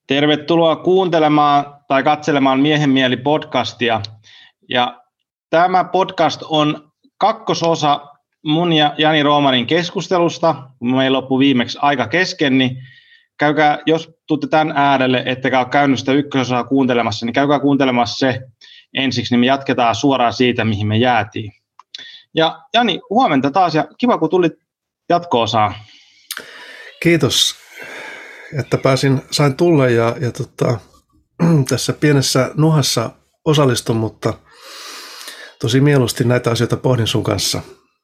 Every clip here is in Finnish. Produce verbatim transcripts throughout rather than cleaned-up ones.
Tervetuloa kuuntelemaan tai katselemaan Miehen mieli podcastia. Ja tämä podcast on kakkososa mun ja Jani Roomanin keskustelusta. Meillä loppui viimeksi aika kesken, niin käykää, jos tuutte tämän äärelle, ettekä ole käynyt sitä ykkösosaa kuuntelemassa, niin käykää kuuntelemassa se ensiksi, niin me jatketaan suoraan siitä, mihin me jäätiin. Ja Jani, huomenta taas ja kiva, kun tulit jatko-osaan. Kiitos, että pääsin, sain tulla ja, ja tota, tässä pienessä nuhassa osallistun, mutta tosi mieluusti näitä asioita pohdin sun kanssa.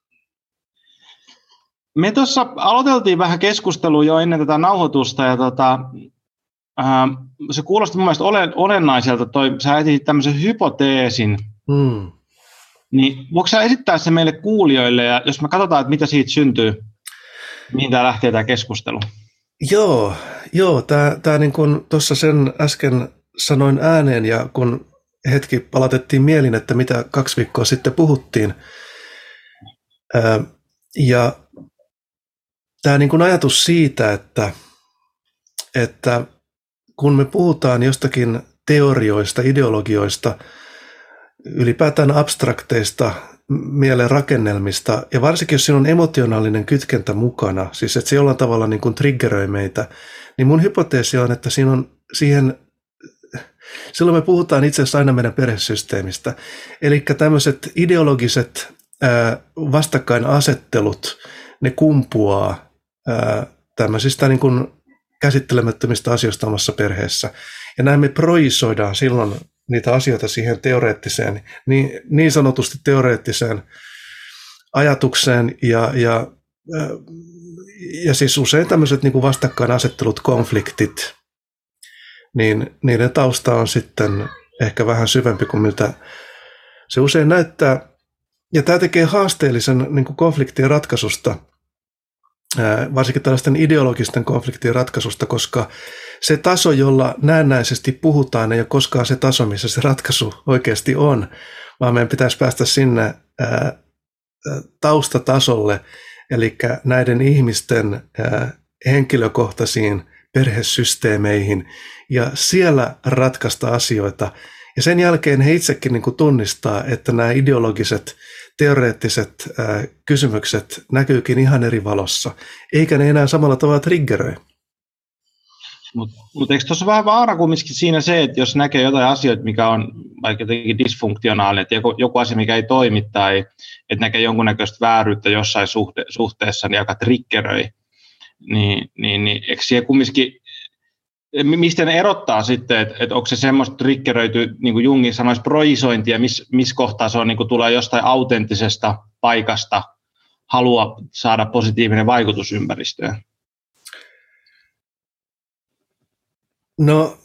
Me tuossa aloiteltiin vähän keskustelua jo ennen tätä nauhoitusta ja tota, ää, se kuulosti mun mielestä olen, olennaiselta, toi, sä etit tämmöisen hypoteesin, hmm. niin voiko sä esittää se meille kuulijoille ja jos me katsotaan, että mitä siitä syntyy, mihin tämä lähtee tämä keskustelu? Joo, joo tämä, tämä niin kuin tuossa sen äsken sanoin ääneen ja kun hetki palautettiin mielin, että mitä kaksi viikkoa sitten puhuttiin. Ää, ja tämä niin kuin ajatus siitä, että, että kun me puhutaan jostakin teorioista, ideologioista, ylipäätään abstrakteista mielen rakennelmista, ja varsinkin jos siinä on emotionaalinen kytkentä mukana, siis että se jollain tavalla niin kuin triggeröi meitä, niin mun hypoteesi on, että siinä on siihen, silloin me puhutaan itse asiassa aina meidän perhesysteemistä, eli tämmöiset ideologiset ää, vastakkainasettelut, ne kumpuaa ää, tämmöisistä niin kuin käsittelemättömistä asioista omassa perheessä, ja näin me projisoidaan silloin niitä asioita siihen teoreettiseen, niin, niin sanotusti teoreettiseen ajatukseen ja, ja, ja siis usein tämmöiset niin kuin vastakkainasettelut, konfliktit, niin niiden tausta on sitten ehkä vähän syvempi kuin miltä se usein näyttää. Ja tämä tekee haasteellisen niin kuin konfliktien ratkaisusta, varsinkin tällaisten ideologisten konfliktien ratkaisusta, koska se taso, jolla näennäisesti puhutaan, ei ole koskaan se taso, missä se ratkaisu oikeasti on, vaan meidän pitäisi päästä sinne ää, taustatasolle, eli näiden ihmisten ää, henkilökohtaisiin perhesysteemeihin, ja siellä ratkaista asioita. Ja sen jälkeen he itsekin niin kuin tunnistaa, että nämä ideologiset, teoreettiset ää, kysymykset näkyykin ihan eri valossa, eikä ne enää samalla tavalla triggeröi. Mutta mut eikö tuossa vähän vaara kumminkin siinä se, että jos näkee jotain asioita, mikä on vaikka jotenkin dysfunktionaalinen, että joku, joku asia, mikä ei toimi, tai että näkee jonkunnäköistä vääryyttä jossain suhte, suhteessa, niin joka triggeröi, niin, niin, niin eikö siellä kumminkin, mistä ne erottaa sitten, että, että onko se semmoista triggeröity, niin kuin Jungin sanoisi, projisointia, missä mis kohtaa se on, niin kuin tulee jostain autenttisesta paikasta, halua saada positiivinen vaikutus ympäristöön? No,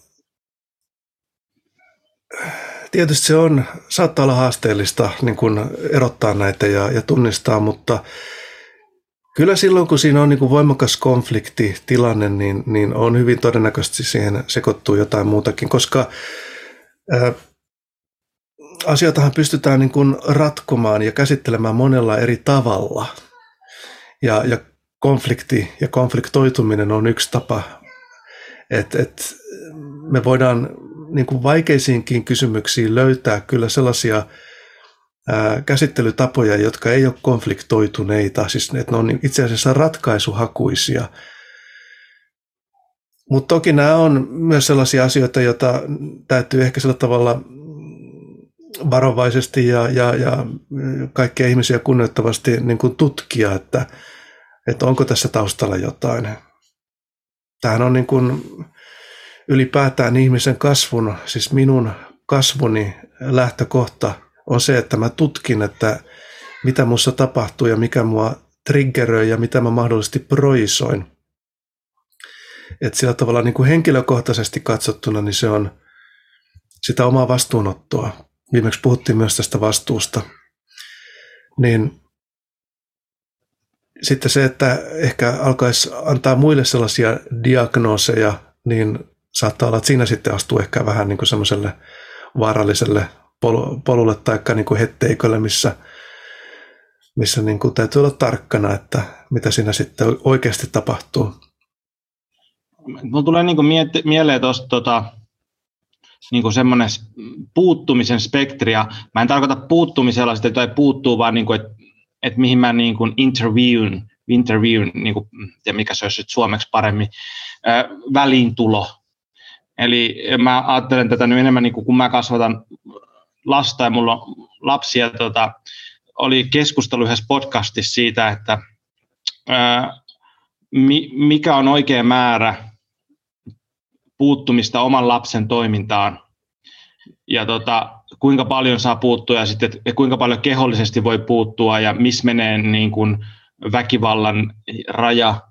tietysti se on, saattaa olla haasteellista niin kuin erottaa näitä ja, ja tunnistaa, mutta kyllä silloin, kun siinä on niin kuin voimakas konfliktitilanne, niin, niin on hyvin todennäköisesti siihen sekoittuu jotain muutakin, koska ää, asioitahan pystytään niin kuin ratkomaan ja käsittelemään monella eri tavalla. Ja, ja konflikti ja konfliktoituminen on yksi tapa. Et, et me voidaan niin kuin vaikeisiinkin kysymyksiin löytää kyllä sellaisia ää, käsittelytapoja, jotka ei ole konfliktoituneita, siis että ne on itse asiassa ratkaisuhakuisia. Mutta toki nämä on myös sellaisia asioita, joita täytyy ehkä sillä tavalla varovaisesti ja, ja, ja kaikkia ihmisiä kunnioittavasti niin kuin tutkia, että, että onko tässä taustalla jotain. Tämähän on niin kuin ylipäätään ihmisen kasvun, siis minun kasvuni lähtökohta on se, että mä tutkin, että mitä minussa tapahtuu ja mikä mua triggeröi ja mitä mä mahdollisesti projisoin. Että sillä tavalla niin kuin henkilökohtaisesti katsottuna, niin se on sitä omaa vastuunottoa. Viimeksi puhuttiin myös tästä vastuusta. Niin sitten se, että ehkä alkaisi antaa muille sellaisia diagnooseja, niin saattaa olla, että siinä sitten astuu ehkä vähän niin kuin semmoiselle vaaralliselle polulle tai niin kuin hetteikölle, missä, missä niin kuin täytyy olla tarkkana, että mitä siinä sitten oikeasti tapahtuu. mulla tulee niin kuin miet- mieleen tuosta tota, niin semmoinen puuttumisen spektri, ja mä en tarkoita puuttumisella sitä, tai puuttuu, vaan niin kuin, että et mihin mä niin kuin interviewn, interviewn niin kuin, ja mikä se olisi suomeksi paremmin, ää, väliintulo. Eli mä ajattelen tätä nyt enemmän, niin kuin, kun mä kasvatan lasta ja mulla on lapsia, tota, oli keskustelu yhdessä podcastissa siitä, että ää, mi, mikä on oikea määrä puuttumista oman lapsen toimintaan ja tota, kuinka paljon saa puuttua ja sitten, et kuinka paljon kehollisesti voi puuttua ja missä menee niin kuin väkivallan raja.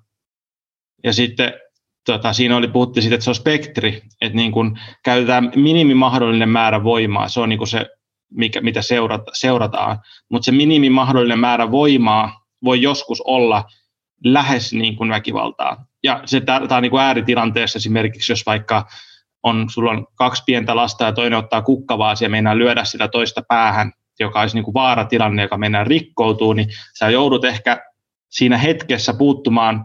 Ja sitten tota, siinä oli, puhuttiin siitä, että se on spektri, että niin kuin käytetään minimimahdollinen määrä voimaa, se on niin kuin se, mikä, mitä seurata, seurataan, mutta se minimimahdollinen määrä voimaa voi joskus olla lähes niin kuin väkivaltaa. Ja se tämä on niin kuin ääritilanteessa esimerkiksi, jos vaikka on, sulla on kaksi pientä lasta ja toinen ottaa kukkavaasi ja meinaa lyödä sitä toista päähän, joka olisi niin kuin vaaratilanne, joka mennään rikkoutuu, niin sä joudut ehkä siinä hetkessä puuttumaan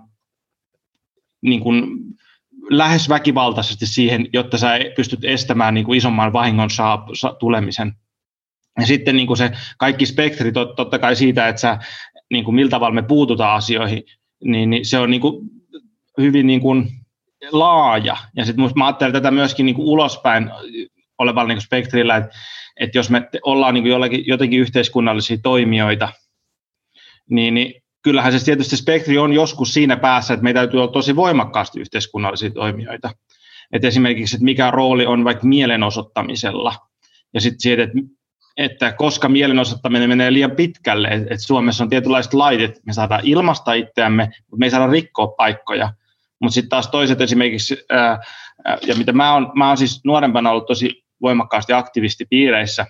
niin kuin lähes väkivaltaisesti siihen, jotta sä pystyt estämään niin kuin isomman vahingon saa, saa, tulemisen. Ja sitten niin kuin se kaikki spektri, tot, totta kai siitä, että sä, niin kuin millä tavalla me puututaan asioihin, niin, niin se on niin kuin hyvin niin kuin laaja. Ja sitten mä ajattelen tätä myöskin niin kuin ulospäin olevalla niin kuin spektrillä, että, että jos me ollaan niin kuin jollakin, jotenkin yhteiskunnallisia toimijoita, niin, niin kyllähän se tietysti spektri on joskus siinä päässä, että meidän täytyy olla tosi voimakkaasti yhteiskunnallisia toimijoita. Että esimerkiksi, että mikä rooli on vaikka mielenosoittamisella. Ja sitten siitä, että, että koska mielenosoittaminen menee liian pitkälle, että, että Suomessa on tietynlaiset lait, että me saadaan ilmaista itseämme, mutta me ei saada rikkoa paikkoja. Mutta sitten taas toiset esimerkiksi, ää, ja mitä mä oon, mä oon siis nuorempana ollut tosi voimakkaasti aktivistipiireissä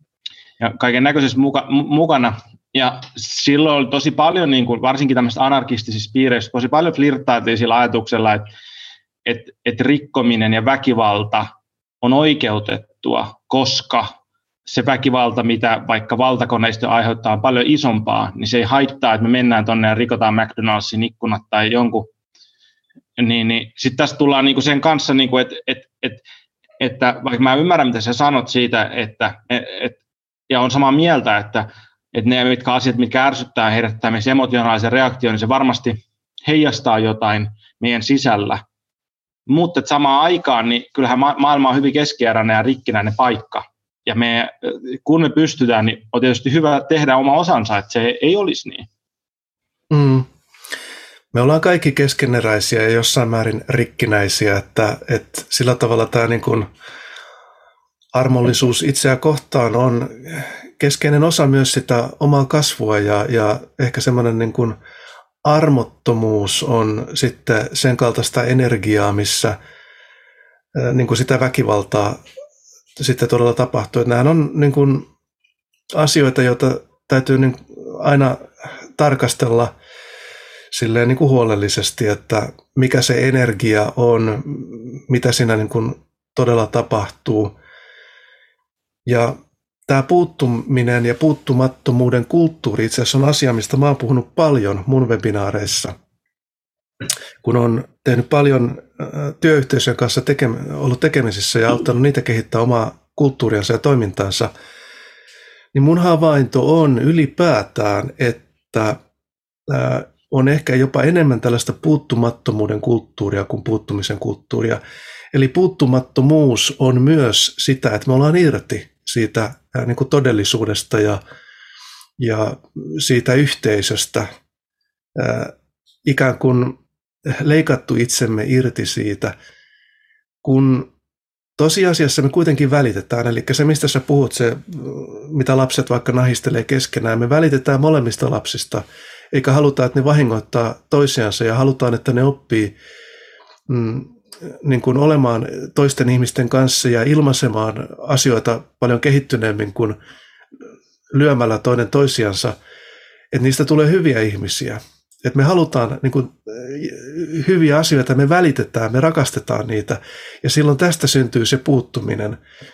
ja kaiken näköisessä muka, mukana. Ja silloin oli tosi paljon, niin kuin, varsinkin tämmöisistä anarkistisissa piireissä, tosi paljon flirttailtiin sillä ajatuksella, että, että, että rikkominen ja väkivalta on oikeutettua, koska se väkivalta, mitä vaikka valtakoneisto aiheuttaa, on paljon isompaa, niin se ei haittaa, että me mennään tuonne ja rikotaan McDonald'sin ikkunat tai jonkun. Niin, niin, sitten tässä tullaan niin kuin sen kanssa, niin kuin, että, että, että, että vaikka mä ymmärrän, mitä sä sanot siitä, että, että, ja on samaa mieltä, että että ne mitkä asiat, mitkä ärsyttää ja herättää meissä emotionaalisen reaktion, niin se varmasti heijastaa jotain meidän sisällä. Mutta samaan aikaan, niin kyllähän ma- maailma on hyvin keskeeräinen ja rikkinäinen paikka. Ja me, kun me pystytään, niin on tietysti hyvä tehdä oma osansa, että se ei olisi niin. Mm. Me ollaan kaikki keskeneräisiä ja jossain määrin rikkinäisiä, että, että sillä tavalla tämä niin kuin armollisuus itseä kohtaan on keskeinen osa myös sitä omaa kasvua ja, ja ehkä semmoinen niin kuin armottomuus on sitten sen kaltaista energiaa, missä niin kuin sitä väkivaltaa sitten todella tapahtuu. Että nämä on niin kuin asioita, joita täytyy niin aina tarkastella silleen niin kuin huolellisesti, että mikä se energia on, mitä siinä niin kuin todella tapahtuu. Ja tämä puuttuminen ja puuttumattomuuden kulttuuri itse asiassa on asia, mistä mä oon puhunut paljon mun webinaareissa. Kun on tehnyt paljon työyhteisöjen kanssa tekem- ollut tekemisissä ja auttanut niitä kehittää omaa kulttuuriansa ja toimintaansa, niin mun havainto on ylipäätään, että on ehkä jopa enemmän tällaista puuttumattomuuden kulttuuria kuin puuttumisen kulttuuria. Eli puuttumattomuus on myös sitä, että me ollaan irti siitä niin kuin todellisuudesta ja, ja siitä yhteisöstä, ää, ikään kuin leikattu itsemme irti siitä, kun tosiasiassa me kuitenkin välitetään. Eli se, mistä sä puhut, se, mitä lapset vaikka nahistelee keskenään, me välitetään molemmista lapsista, eikä haluta, että ne vahingoittaa toisiansa ja halutaan, että ne oppii mm, niin kuin olemaan toisten ihmisten kanssa ja ilmaisemaan asioita paljon kehittyneemmin kuin lyömällä toinen toisiansa, että niistä tulee hyviä ihmisiä. Että me halutaan niin kuin, hyviä asioita, me välitetään, me rakastetaan niitä ja silloin tästä syntyy se puuttuminen.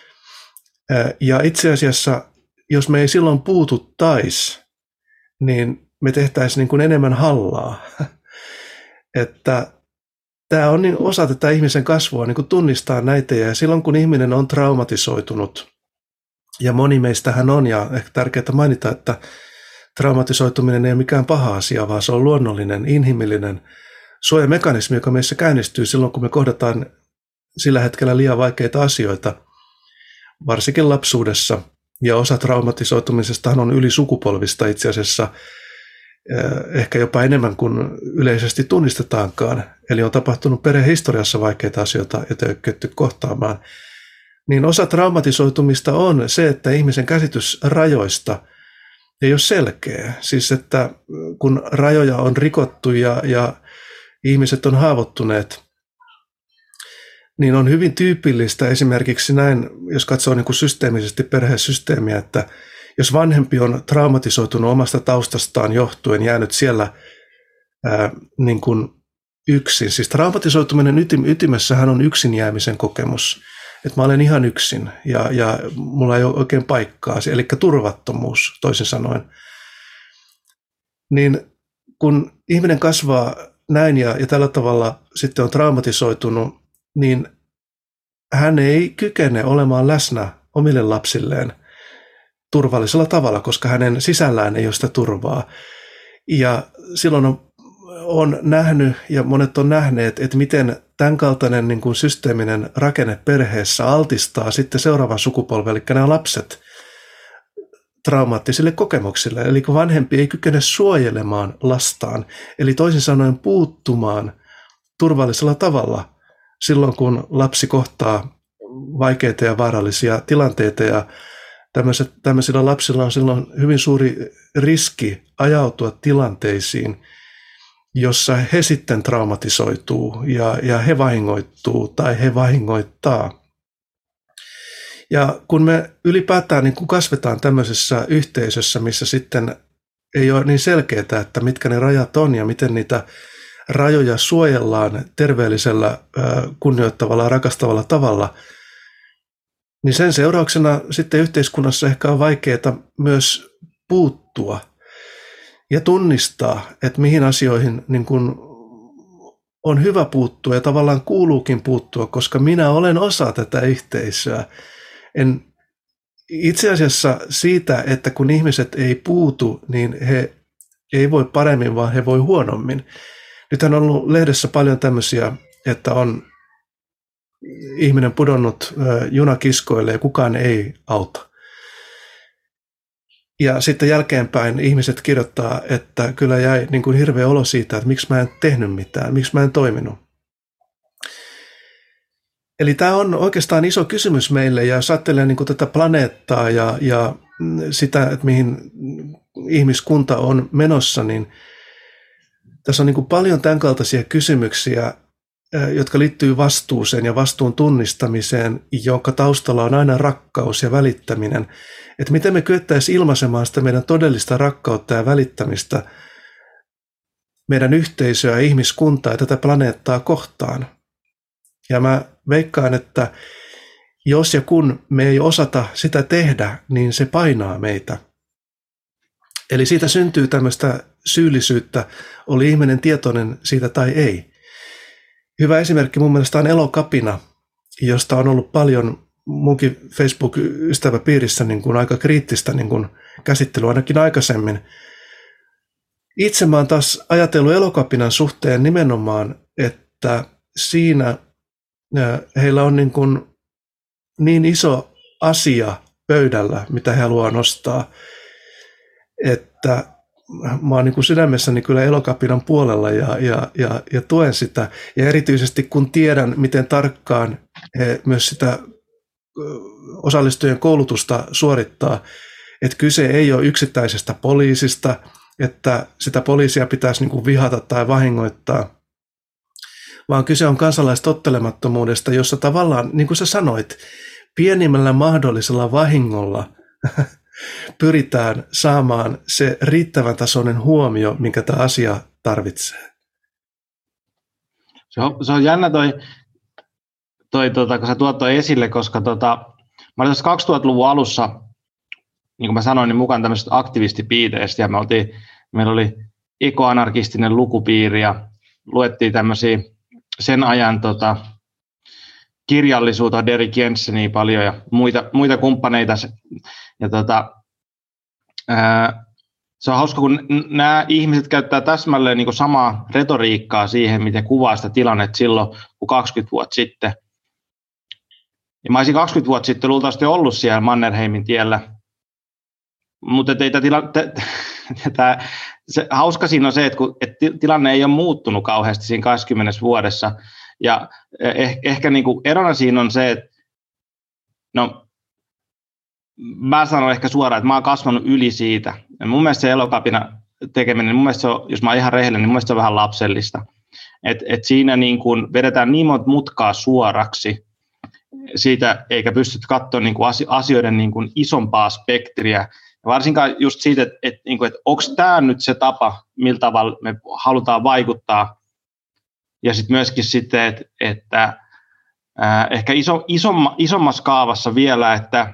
Ja itse asiassa, jos me ei silloin puututtaisi, niin me tehtäisiin niin kuin enemmän hallaa. Että tämä on niin osa tätä ihmisen kasvua niin kuin tunnistaa näitä, ja silloin kun ihminen on traumatisoitunut, ja moni meistähän on, ja ehkä tärkeää mainita, että traumatisoituminen ei ole mikään paha asia, vaan se on luonnollinen, inhimillinen suojamekanismi, joka meissä käynnistyy silloin, kun me kohdataan sillä hetkellä liian vaikeita asioita, varsinkin lapsuudessa. Ja osa traumatisoitumisestahan on ylisukupolvista itse asiassa, ehkä jopa enemmän kuin yleisesti tunnistetaankaan. Eli on tapahtunut perhehistoriassa vaikeita asioita, joita ei ole kyetty kohtaamaan. Niin osa traumatisoitumista on se, että ihmisen käsitys rajoista ei ole selkeä. Siis että kun rajoja on rikottu ja, ja ihmiset on haavoittuneet, niin on hyvin tyypillistä esimerkiksi näin, jos katsoo niin kuin systeemisesti perhesysteemiä, että jos vanhempi on traumatisoitunut omasta taustastaan johtuen, jäänyt siellä ää, niin kuin yksin. Siis traumatisoituminen ytim, ytimessähän on yksin jäämisen kokemus, että mä olen ihan yksin ja, ja mulla ei ole oikein paikkaa, eli turvattomuus toisin sanoen. Niin kun ihminen kasvaa näin ja, ja tällä tavalla sitten on traumatisoitunut, niin hän ei kykene olemaan läsnä omille lapsilleen turvallisella tavalla, koska hänen sisällään ei ole sitä turvaa. Ja silloin on, on nähnyt ja monet on nähneet, että miten tämän kaltainen niin kuin systeeminen rakenne perheessä altistaa sitten seuraavan sukupolven, eli nämä lapset, traumaattisille kokemuksille. Eli kun vanhempi ei kykene suojelemaan lastaan, eli toisin sanoen puuttumaan turvallisella tavalla silloin, kun lapsi kohtaa vaikeita ja vaarallisia tilanteita, ja tämmöisillä lapsilla on silloin hyvin suuri riski ajautua tilanteisiin, jossa he sitten traumatisoituu ja, ja he vahingoittuu tai he vahingoittaa. Ja kun me ylipäätään niin kun kasvetaan tämmöisessä yhteisössä, missä sitten ei ole niin selkeää, että mitkä ne rajat on ja miten niitä rajoja suojellaan terveellisellä, kunnioittavalla ja rakastavalla tavalla, niin sen seurauksena sitten yhteiskunnassa ehkä on vaikeaa myös puuttua ja tunnistaa, että mihin asioihin niin kun on hyvä puuttua ja tavallaan kuuluukin puuttua, koska minä olen osa tätä yhteisöä. En, itse asiassa siitä, että kun ihmiset ei puutu, niin he ei voi paremmin, vaan he voi huonommin. Nythän on ollut lehdessä paljon tämmöisiä, että on ihminen pudonnut junakiskoille ja kukaan ei auta. Ja sitten jälkeenpäin ihmiset kirjoittaa, että kyllä jäi niin kuin hirveä olo siitä, että miksi mä en tehnyt mitään, miksi mä en toiminut. Eli tämä on oikeastaan iso kysymys meille, ja jos ajattelee niin kuin tätä planeettaa ja, ja sitä, että mihin ihmiskunta on menossa, niin tässä on niin kuin paljon tämän kaltaisia kysymyksiä, jotka liittyy vastuuseen ja vastuun tunnistamiseen, jonka taustalla on aina rakkaus ja välittäminen. Että miten me kyettäisiin ilmaisemaan sitä meidän todellista rakkautta ja välittämistä meidän yhteisöä ja ihmiskuntaa ja tätä planeettaa kohtaan. Ja mä veikkaan, että jos ja kun me ei osata sitä tehdä, niin se painaa meitä. Eli siitä syntyy tämmöistä syyllisyyttä, oli ihminen tietoinen siitä tai ei. Hyvä esimerkki mun mielestä on Elokapina, josta on ollut paljon munkin Facebook-ystäväpiirissä niin kuin aika kriittistä niin kuin käsittelyä ainakin aikaisemmin. Itse mä oon taas ajatellut Elokapinan suhteen nimenomaan, että siinä heillä on niin, kuin niin iso asia pöydällä, mitä he haluaa nostaa, että mä oon niin kuin sydämessäni kyllä Elokapinan puolella ja, ja, ja, ja tuen sitä. Ja erityisesti kun tiedän, miten tarkkaan he myös sitä osallistujien koulutusta suorittaa, että kyse ei ole yksittäisestä poliisista, että sitä poliisia pitäisi niin kuin vihata tai vahingoittaa, vaan kyse on kansalaistottelemattomuudesta, jossa tavallaan, niin kuin sä sanoit, pienimmällä mahdollisella vahingolla pyritään saamaan se riittävän tasoinen huomio, minkä tämä asia tarvitsee. Se on, se on jännä toi, toi tota, kun sä tuot toi esille, koska tota, mä olin tässä kaksituhattaluvun alussa, niin kuin mä sanoin, niin mukaan tämmöisestä aktivistipiiteestä, ja me oltiin, meillä oli ekoanarkistinen lukupiiri, ja luettiin tämmöisiä sen ajan tota, kirjallisuutta, Derrick Jensenia paljon ja muita, muita kumppaneita. Ja tota, ää, se on hauska, kun nämä ihmiset käyttää täsmälleen niin kuin samaa retoriikkaa siihen, miten kuvaa sitä tilannetta silloin kuin kaksikymmentä vuotta sitten. Ja mä olisin kaksikymmentä vuotta sitten luultavasti ollut siellä Mannerheimin tiellä. Mutta ei tämä tila, tämä, se, hauska siinä on se, että, kun, että tilanne ei ole muuttunut kauheasti siinä kaksikymmentä vuodessa. Ja eh, ehkä niin kuin erona siinä on se, että no, mä sanon ehkä suoraan, että mä oon kasvanut yli siitä. Ja mun mielestä se Elokapina tekeminen, mun mielestä se on, jos mä oon ihan rehellinen, niin mun mielestä se on vähän lapsellista. Et, et siinä niin kuin vedetään niin monta mutkaa suoraksi siitä, eikä pystytä katsoa niin kuin asioiden niin kuin isompaa spektriä. Ja varsinkaan just siitä, että et, niin kuin, että onko tämä nyt se tapa, millä tavalla me halutaan vaikuttaa. Ja sitten myöskin sitten, että, että ää, ehkä iso, isomma, isommassa kaavassa vielä, että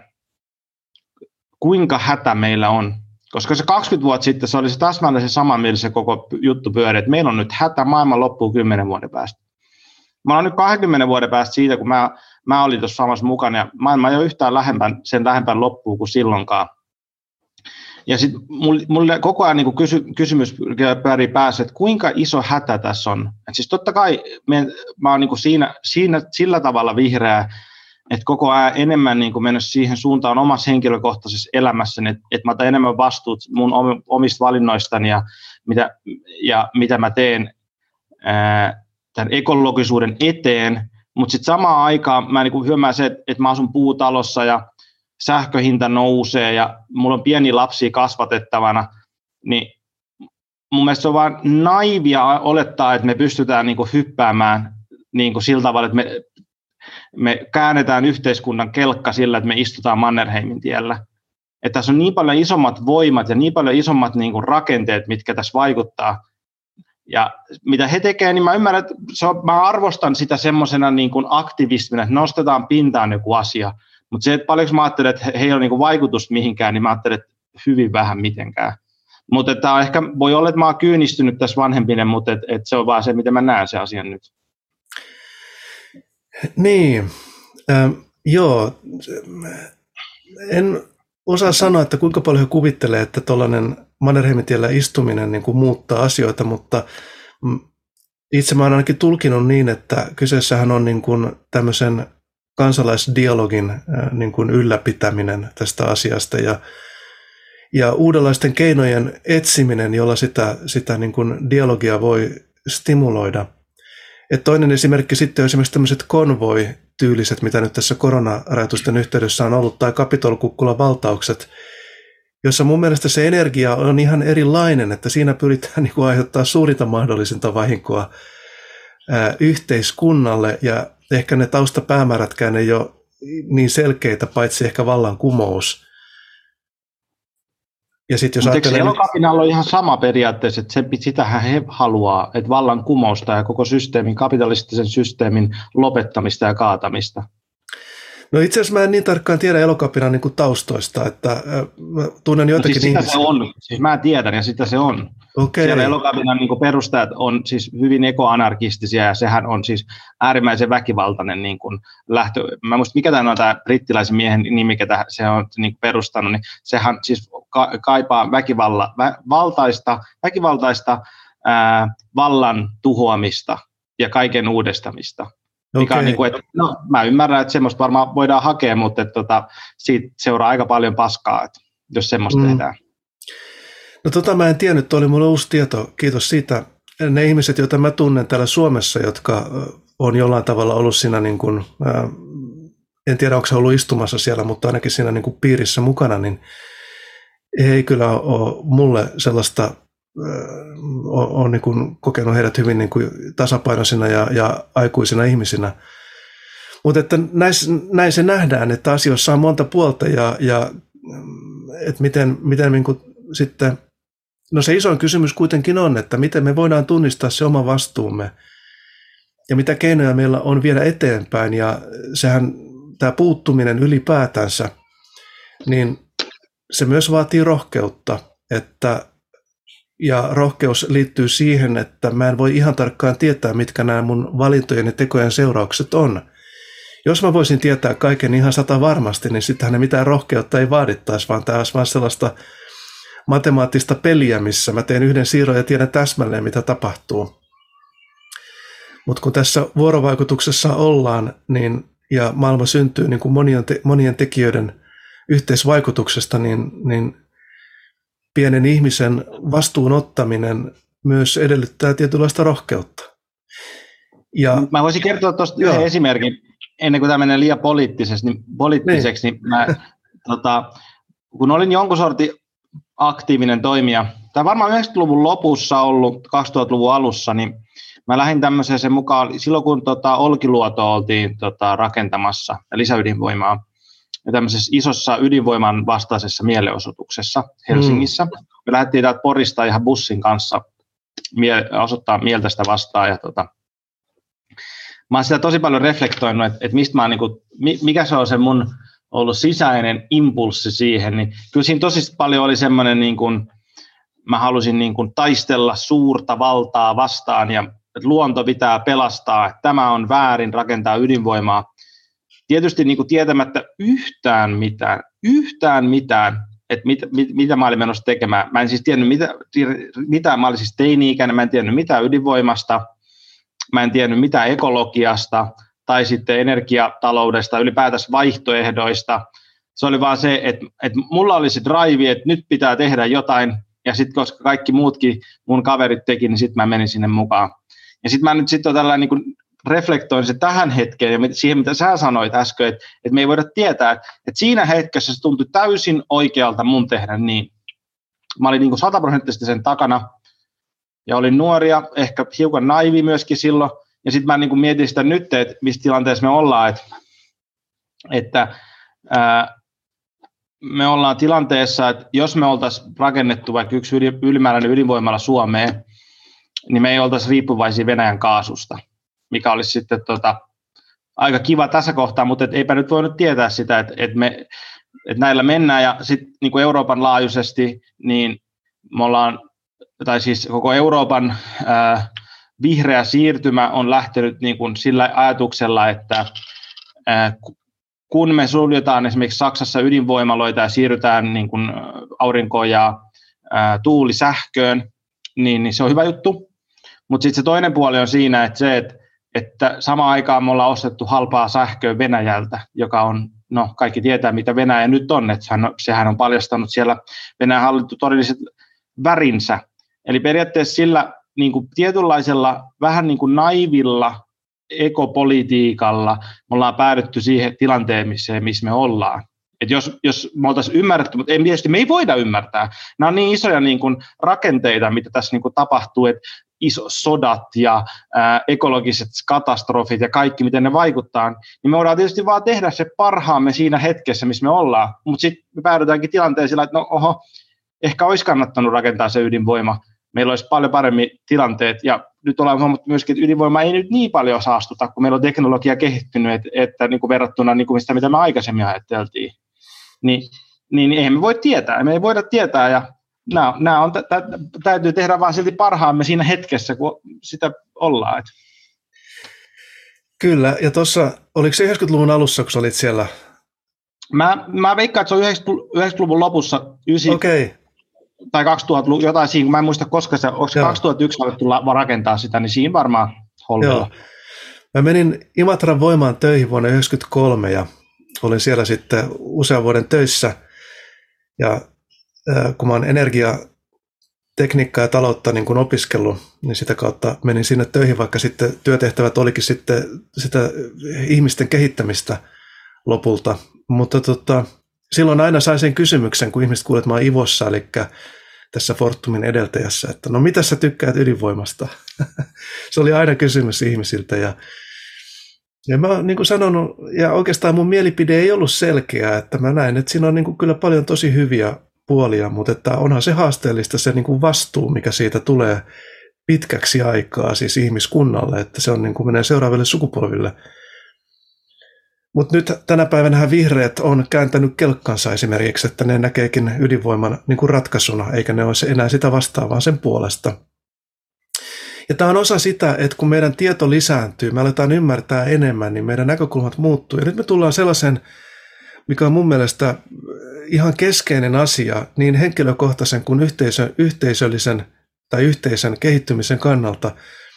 kuinka hätä meillä on. Koska se kaksikymmentä vuotta sitten se oli se täsmälleen se sama, millä se koko juttu pyöri, että meillä on nyt hätä, maailman loppuu kymmenen vuoden päästä. Mä olen nyt kaksikymmentä vuoden päästä siitä, kun mä, mä olin tuossa samassa mukana, ja maailma ei ole yhtään lähempän, sen lähempän loppuun kuin silloinkaan. Ja sitten mulle, mulle koko ajan niin kysy, kysymys pyörii päässä, että kuinka iso hätä tässä on. Et siis totta kai me, mä oon niin siinä, siinä sillä tavalla vihreä, että koko ajan enemmän niin mennä siihen suuntaan omassa henkilökohtaisessa elämässäni, että, että mä otan enemmän vastuut mun omista valinnoistani ja mitä, ja mitä mä teen ää, tämän ekologisuuden eteen, mutta sitten samaan aikaan mä niin hyömään se, että, että mä asun puutalossa ja sähköhinta nousee ja mulla on pieni lapsia kasvatettavana, niin mun mielestä se on vaan naivia olettaa, että me pystytään niin hyppäämään niin sillä tavalla, että me me käännetään yhteiskunnan kelkka sillä, että me istutaan Mannerheimin tiellä. Että tässä on niin paljon isommat voimat ja niin paljon isommat niin kuin rakenteet, mitkä tässä vaikuttaa. Ja mitä he tekevät, niin mä ymmärrän, että se on, mä arvostan sitä semmoisena niin kuin aktivismina, että nostetaan pintaan joku asia. Mutta se, että paljonko mä ajattelen, että he ei ole niin kuin vaikutusta mihinkään, niin mä ajattelen, että hyvin vähän mitenkään. Mutta että ehkä voi olla, että mä oon kyynistynyt tässä vanhempinen, mutta että, että se on vaan se, miten mä näen sen asian nyt. Niin, äh, joo. En osaa sanoa, että kuinka paljon he kuvittelee, että tuollainen Mannerheimin tiellä istuminen niin kuin muuttaa asioita, mutta itse mä olen ainakin tulkinut niin, että kyseessähän on niin kuin tämmöisen kansalaisdialogin äh, niin kuin ylläpitäminen tästä asiasta ja, ja uudenlaisten keinojen etsiminen, jolla sitä, sitä niin kuin dialogia voi stimuloida. Et toinen esimerkki sitten on esimerkiksi tämmöiset konvoi-tyyliset, mitä nyt tässä koronarajoitusten yhteydessä on ollut, tai Kapitol-kukkulan valtaukset, jossa mun mielestä se energia on ihan erilainen, että siinä pyritään niin kuin aiheuttaa suurinta mahdollisinta vahinkoa ää, yhteiskunnalle, ja ehkä ne taustapäämäärätkään ei ole niin selkeitä, paitsi ehkä vallankumous. Ja sit jos ajattelee... Elokapinalla on ihan sama periaatteessa, että se, sitähän he haluaa, että vallankumousta ja koko systeemin, kapitalistisen systeemin lopettamista ja kaatamista. No itse asiassa mä en niin tarkkaan tiedä Elokapinan niin kuin taustoista, että mä tunnen joitakin no siis ihmisiä. Sitä se on, siis mä tiedän ja sitä se on. Okay. Siellä Elokapinan niin kuin perustajat on siis hyvin ekoanarkistisia ja sehän on siis äärimmäisen väkivaltainen niin kuin lähtö. Mä muistan, mikä tämä on tämä brittiläisen miehen nimi, mikä se on niin kuin perustanut, niin sehän siis ka- kaipaa väkivalla, vä- valtaista, väkivaltaista ää, vallan tuhoamista ja kaiken uudistamista. Mikä on niin kuin, että, no, mä ymmärrän, että semmoista varmaan voidaan hakea, mutta että, tota, siitä seuraa aika paljon paskaa, että, jos semmoista mm. tehdään. No tota mä en tiennyt, tuo oli mulle uusi tieto, kiitos siitä. Ne ihmiset, joita mä tunnen täällä Suomessa, jotka on jollain tavalla ollut siinä, niin kuin, ää, en tiedä onko se ollut istumassa siellä, mutta ainakin siinä niin kuin piirissä mukana, niin ei kyllä ole mulle sellaista, olen niin kuin kokenut heidät hyvin niin kuin tasapainoisina ja, ja aikuisina ihmisinä. Mutta että näin, näin se nähdään, että asioissa on monta puolta ja, ja että miten, miten niin kuin sitten, no se isoin kysymys kuitenkin on, että miten me voidaan tunnistaa se oma vastuumme ja mitä keinoja meillä on viedä eteenpäin ja sehän tämä puuttuminen ylipäätänsä, niin se myös vaatii rohkeutta, että ja rohkeus liittyy siihen, että mä en voi ihan tarkkaan tietää, mitkä nämä mun valintojen ja tekojen seuraukset on. Jos mä voisin tietää kaiken ihan sata varmasti, niin sittenhän ne mitään rohkeutta ei vaadittaisi, vaan tämä olisi vaan sellaista matemaattista peliä, missä mä teen yhden siirron ja tiedän täsmälleen, mitä tapahtuu. Mutta kun tässä vuorovaikutuksessa ollaan, niin, ja maailma syntyy niin kuin monien, te, monien tekijöiden yhteisvaikutuksesta, niin, niin pienen ihmisen vastuun ottaminen myös edellyttää tietynlaista rohkeutta. Ja, mä voisin kertoa tuosta yhden esimerkin, ennen kuin tämä menee liian poliittiseksi, niin, poliittiseksi, niin, niin mä, tota, kun olin jonkun sortin aktiivinen toimija, tai varmaan yhdeksänkymmentäluvun lopussa ollut, kaksituhattaluvun alussa, niin mä lähdin tämmöiseen sen mukaan, silloin kun tota, Olkiluotoa oltiin tota, rakentamassa ja lisäydinvoimaa, ja tämmöisessä isossa ydinvoiman vastaisessa mielenosoituksessa Helsingissä. Mm. Me lähdettiin täältä Porista ihan bussin kanssa mie- osoittaa mieltä sitä vastaan. Ja tota, mä oon sitä tosi paljon reflektoinut, että, että mistä mä niinku, mikä se on se mun ollut sisäinen impulssi siihen. Niin kyllä siinä tosi paljon oli semmoinen, niin kuin, mä halusin niin kuin taistella suurta valtaa vastaan ja että luonto pitää pelastaa, että tämä on väärin rakentaa ydinvoimaa. Tietysti niin kuin tietämättä yhtään mitään, yhtään mitään, että mit, mit, mitä mä olin menossa tekemään. Mä en siis tiennyt, mitä, mitä mä olin siis teini-ikäinen, mä en tiennyt mitään ydinvoimasta, mä en tiennyt mitään ekologiasta tai sitten energiataloudesta, ylipäätänsä vaihtoehdoista. Se oli vaan se, että, että mulla oli se drive, että nyt pitää tehdä jotain, ja sitten koska kaikki muutkin mun kaverit teki, niin sitten mä menin sinne mukaan. Ja sitten mä nyt sitten tällainen niin kuin reflektoin se tähän hetkeen ja siihen, mitä sä sanoit äsken, että, että me ei voida tietää, että siinä hetkessä se tuntui täysin oikealta mun tehdä niin. Mä olin niin kuin sataprosenttisesti sen takana ja olin nuoria, ehkä hiukan naivi myöskin silloin. Ja sitten mä niin kuin mietin sitä nyt, että missä tilanteessa me ollaan, että, että ää, me ollaan tilanteessa, että jos me oltaisiin rakennettu vaikka yksi ylimääräinen ydinvoimala Suomeen, niin me ei oltaisi riippuvaisia Venäjän kaasusta, mikä olisi sitten tota, aika kiva tässä kohtaa, mutta et eipä nyt voinut tietää sitä, että et me, et näillä mennään ja sitten niin kuin Euroopan laajuisesti, niin me ollaan, tai siis koko Euroopan ää, vihreä siirtymä on lähtenyt niin kuin sillä ajatuksella, että ää, kun me suljetaan esimerkiksi Saksassa ydinvoimaloita ja siirrytään niin kuin aurinko- ja ää, tuulisähköön, niin, niin se on hyvä juttu. Mutta sitten se toinen puoli on siinä, että se, että, että samaan aikaan me ollaan ostettu halpaa sähköä Venäjältä, joka on, no kaikki tietää mitä Venäjä nyt on, että sehän, sehän on paljastanut siellä Venäjän hallittu todelliset värinsä. Eli periaatteessa sillä niin kuin tietynlaisella vähän niin kuin naivilla ekopolitiikalla me ollaan päädytty siihen tilanteeseen, missä me ollaan. Et jos, jos me oltaisiin ymmärretty, mutta ei, tietysti me ei voida ymmärtää. Nämä on niin isoja niin kuin rakenteita, mitä tässä niin kuin tapahtuu, että iso sodat ja ää, ekologiset katastrofit ja kaikki, miten ne vaikuttaa, niin me voidaan tietysti vaan tehdä se parhaamme siinä hetkessä, missä me ollaan. Mutta sitten me päädytäänkin tilanteeseen, että no oho, ehkä olisi kannattanut rakentaa se ydinvoima. Meillä olisi paljon paremmin tilanteet, ja nyt ollaan huomattu myöskin, että ydinvoima ei nyt niin paljon saastuta, kun meillä on teknologia kehittynyt, että, että niin kuin verrattuna niin kuin sitä, mitä me aikaisemmin ajatteltiin. Niin, niin eihän me voi tietää, me ei voida tietää, ja nämä, nämä on, tä, täytyy tehdä vaan silti parhaamme siinä hetkessä, kun sitä ollaan. Kyllä, ja tuossa, oliko se yhdeksänkymmentäluvun alussa, kun olit siellä? Mä, mä veikkaan, että se on yhdeksänkymmentäluvun lopussa, yhdeksänkymmentä, okay. Tai kaksituhattaluvun, jotain siinä, kun mä en muista, koska se, onko se kaksituhattayksi alettu rakentaa sitä, niin siinä varmaan holvella. Mä menin Imatran voimaan töihin vuonna yhdeksänkymmentäkolme, ja olin siellä sitten usean vuoden töissä, ja äh, kun mä oon energiatekniikkaa ja taloutta niin kun opiskellut, niin sitä kautta menin sinne töihin, vaikka sitten työtehtävät olikin sitten sitä ihmisten kehittämistä lopulta. Mutta tota, silloin aina sain sen kysymyksen, kun ihmiset kuulee, että mä oon Ivossa, eli tässä Fortumin edeltäjässä, että no mitä sä tykkäät ydinvoimasta? Se oli aina kysymys ihmisiltä, ja Ja mä oon niin kuin sanonut, ja oikeastaan mun mielipide ei ollut selkeä, että mä näin, että siinä on niin kuin kyllä paljon tosi hyviä puolia, mutta että onhan se haasteellista se niin kuin vastuu, mikä siitä tulee pitkäksi aikaa siis ihmiskunnalle, että se on niin kuin menee seuraaville sukupolville. Mutta nyt tänä päivänä vihreät on kääntänyt kelkkansa esimerkiksi, että ne näkeekin ydinvoiman niin kuin ratkaisuna, eikä ne olisi enää sitä vastaan, vaan sen puolesta. Ja tämä on osa sitä, että kun meidän tieto lisääntyy, me aletaan ymmärtää enemmän, niin meidän näkökulmat muuttuu. Ja nyt me tullaan sellaisen, mikä on mun mielestä ihan keskeinen asia, niin henkilökohtaisen kuin yhteisön, yhteisöllisen tai yhteisön kehittymisen kannalta.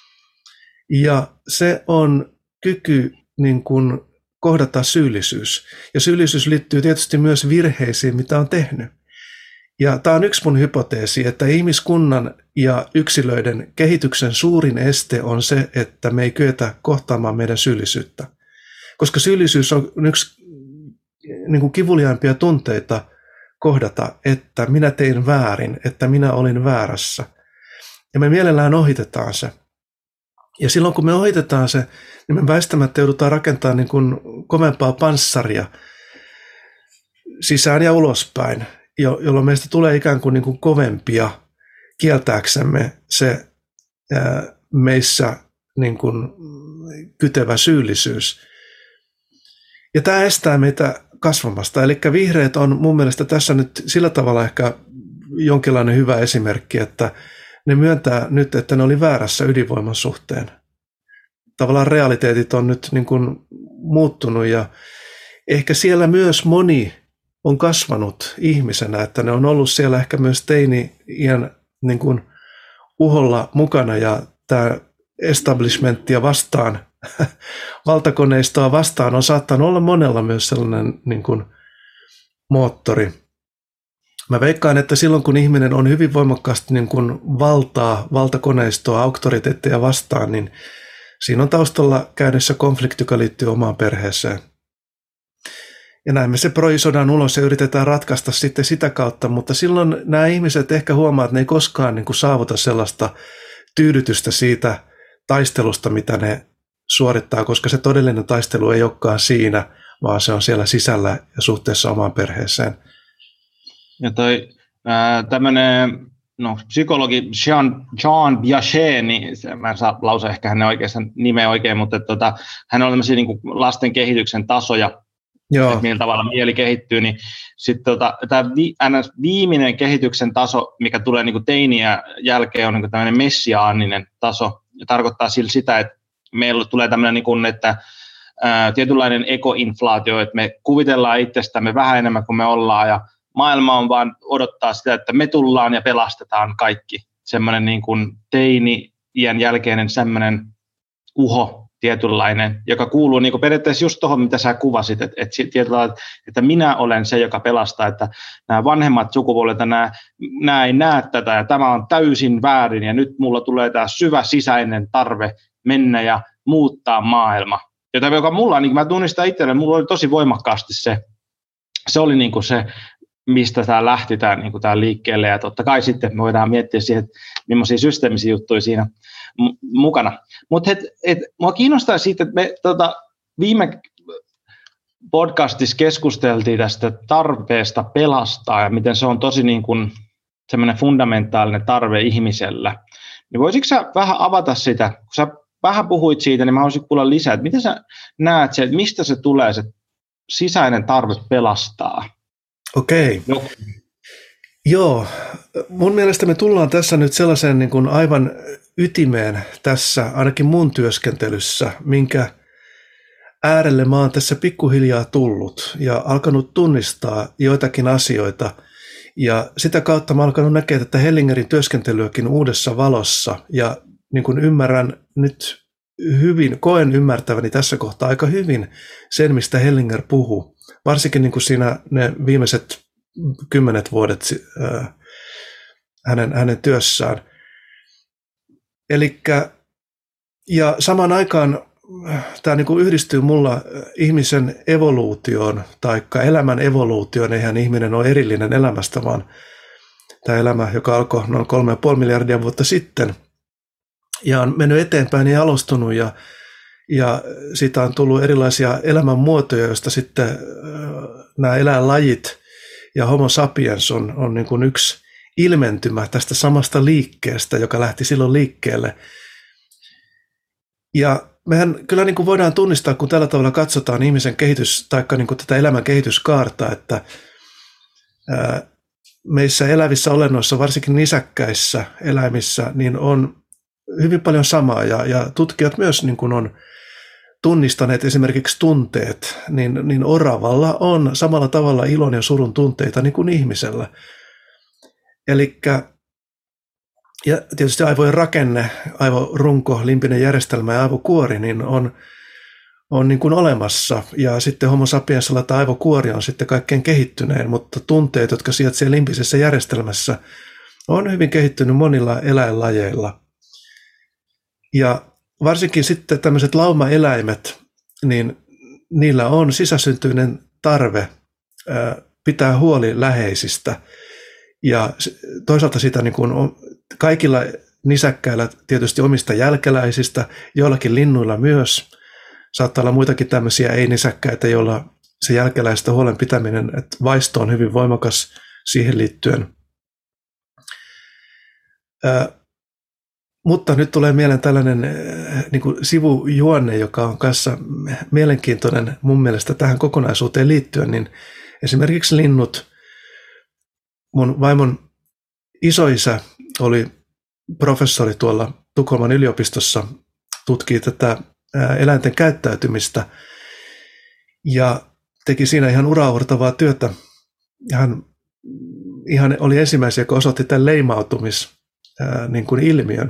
Ja se on kyky niin kuin kohdata syyllisyys. Ja syyllisyys liittyy tietysti myös virheisiin, mitä on tehnyt. Ja tämä on yksi mun hypoteesi, että ihmiskunnan ja yksilöiden kehityksen suurin este on se, että me ei kyetä kohtaamaan meidän syyllisyyttä. Koska syyllisyys on yksi niin kuin kivuliaimpia tunteita kohdata, että minä tein väärin, että minä olin väärässä. Ja me mielellään ohitetaan se. Ja silloin kun me ohitetaan se, niin me väistämättä joudutaan rakentamaan niin kuin kovempaa panssaria sisään ja ulospäin, jolloin meistä tulee ikään kuin, niin kuin kovempia kieltääksemme se ää, meissä niin kuin kytevä syyllisyys. Ja tämä estää meitä kasvamasta. Eli vihreät on mun mielestä tässä nyt sillä tavalla ehkä jonkinlainen hyvä esimerkki, että ne myöntää nyt, että ne oli väärässä ydinvoiman suhteen. Tavallaan realiteetit on nyt niin kuin muuttunut ja ehkä siellä myös moni on kasvanut ihmisenä, että ne on ollut siellä ehkä myös teini-iän niin kuin uholla mukana ja tämä establishmenttia vastaan, valtakoneistoa vastaan on saattanut olla monella myös sellainen niin kuin moottori. Mä veikkaan, että silloin kun ihminen on hyvin voimakkaasti niin kuin valtaa, valtakoneistoa, auktoriteetteja vastaan, niin siinä on taustalla käynnissä konflikti, joka liittyy omaan perheeseen. Ja näin me se projisoidaan ulos ja yritetään ratkaista sitten sitä kautta, mutta silloin nämä ihmiset ehkä huomaa, että ne ei koskaan niin kuin saavuta sellaista tyydytystä siitä taistelusta, mitä ne suorittaa, koska se todellinen taistelu ei olekaan siinä, vaan se on siellä sisällä ja suhteessa omaan perheeseen. Ja toi tämmöinen no, psykologi Jean, Jean Piaget, niin se, mä en saa lausua ehkä hänen oikeastaan nimeä oikein, mutta tota, hän on tämmöisiä niin kuin lasten kehityksen tasoja, että millä tavalla mieli kehittyy, niin sitten tota, tämä vi, viimeinen kehityksen taso, mikä tulee niin kuin teiniä jälkeen, on niin kuin tämmöinen messiaaninen taso, ja tarkoittaa sillä sitä, että meillä tulee tämmöinen, niin kuin, että ää, tietynlainen ekoinflaatio, että me kuvitellaan itsestämme vähän enemmän kuin me ollaan, ja maailma on vaan odottaa sitä, että me tullaan ja pelastetaan kaikki. Semmoinen niin kuin teini-iän jälkeinen semmoinen uho tietynlainen, joka kuuluu niin kuin periaatteessa just tuohon, mitä sä kuvasit, että, että, että minä olen se, joka pelastaa, että nämä vanhemmat sukupolvet, nämä, nämä ei näe tätä ja tämä on täysin väärin ja nyt mulla tulee tämä syvä sisäinen tarve mennä ja muuttaa maailma. Jota, joka mulla, niin mä tunnistan itselleni, mulla oli tosi voimakkaasti se, se oli niin kuin se, mistä tämä lähti tämä, niin kuin tämä liikkeelle, ja totta kai sitten me voidaan miettiä siihen, että millaisia systeemisiä juttuja siinä m- mukana. Mutta minua kiinnostaa siitä, että me tota, viime podcastissa keskusteltiin tästä tarpeesta pelastaa, ja miten se on tosi niin kuin semmoinen fundamentaalinen tarve ihmisellä. Niin voisitko sä vähän avata sitä, kun sä vähän puhuit siitä, niin mä haluaisin kuulla lisää, että miten sä näet se, että mistä se tulee se sisäinen tarve pelastaa? Okei. No. Joo, mun mielestä me tullaan tässä nyt sellaiseen niin kuin aivan ytimeen tässä, ainakin mun työskentelyssä, minkä äärelle mä oon tässä pikkuhiljaa tullut ja alkanut tunnistaa joitakin asioita. Ja sitä kautta mä oon alkanut näkeä tätä Hellingerin työskentelyäkin uudessa valossa ja niin kuin ymmärrän nyt hyvin, koen ymmärtäväni tässä kohtaa aika hyvin sen, mistä Hellinger puhuu. Varsinkin niin kuin siinä ne viimeiset kymmenet vuodet äh, hänen, hänen työssään. Elikkä, ja samaan aikaan äh, tämä niin kuin yhdistyy mulla ihmisen evoluutioon, tai elämän evoluutioon. Eihän ihminen ole erillinen elämästä, vaan tämä elämä, joka alkoi noin kolme ja puoli miljardia vuotta sitten, ja on mennyt eteenpäin ja jalostunut, ja Ja siitä on tullut erilaisia elämänmuotoja, joista sitten äh, nämä eläinlajit ja homo sapiens on, on niin kuin yksi ilmentymä tästä samasta liikkeestä, joka lähti silloin liikkeelle. Ja mehän kyllä niin kuin voidaan tunnistaa, kun tällä tavalla katsotaan ihmisen kehitys, tai niin kuin tätä elämän kehityskaarta, että ää, meissä elävissä olennoissa, varsinkin nisäkkäissä eläimissä, niin on hyvin paljon samaa, ja, ja tutkijat myös niin kuin on tunnistaneet esimerkiksi tunteet, niin, niin oravalla on samalla tavalla ilon ja surun tunteita niin kuin ihmisellä. Elikkä, ja tietysti aivojen rakenne, aivorunko, limpinen järjestelmä ja aivokuori niin on, on niin kuin olemassa. Ja sitten homo sapiensilla tämä aivokuori on sitten kaikkein kehittyneen, mutta tunteet, jotka sijaitsevat limpisessä järjestelmässä, on hyvin kehittynyt monilla eläinlajeilla. Ja varsinkin sitten tämmöiset laumaeläimet, niin niillä on sisäsyntyinen tarve pitää huoli läheisistä. Ja toisaalta sitä niin kuin kaikilla nisäkkäillä tietysti omista jälkeläisistä, joillakin linnuilla myös. Saattaa olla muitakin tämmöisiä ei-nisäkkäitä, joilla se jälkeläistä huolen pitäminen, että vaisto on hyvin voimakas siihen liittyen. Ää, mutta nyt tulee mieleen tällainen niin kuin sivujuonne, joka on kanssa mielenkiintoinen mun mielestä tähän kokonaisuuteen liittyen, niin esimerkiksi linnut. Mun vaimon isoisä oli professori tuolla Tukholman yliopistossa, tutkii tätä eläinten käyttäytymistä ja teki siinä ihan uraauurtavaa työtä. Hän ihan oli ensimmäisiä, joka osoitti tämän leimautumis niin kuin ilmiön.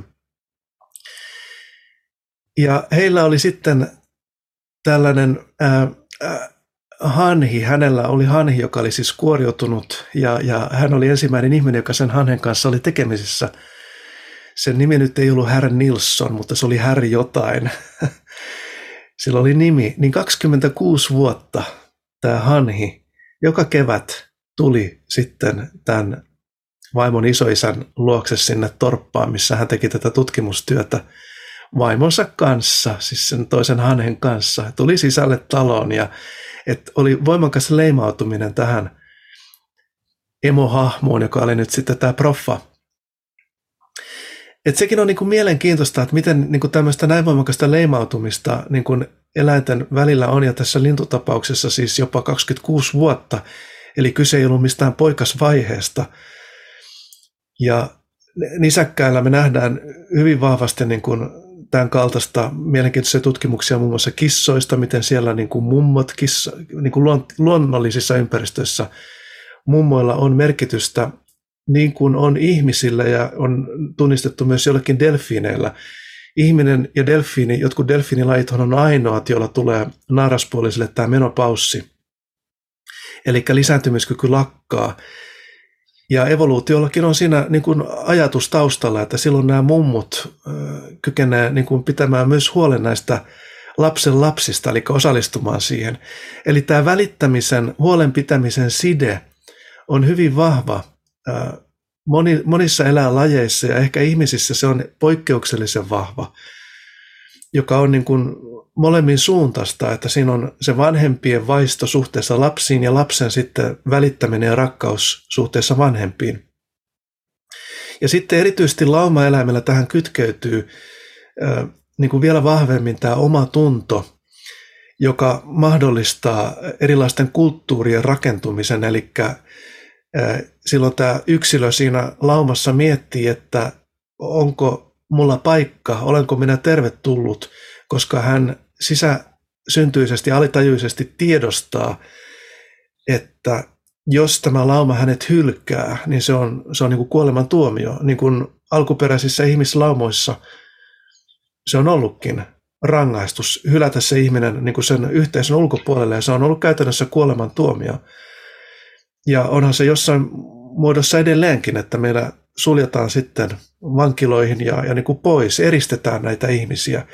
Ja heillä oli sitten tällainen ää, ää, hanhi, hänellä oli hanhi, joka oli siis kuoriutunut, ja, ja hän oli ensimmäinen ihminen, joka sen hanhen kanssa oli tekemisissä. Sen nimi nyt ei ollut Harry Nilsson, mutta se oli Harry jotain. Sillä oli nimi. Niin kaksikymmentäkuusi vuotta tämä hanhi joka kevät tuli sitten tämän vaimon isoisän luokse sinne torppaan, missä hän teki tätä tutkimustyötä vaimonsa kanssa, siis sen toisen hanhen kanssa. Tuli sisälle taloon ja että oli voimakas leimautuminen tähän emohahmoon, joka oli nyt sitten tämä proffa. Että sekin on niin kuin mielenkiintoista, että miten niin kuin tämmöistä näin voimakasta leimautumista niin kuin eläinten välillä on, ja tässä lintutapauksessa siis jopa kaksikymmentäkuusi vuotta, eli kyse ei ollut mistään poikasvaiheesta. Ja nisäkkäillä me nähdään hyvin vahvasti niin kuin tämän kaltaista mielenkiintoisia tutkimuksia muun muassa kissoista, miten siellä niin kuin mummot kissa, niin kuin luonnollisissa ympäristöissä mummoilla on merkitystä niin kuin on ihmisillä ja on tunnistettu myös jollakin delfiineillä. Ihminen ja delfiini, jotkut delfiinilajit on ainoat, joilla tulee naaraspuolisille tämä menopaussi, eli lisääntymiskyky lakkaa. Ja evoluutiollakin on siinä niin kuin ajatus taustalla, että silloin nämä mummut kykenevät niin kuin pitämään myös huolen näistä lapsen lapsista, eli osallistumaan siihen. Eli tämä välittämisen, huolen pitämisen side on hyvin vahva moni, monissa eläinlajeissa, ja ehkä ihmisissä se on poikkeuksellisen vahva, joka on niin kuin molemmin suuntaista, että siinä on se vanhempien vaisto suhteessa lapsiin ja lapsen sitten välittäminen ja rakkaus suhteessa vanhempiin. Ja sitten erityisesti laumaeläimellä tähän kytkeytyy äh, niin kuin vielä vahvemmin tämä oma tunto, joka mahdollistaa erilaisten kulttuurien rakentumisen, eli äh, silloin tämä yksilö siinä laumassa miettii, että onko mulla paikka, olenko minä tervetullut, koska hän sisäsyntyisesti ja alitajuisesti tiedostaa, että jos tämä lauma hänet hylkää, niin se on, se on niin kuin kuoleman tuomio. Niin kuin alkuperäisissä ihmislaumoissa se on ollutkin rangaistus hylätä se ihminen niin kuin sen yhteisön ulkopuolelle, ja se on ollut käytännössä kuoleman tuomio. Ja onhan se jossain muodossa edelleenkin, että meillä suljetaan sitten vankiloihin ja, ja niin kuin pois, eristetään näitä ihmisiä.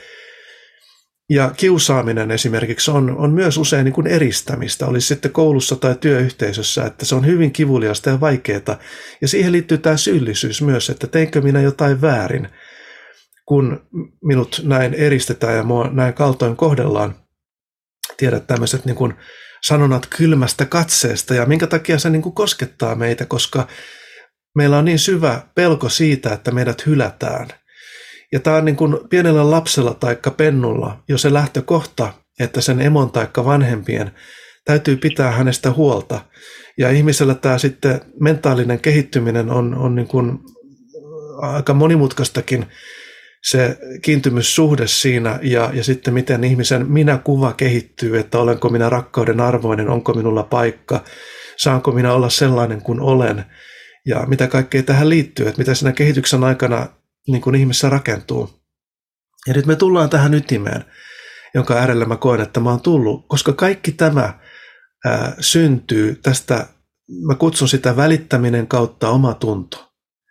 Ja kiusaaminen esimerkiksi on, on myös usein niin kuin eristämistä, olisi sitten koulussa tai työyhteisössä, että se on hyvin kivuliasta ja vaikeaa. Ja siihen liittyy tämä syyllisyys myös, että teinkö minä jotain väärin, kun minut näin eristetään ja mua näin kaltoin kohdellaan. Tiedät tämmöiset niin kuin sanonnat kylmästä katseesta, ja minkä takia se niin kuin koskettaa meitä, koska meillä on niin syvä pelko siitä, että meidät hylätään. Ja tämä on niin kuin pienellä lapsella tai pennulla jo se lähtökohta, että sen emon tai vanhempien täytyy pitää hänestä huolta. Ja ihmisellä tämä sitten mentaalinen kehittyminen on, on niin kuin aika monimutkaistakin, se kiintymyssuhde siinä ja, ja sitten miten ihmisen minäkuva kehittyy, että olenko minä rakkauden arvoinen, onko minulla paikka, saanko minä olla sellainen kuin olen ja mitä kaikkea tähän liittyy, että mitä siinä kehityksen aikana niin kuin ihmisessä rakentuu. Ja nyt me tullaan tähän ytimeen, jonka äärellä mä koen, että mä oon tullut, koska kaikki tämä ää, syntyy tästä, mä kutsun sitä välittäminen kautta oma tunto.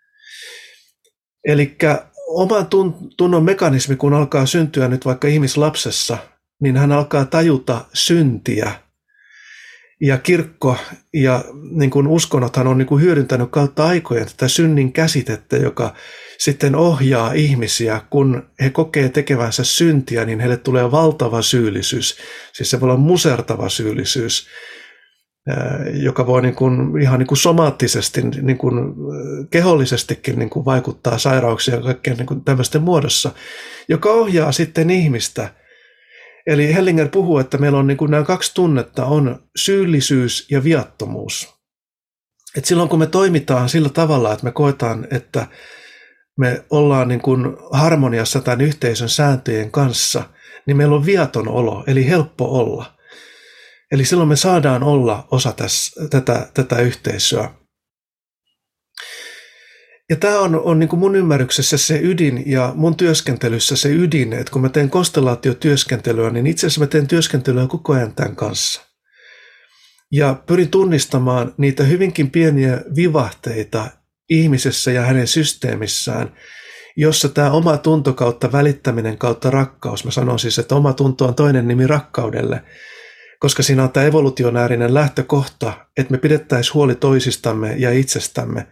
Elikkä oman tunnon mekanismi, kun alkaa syntyä nyt vaikka ihmislapsessa, niin hän alkaa tajuta syntiä. Ja kirkko ja niin kuin uskonnothan on niin kuin hyödyntänyt kautta aikojen tätä synnin käsitettä, joka sitten ohjaa ihmisiä, kun he kokee tekevänsä syntiä, niin heille tulee valtava syyllisyys. Siis se voi olla musertava syyllisyys, joka voi niin kuin, ihan niin kuin somaattisesti, niin kuin kehollisestikin niin kuin vaikuttaa sairauksia ja kaikkeen niin kuin tämmöisten muodossa, joka ohjaa sitten ihmistä. Eli Hellinger puhuu, että meillä on niin kuin nämä kaksi tunnetta, on syyllisyys ja viattomuus. Et silloin kun me toimitaan sillä tavalla, että me koetaan, että me ollaan niin kuin harmoniassa tämän yhteisön sääntöjen kanssa, niin meillä on viaton olo, eli helppo olla. Eli silloin me saadaan olla osa tässä, tätä, tätä yhteisöä. Ja tämä on, on niin kuin mun ymmärryksessä se ydin ja mun työskentelyssä se ydin, että kun mä teen konstellaatiotyöskentelyä, niin itse asiassa mä teen työskentelyä koko ajan tämän kanssa. Ja pyrin tunnistamaan niitä hyvinkin pieniä vivahteita ihmisessä ja hänen systeemissään, jossa tämä oma tunto kautta välittäminen kautta rakkaus, mä sanon siis, että oma tunto on toinen nimi rakkaudelle, koska siinä on tämä evolutionäärinen lähtökohta, että me pidettäisiin huoli toisistamme ja itsestämme,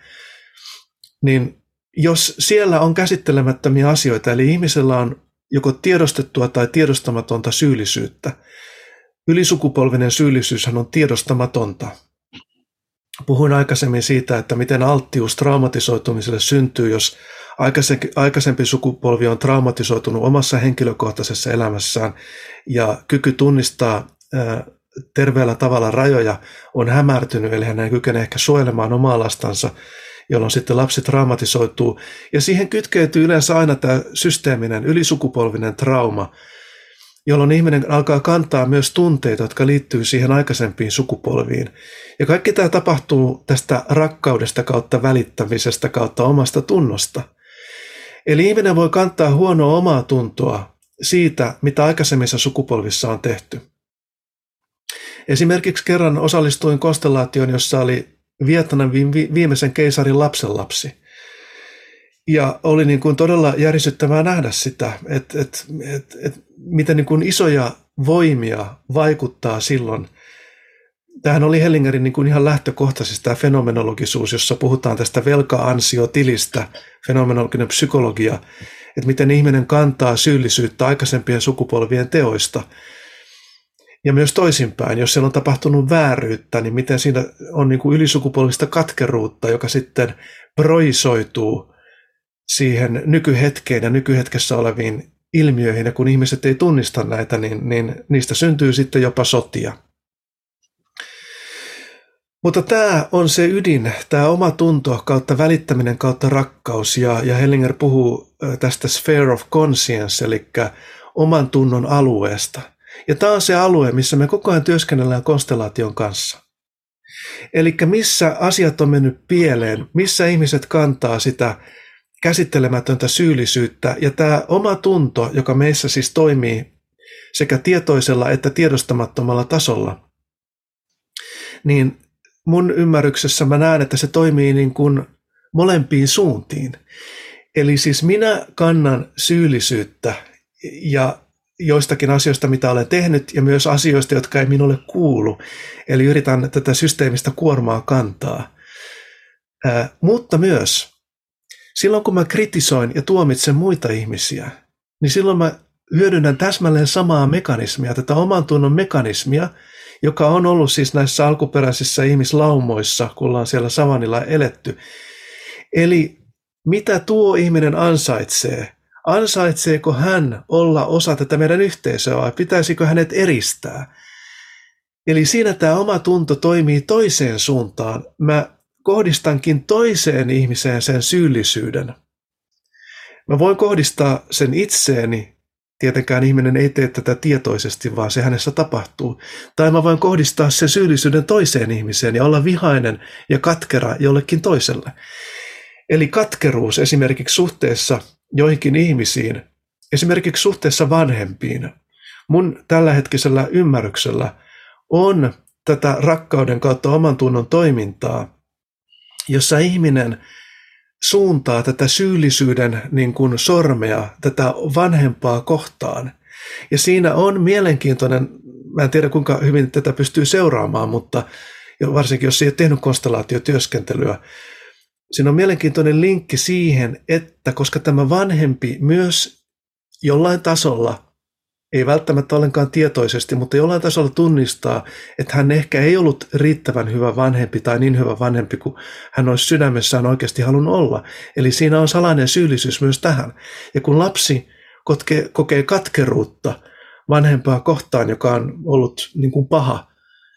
niin jos siellä on käsittelemättömiä asioita, eli ihmisellä on joko tiedostettua tai tiedostamatonta syyllisyyttä, ylisukupolvinen syyllisyyshän on tiedostamatonta. Puhuin aikaisemmin siitä, että miten alttius traumatisoitumiselle syntyy, jos aikaisempi sukupolvi on traumatisoitunut omassa henkilökohtaisessa elämässään ja kyky tunnistaa terveellä tavalla rajoja on hämärtynyt, eli hän ei kykene ehkä suojelemaan omaa lastansa, jolloin sitten lapsi traumatisoituu. Ja siihen kytkeytyy yleensä aina tämä systeeminen ylisukupolvinen trauma, jolloin ihminen alkaa kantaa myös tunteita, jotka liittyy siihen aikaisempiin sukupolviin. Ja kaikki tämä tapahtuu tästä rakkaudesta kautta välittämisestä kautta omasta tunnosta. Eli ihminen voi kantaa huonoa omaa tuntoa siitä, mitä aikaisemmissa sukupolvissa on tehty. Esimerkiksi kerran osallistuin konstellaatioon, jossa oli Vietnamin viimeisen keisarin lapsenlapsi. Ja oli niin kuin todella järisyttävää nähdä sitä, että, että, että, että miten niin kuin isoja voimia vaikuttaa silloin. Tämähän oli Hellingerin niin kuin ihan lähtökohtaisesti tämä fenomenologisuus, jossa puhutaan tästä velka-ansiotilistä, fenomenologinen psykologia, että miten ihminen kantaa syyllisyyttä aikaisempien sukupolvien teoista. Ja myös toisinpäin, jos siellä on tapahtunut vääryyttä, niin miten siinä on niin kuin ylisukupolvista katkeruutta, joka sitten projisoituu siihen nykyhetkeen ja nykyhetkessä oleviin ilmiöihin. Ja kun ihmiset ei tunnista näitä, niin, niin niistä syntyy sitten jopa sotia. Mutta tämä on se ydin, tämä oma tunto kautta välittäminen kautta rakkaus. Ja, ja Hellinger puhuu tästä sphere of conscience, eli oman tunnon alueesta. Ja tämä on se alue, missä me koko ajan työskennellään konstellaation kanssa. Eli missä asiat on mennyt pieleen, missä ihmiset kantaa sitä käsittelemätöntä syyllisyyttä. Ja tämä oma tunto, joka meissä siis toimii sekä tietoisella että tiedostamattomalla tasolla, niin mun ymmärryksessä mä näen, että se toimii niin kuin molempiin suuntiin. Eli siis minä kannan syyllisyyttä ja joistakin asioista, mitä olen tehnyt, ja myös asioista, jotka ei minulle kuulu. Eli yritän tätä systeemistä kuormaa kantaa. Ää, mutta myös silloin, kun mä kritisoin ja tuomitsen muita ihmisiä, niin silloin mä hyödynnän täsmälleen samaa mekanismia, tätä oman tunnon mekanismia, joka on ollut siis näissä alkuperäisissä ihmislaumoissa, kun ollaan siellä savannilla eletty. Eli mitä tuo ihminen ansaitsee, ansaitseeko hän olla osa tätä meidän yhteisöä vai pitäisikö hänet eristää. Eli siinä tämä oma tunto toimii toiseen suuntaan. Mä kohdistankin toiseen ihmiseen sen syyllisyyden. Mä voin kohdistaa sen itseeni. Tietenkään ihminen ei tee tätä tietoisesti, vaan se hänessä tapahtuu. Tai mä voin kohdistaa sen syyllisyyden toiseen ihmiseen ja olla vihainen ja katkera jollekin toiselle. Eli katkeruus esimerkiksi suhteessa joihinkin ihmisiin, esimerkiksi suhteessa vanhempiin, mun tällähetkisellä ymmärryksellä on tätä rakkauden kautta oman tunnon toimintaa, jossa ihminen suuntaa tätä syyllisyyden niin kuin sormea tätä vanhempaa kohtaan. Ja siinä on mielenkiintoinen, mä en tiedä kuinka hyvin tätä pystyy seuraamaan, mutta varsinkin jos ei ole tehnyt konstellaatiotyöskentelyä, siinä on mielenkiintoinen linkki siihen, että koska tämä vanhempi myös jollain tasolla, ei välttämättä ollenkaan tietoisesti, mutta jollain tasolla tunnistaa, että hän ehkä ei ollut riittävän hyvä vanhempi tai niin hyvä vanhempi kuin hän olisi sydämessään oikeasti halunnut olla. Eli siinä on salainen syyllisyys myös tähän. Ja kun lapsi kokee, kokee katkeruutta vanhempaa kohtaan, joka on ollut niin kuin paha,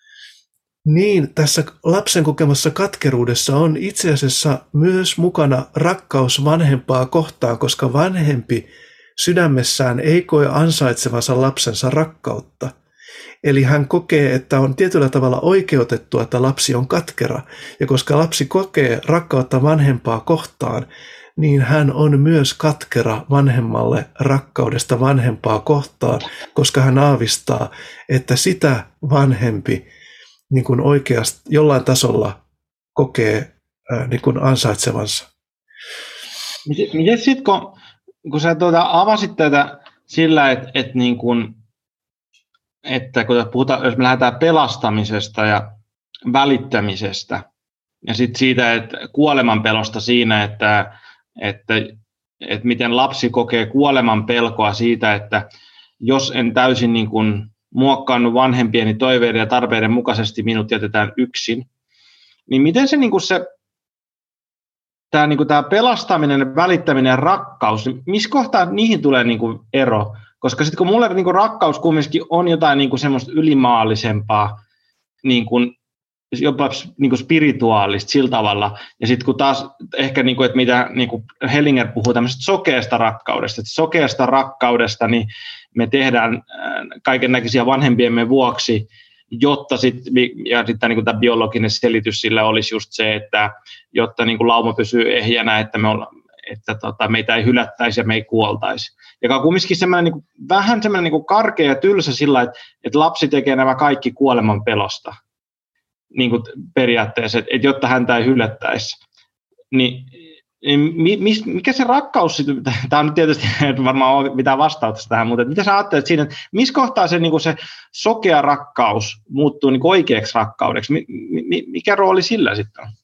niin tässä lapsen kokemassa katkeruudessa on itse asiassa myös mukana rakkaus vanhempaa kohtaan, koska vanhempi sydämessään ei koe ansaitsevansa lapsensa rakkautta. Eli hän kokee, että on tietyllä tavalla oikeutettua, että lapsi on katkera. Ja koska lapsi kokee rakkautta vanhempaa kohtaan, niin hän on myös katkera vanhemmalle rakkaudesta vanhempaa kohtaan, koska hän aavistaa, että sitä vanhempi niin kuin oikeasti jollain tasolla kokee ää, niin kuin ansaitsevansa. Miten, miten sitten, kun, kun sä tuota, avasit tätä sillä, että, että, niin kun, että kun puhutaan, jos me lähdetään pelastamisesta ja välittämisestä, ja sitten siitä, että kuoleman pelosta siinä, että, että, että miten lapsi kokee kuoleman pelkoa siitä, että jos en täysin niin kun muokkaannut vanhempieni toiveiden ja tarpeiden mukaisesti, minut jätetään yksin, niin miten se, niin kuin se tämä, niin kuin tämä pelastaminen, välittäminen ja rakkaus, niin missä kohtaa niihin tulee niin kuin ero? Koska sitten kun mulle niin kuin rakkaus kumminkin on jotain niin kuin semmoista ylimaallisempaa, niin kuin, jopa niin kuin spirituaalista sillä tavalla, ja sitten kun taas ehkä, niin kuin, että mitä niin kuin Hellinger puhuu tämmöisestä sokeasta rakkaudesta, että sokeasta rakkaudesta niin me tehdään kaikennäköisiä vanhempiemme vuoksi, jotta sitten, ja sitten niin kuin tämä biologinen selitys sillä olisi just se, että jotta niin kuin lauma pysyy ehjänä, että, me olla, että tota, meitä ei hylättäisi ja me ei kuoltaisi. Joka on kumminkin semmoinen, niin kuin, vähän semmoinen niin kuin karkea ja tylsä sillä, että, että lapsi tekee nämä kaikki kuoleman pelosta. Niin kuin periaatteessa, että, että jotta häntä ei hylättäisi. Niin, niin mikä se rakkaus, tämä on nyt tietysti varmaan ole mitään vastausta tähän, mutta mitä sä ajattelet siinä, että missä kohtaa se, niin kuin se sokea rakkaus muuttuu niin kuin oikeaksi rakkaudeksi? Mikä rooli sillä sitten on?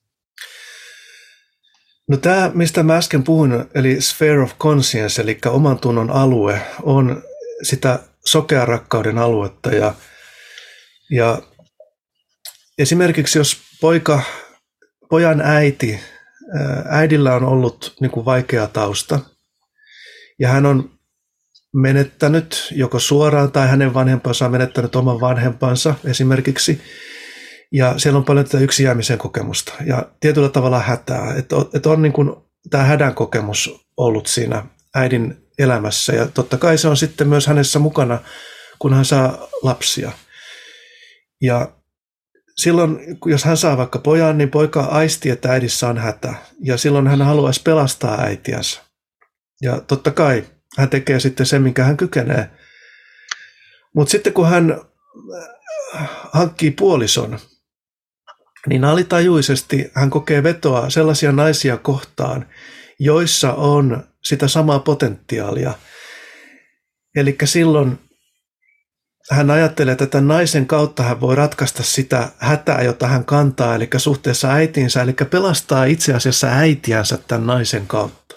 No tämä, mistä mä äsken puhuin, eli sphere of conscience, eli oman tunnon alue, on sitä sokean rakkauden aluetta. Ja, ja esimerkiksi jos poika, pojan äiti, äidillä on ollut niin kuin vaikea tausta, ja hän on menettänyt joko suoraan tai hänen vanhempansa on menettänyt oman vanhempansa esimerkiksi, ja siellä on paljon tätä yksin jäämisen kokemusta ja tietyllä tavalla hätää, että on, että on niin kuin tämä hädän kokemus ollut siinä äidin elämässä, ja totta kai se on sitten myös hänessä mukana, kun hän saa lapsia. Ja silloin, jos hän saa vaikka pojan, niin poika aistii, että äidissä on hätä. Ja silloin hän haluaisi pelastaa äitiänsä. Ja totta kai hän tekee sitten sen, minkä hän kykenee. Mutta sitten kun hän hankkii puolison, niin alitajuisesti hän kokee vetoa sellaisia naisia kohtaan, joissa on sitä samaa potentiaalia. Eli silloin hän ajattelee, että tämän naisen kautta hän voi ratkaista sitä hätää, jota hän kantaa, eli suhteessa äitiinsä, eli pelastaa itse asiassa äitiänsä tämän naisen kautta.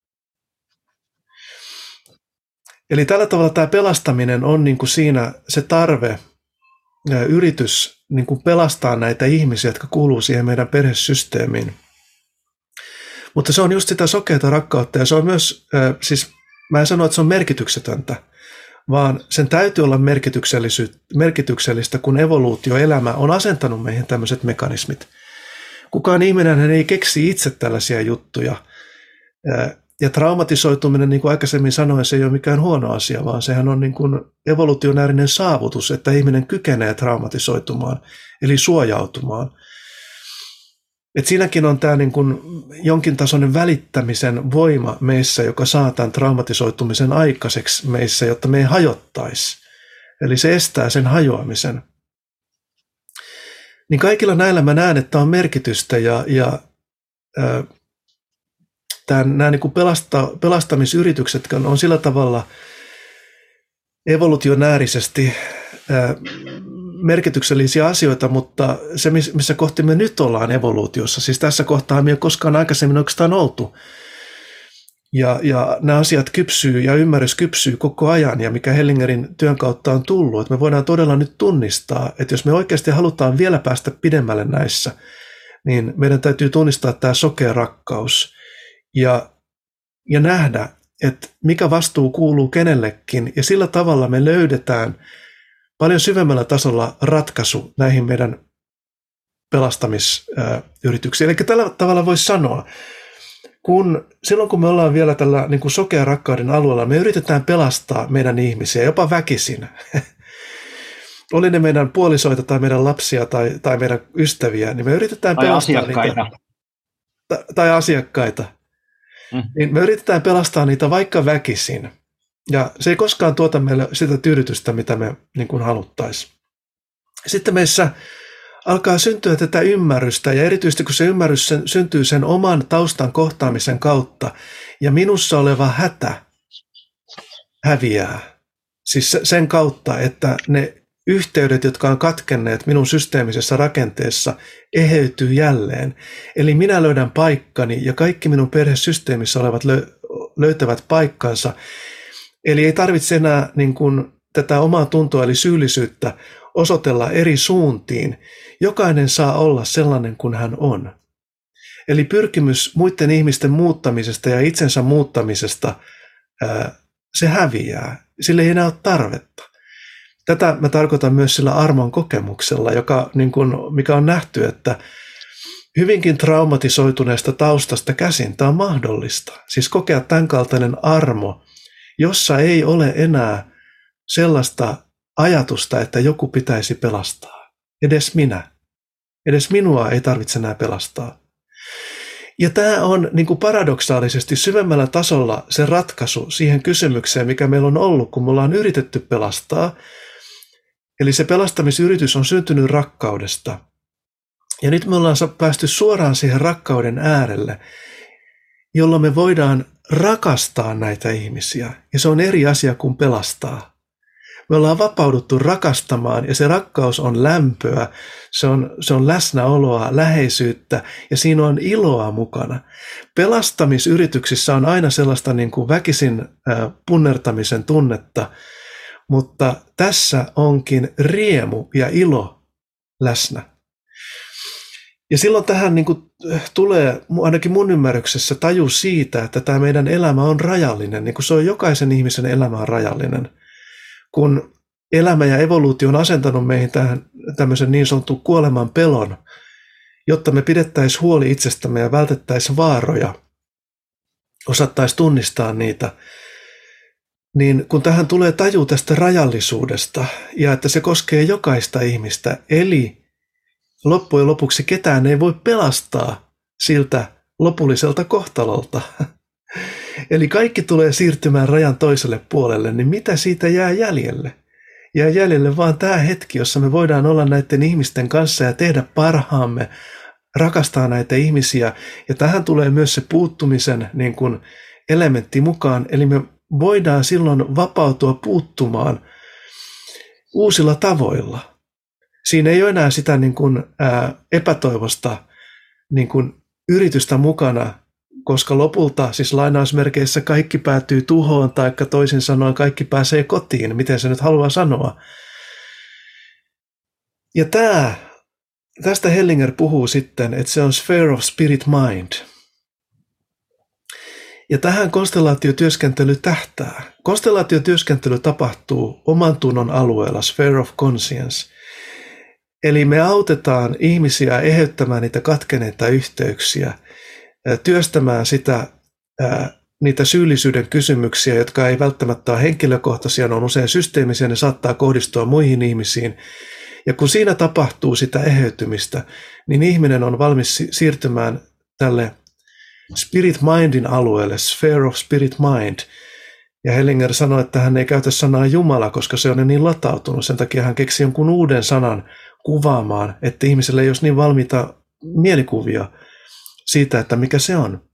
Eli tällä tavalla tämä pelastaminen on niin kuin siinä se tarve, yritys niin kuin pelastaa näitä ihmisiä, jotka kuuluu siihen meidän perhesysteemiin. Mutta se on just sitä sokeata rakkautta, ja se on myös, siis Mä en sano, että se on merkityksetöntä, vaan sen täytyy olla merkityksellistä, kun evoluutioelämä on asentanut meihin tämmöiset mekanismit. Kukaan ihminen ei keksi itse tällaisia juttuja. Ja traumatisoituminen, niin kuin aikaisemmin sanoin, se ei ole mikään huono asia, vaan sehän on niin kuin evolutionäärinen saavutus, että ihminen kykenee traumatisoitumaan, eli suojautumaan. Et siinäkin on tämä niin kuin jonkin tasoinen välittämisen voima meissä, joka saa tämän traumatisoitumisen aikaiseksi meissä, jotta me ei hajottaisi. Eli se estää sen hajoamisen. Niin kaikilla näillä mä näen, että on merkitystä ja, ja ää, tämän, nämä niin kuin pelasta, pelastamisyritykset on sillä tavalla evolutionäärisesti ää, merkityksellisiä asioita, mutta se, missä kohti me nyt ollaan evoluutiossa, siis tässä kohtaa me ei ole koskaan aikaisemmin oikeastaan oltu. Ja, ja nämä asiat kypsyy ja ymmärrys kypsyy koko ajan, ja mikä Hellingerin työn kautta on tullut, että me voidaan todella nyt tunnistaa, että jos me oikeasti halutaan vielä päästä pidemmälle näissä, niin meidän täytyy tunnistaa tämä sokea rakkaus ja, ja nähdä, että mikä vastuu kuuluu kenellekin, ja sillä tavalla me löydetään paljon syvemmällä tasolla ratkaisu näihin meidän pelastamisyrityksiin. Eli tällä tavalla voisi sanoa, kun silloin kun me ollaan vielä tällä niin kuin sokean rakkauden alueella, me yritetään pelastaa meidän ihmisiä, jopa väkisin. Oli ne meidän puolisoita tai meidän lapsia tai, tai meidän ystäviä, niin me yritetään tai pelastaa asiakkaita. niitä. Tai, tai asiakkaita. Mm. Niin me yritetään pelastaa niitä vaikka väkisin. Ja se ei koskaan tuota meille sitä tyydytystä, mitä me niin kuin haluttaisiin. Sitten meissä alkaa syntyä tätä ymmärrystä, ja erityisesti kun se ymmärrys sen, syntyy sen oman taustan kohtaamisen kautta, ja minussa oleva hätä häviää. Siis sen kautta, että ne yhteydet, jotka on katkenneet minun systeemisessä rakenteessa, eheytyy jälleen. Eli minä löydän paikkani, ja kaikki minun perhesysteemissä olevat lö, löytävät paikkansa. Eli ei tarvitse enää niin kuin tätä omaa tuntoa eli syyllisyyttä osoitella eri suuntiin. Jokainen saa olla sellainen kuin hän on. Eli pyrkimys muiden ihmisten muuttamisesta ja itsensä muuttamisesta, se häviää. Sille ei enää ole tarvetta. Tätä mä tarkoitan myös sillä armon kokemuksella, joka, niin kuin, mikä on nähty, että hyvinkin traumatisoituneesta taustasta käsin tämä on mahdollista. Siis kokea tämän kaltainen armo, jossa ei ole enää sellaista ajatusta, että joku pitäisi pelastaa. Edes minä. Edes minua ei tarvitse enää pelastaa. Ja tämä on niin kuin paradoksaalisesti syvemmällä tasolla se ratkaisu siihen kysymykseen, mikä meillä on ollut, kun me ollaan yritetty pelastaa. Eli se pelastamisyritys on syntynyt rakkaudesta. Ja nyt me ollaan päästy suoraan siihen rakkauden äärelle, jolloin me voidaan rakastaa näitä ihmisiä. Ja se on eri asia kuin pelastaa. Me ollaan vapauduttu rakastamaan, ja se rakkaus on lämpöä, se on, se on läsnäoloa, läheisyyttä, ja siinä on iloa mukana. Pelastamisyrityksissä on aina sellaista niin kuin väkisin äh, punnertamisen tunnetta, mutta tässä onkin riemu ja ilo läsnä. Ja silloin tähän niin kuin tulee ainakin mun ymmärryksessä taju siitä, että tämä meidän elämä on rajallinen, niin kuin se on jokaisen ihmisen elämä on rajallinen. Kun elämä ja evoluutio on asentanut meihin tähän tämmöisen niin sanotun kuoleman pelon, jotta me pidettäisiin huoli itsestämme ja vältettäisiin vaaroja, osattaisiin tunnistaa niitä, niin kun tähän tulee taju tästä rajallisuudesta ja että se koskee jokaista ihmistä, eli loppujen lopuksi ketään ei voi pelastaa siltä lopulliselta kohtalolta. Eli kaikki tulee siirtymään rajan toiselle puolelle, niin mitä siitä jää jäljelle? Jää jäljelle vaan tämä hetki, jossa me voidaan olla näiden ihmisten kanssa ja tehdä parhaamme, rakastaa näitä ihmisiä. Ja tähän tulee myös se puuttumisen niin kuin elementti mukaan, eli me voidaan silloin vapautua puuttumaan uusilla tavoilla. Siinä ei ole enää sitä niin kuin, ää, epätoivosta niin kuin yritystä mukana, koska lopulta siis lainausmerkeissä kaikki päätyy tuhoon, tai toisin sanoen kaikki pääsee kotiin, miten se nyt haluaa sanoa. Ja tämä, tästä Hellinger puhuu sitten, että se on sphere of spirit mind. Ja tähän konstellaatiotyöskentely tähtää. Konstellaatiotyöskentely tapahtuu oman tunnon alueella, sphere of conscience. Eli me autetaan ihmisiä eheyttämään niitä katkeneita yhteyksiä, työstämään sitä, niitä syyllisyyden kysymyksiä, jotka ei välttämättä ole henkilökohtaisia, ne on usein systeemisiä, ne saattaa kohdistua muihin ihmisiin. Ja kun siinä tapahtuu sitä eheytymistä, niin ihminen on valmis siirtymään tälle spirit mindin alueelle, sphere of spirit mind. Ja Hellinger sanoi, että hän ei käytä sanaa Jumala, koska se on jo niin latautunut. Sen takia hän keksi jonkun uuden sanan kuvaamaan, että ihmiselle ei olisi niin valmiita mielikuvia siitä, että mikä se on.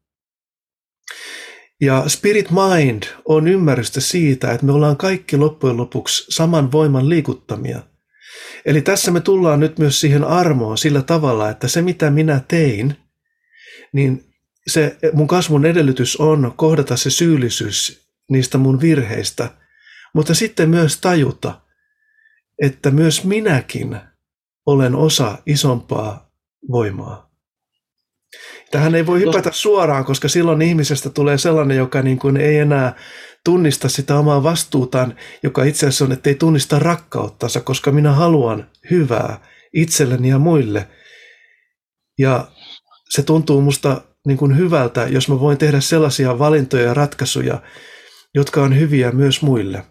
Ja spirit mind on ymmärrystä siitä, että me ollaan kaikki loppujen lopuksi saman voiman liikuttamia. Eli tässä me tullaan nyt myös siihen armoon sillä tavalla, että se mitä minä tein, niin se mun kasvun edellytys on kohdata se syyllisyys niistä mun virheistä, mutta sitten myös tajuta, että myös minäkin olen osa isompaa voimaa. Tähän ei voi hypätä suoraan, koska silloin ihmisestä tulee sellainen, joka niin kuin ei enää tunnista sitä omaa vastuutaan, joka itse asiassa on, että ei tunnista rakkauttansa, koska minä haluan hyvää itselleni ja muille. Ja se tuntuu musta niin kuin hyvältä, jos mä voin tehdä sellaisia valintoja ja ratkaisuja, jotka on hyviä myös muille.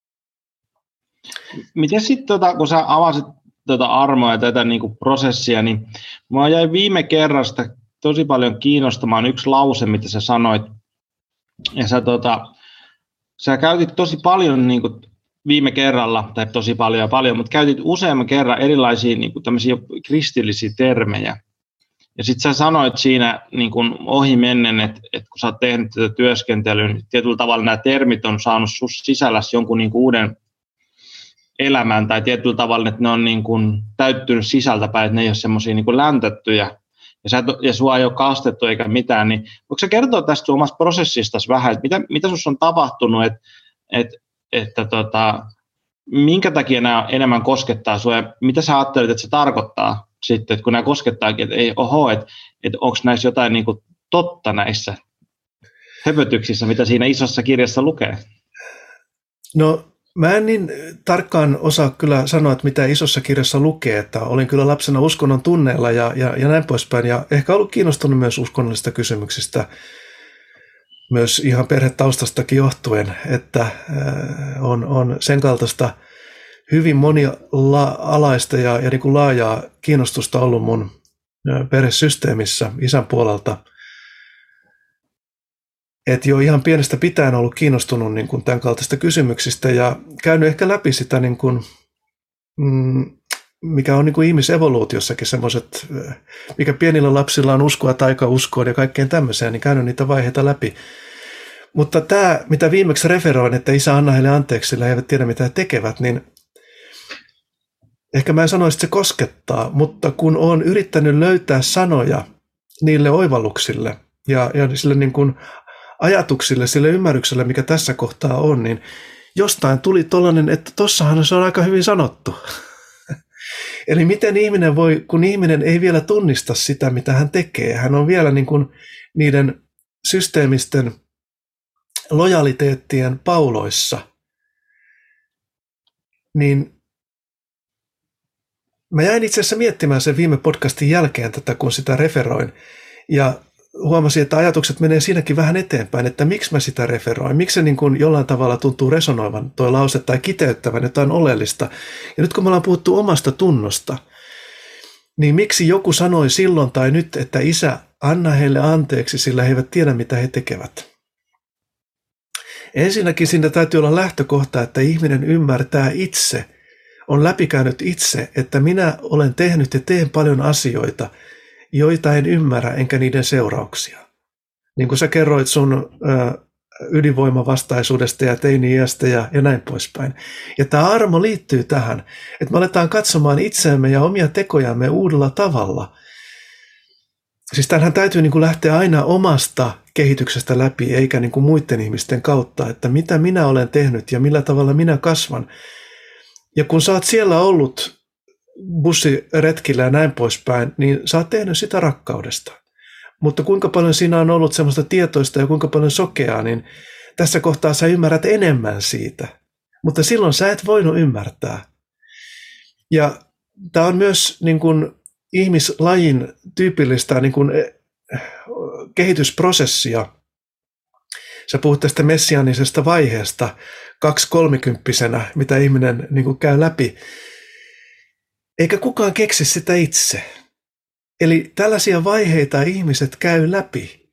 Miten sitten, tota, kun sä avasit tätä armoa ja tätä niin kuin prosessia, niin mä jäin viime kerrasta tosi paljon kiinnostamaan yksi lause, mitä sä sanoit. Ja sä, tota, sä käytit tosi paljon niin kuin viime kerralla, tai tosi paljon ja paljon, mutta käytit useamman kerran erilaisia niin kuin tämmöisiä kristillisiä termejä. Ja sitten sä sanoit siinä niin kuin ohi mennen, että, että kun sä oot tehnyt tätä työskentelyä, niin tietyllä tavalla nämä termit on saanut sus sisälläsi jonkun niin kuin uuden elämän, tai tietyllä tavalla, että ne on niin kuin täyttynyt sisältäpäin, että ne ei ole semmoisia niin kuin läntettyjä, ja, sä, ja sua ei ole kastettu eikä mitään, niin voiko sä kertoa tästä sun omasta prosessistasi vähän, että mitä, mitä sussa on tapahtunut, että, että, että tota, minkä takia nämä enemmän koskettaa sua, ja mitä sä ajattelet, että se tarkoittaa sitten, että kun nämä koskettaakin, että ei, oho, että, että onko näissä jotain niin kuin totta näissä höpötyksissä, mitä siinä isossa kirjassa lukee? No, mä en niin tarkkaan osaa kyllä sanoa, että mitä isossa kirjassa lukee, että olin kyllä lapsena uskonnon tunneilla ja, ja, ja näin poispäin, ja ehkä ollut kiinnostunut myös uskonnollisista kysymyksistä, myös ihan perhetaustastakin johtuen, että on, on sen kaltaista hyvin monialaista ja, ja niin kuin laajaa kiinnostusta ollut mun perhesysteemissä isän puolelta. Että jo ihan pienestä pitäen ollut kiinnostunut niin kuin tämän kaltaista kysymyksistä ja käynyt ehkä läpi sitä, niin kuin, mm, mikä on niin kuin ihmisevoluutiossakin semmoiset, mikä pienillä lapsilla on uskoa taikauskoon ja kaikkeen tämmöiseen, niin käynyt niitä vaiheita läpi. Mutta tämä, mitä viimeksi referoin, että isä anna heille anteeksi, sillä he eivät tiedä mitä he tekevät, niin ehkä mä en sanoisi, että se koskettaa, mutta kun olen yrittänyt löytää sanoja niille oivalluksille ja, ja sille niin kuin ajatuksille, sille ymmärrykselle, mikä tässä kohtaa on, niin jostain tuli tollainen, että tossahan se on aika hyvin sanottu. Eli miten ihminen voi, kun ihminen ei vielä tunnista sitä, mitä hän tekee, hän on vielä niin kuin niiden systeemisten lojaliteettien pauloissa, niin mä jäin itse asiassa miettimään sen viime podcastin jälkeen tätä, kun sitä referoin, ja huomasin, että ajatukset menee siinäkin vähän eteenpäin, että miksi mä sitä referoin, miksi se niin kuin jollain tavalla tuntuu resonoivan tuo lause tai kiteyttävän jotain oleellista. Ja nyt kun me ollaan puhuttu omasta tunnosta, niin miksi joku sanoi silloin tai nyt, että isä, anna heille anteeksi, sillä he eivät tiedä, mitä he tekevät. Ensinnäkin siinä täytyy olla lähtökohta, että ihminen ymmärtää itse, on läpikäynyt itse, että minä olen tehnyt ja teen paljon asioita, joita en ymmärrä, enkä niiden seurauksia. Niin kuin sä kerroit sun ö, ydinvoimavastaisuudesta ja teini-iästä ja, ja näin poispäin. Ja tämä armo liittyy tähän, että me aletaan katsomaan itseämme ja omia tekojamme uudella tavalla. Siis tämähän täytyy niin kuin lähteä aina omasta kehityksestä läpi, eikä niin kuin muiden ihmisten kautta, että mitä minä olen tehnyt ja millä tavalla minä kasvan. Ja kun sä oot siellä ollut bussiretkillä ja näin poispäin, niin sä oot tehnyt sitä rakkaudesta. mutta kuinka paljon siinä on ollut semmoista tietoista ja kuinka paljon sokeaa, niin tässä kohtaa sä ymmärrät enemmän siitä. Mutta silloin sä et voinut ymmärtää. Ja tämä on myös niin kuin ihmislajin tyypillistä niin kuin kehitysprosessia. Sä puhut tästä messiaanisesta vaiheesta kaksi-kolmikymppisenä, mitä ihminen niin kuin käy läpi. Eikä kukaan keksi sitä itse. Eli tällaisia vaiheita ihmiset käy läpi.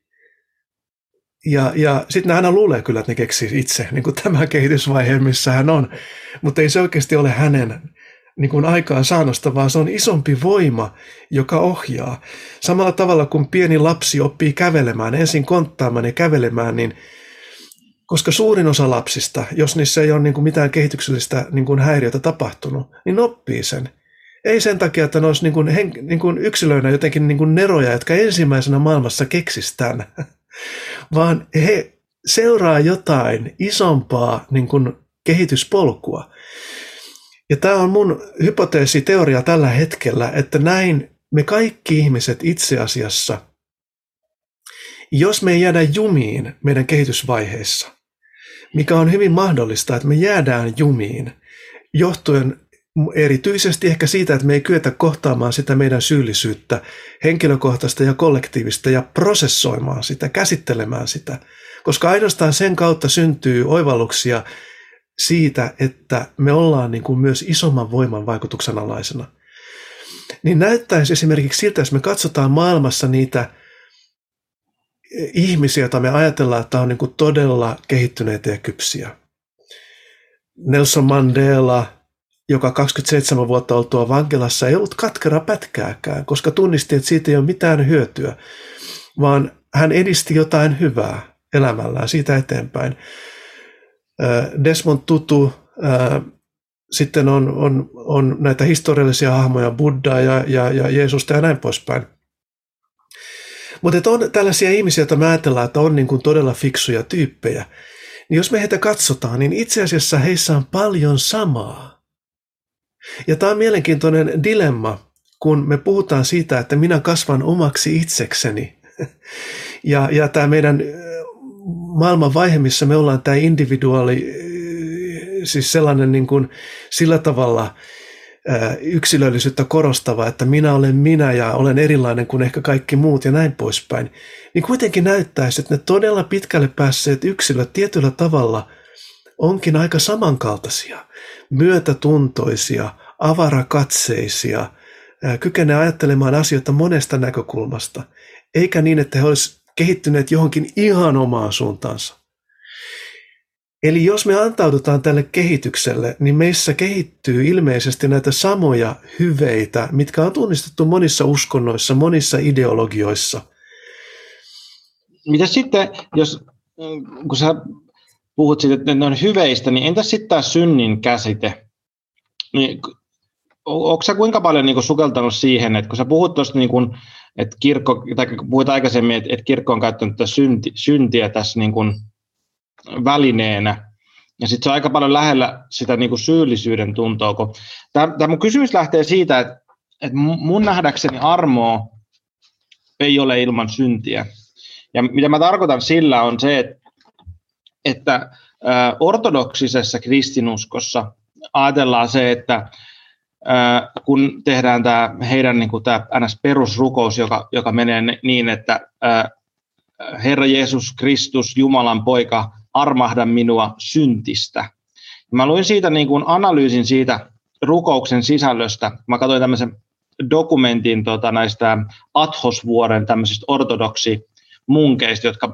Ja, ja sitten ne aina luulee kyllä, että ne keksii itse, niin kuin tämä kehitysvaihe, missä hän on. Mutta ei se oikeasti ole hänen niin kuin aikaan saannosta, vaan se on isompi voima, joka ohjaa. Samalla tavalla kuin pieni lapsi oppii kävelemään, ensin konttaamaan ja kävelemään, niin koska suurin osa lapsista, jos niissä ei ole niin kuin mitään kehityksellistä niin kuin häiriötä tapahtunut, niin oppii sen. Ei sen takia, että ne olisi niin kuin, hen, niin kuin yksilöinä jotenkin niin kuin neroja, jotka ensimmäisenä maailmassa keksisivät tämän, vaan he seuraa jotain isompaa niin kuin kehityspolkua. Ja tämä on mun hypoteesiteoria tällä hetkellä, että näin me kaikki ihmiset itse asiassa, jos me ei jäädä jumiin meidän kehitysvaiheissa, mikä on hyvin mahdollista, että me jäädään jumiin, johtuen erityisesti ehkä siitä, että me ei kyetä kohtaamaan sitä meidän syyllisyyttä, henkilökohtaista ja kollektiivista, ja prosessoimaan sitä, käsittelemään sitä, koska ainoastaan sen kautta syntyy oivalluksia siitä, että me ollaan niin kuin myös isomman voiman vaikutuksen alaisena. Niin näyttäisi esimerkiksi siltä, jos me katsotaan maailmassa niitä ihmisiä, joita me ajatellaan, että on niin kuin todella kehittyneitä ja kypsiä. Nelson Mandela, joka kaksikymmentäseitsemän vuotta oltua vankilassa, ei ollut katkera pätkääkään, koska tunnisti, että siitä ei ole mitään hyötyä, vaan hän edisti jotain hyvää elämällään siitä eteenpäin. Desmond Tutu, sitten on, on, on näitä historiallisia hahmoja, Buddha ja, ja, ja Jeesusta ja näin poispäin. Mutta on tällaisia ihmisiä, joita me ajatellaan, että on niin kuin todella fiksuja tyyppejä. Niin jos me heitä katsotaan, niin itse asiassa heissä on paljon samaa. Ja tämä on mielenkiintoinen dilemma, kun me puhutaan siitä, että minä kasvan omaksi itsekseni. Ja, ja tämä meidän maailman vaihe, missä me ollaan tämä individuaali, siis sellainen niin kuin sillä tavalla yksilöllisyyttä korostava, että minä olen minä ja olen erilainen kuin ehkä kaikki muut ja näin poispäin, niin kuitenkin näyttäisi, että ne todella pitkälle päässeet yksilöt tietyllä tavalla onkin aika samankaltaisia, myötätuntoisia, avarakatseisia, kykenee ajattelemaan asioita monesta näkökulmasta, eikä niin, että he olisivat kehittyneet johonkin ihan omaan suuntaansa. Eli jos me antaudutaan tälle kehitykselle, niin meissä kehittyy ilmeisesti näitä samoja hyveitä, mitkä on tunnistettu monissa uskonnoissa, monissa ideologioissa. Mitä sitten, jos kun sä puhut siitä, että ne on hyveistä, niin entäs sitten tämä synnin käsite? Niin, onko sä kuinka paljon niin kuin sukeltanut siihen, että kun sä puhut tuosta, niin kuin, että kirkko, tai puhuit aikaisemmin, että, että kirkko on käyttänyt tätä synti, syntiä tässä niin kuin välineenä, ja sitten se on aika paljon lähellä sitä niin kuin syyllisyyden tuntoa. Tämä, tämä mun kysymys lähtee siitä, että, että mun nähdäkseni armoa ei ole ilman syntiä. Ja mitä mä tarkoitan sillä on se, että, että ortodoksisessa kristinuskossa ajatellaan se, että kun tehdään tämä heidän niin kuin tämä N S-perusrukous, joka, joka menee niin, että Herra Jeesus Kristus, Jumalan poika, armahda minua syntistä. Mä luin siitä niin kuin analyysin siitä rukouksen sisällöstä. Mä katsoin tämmöisen dokumentin tota, näistä Athos-vuoren tämmöisistä ortodoksimunkeista, jotka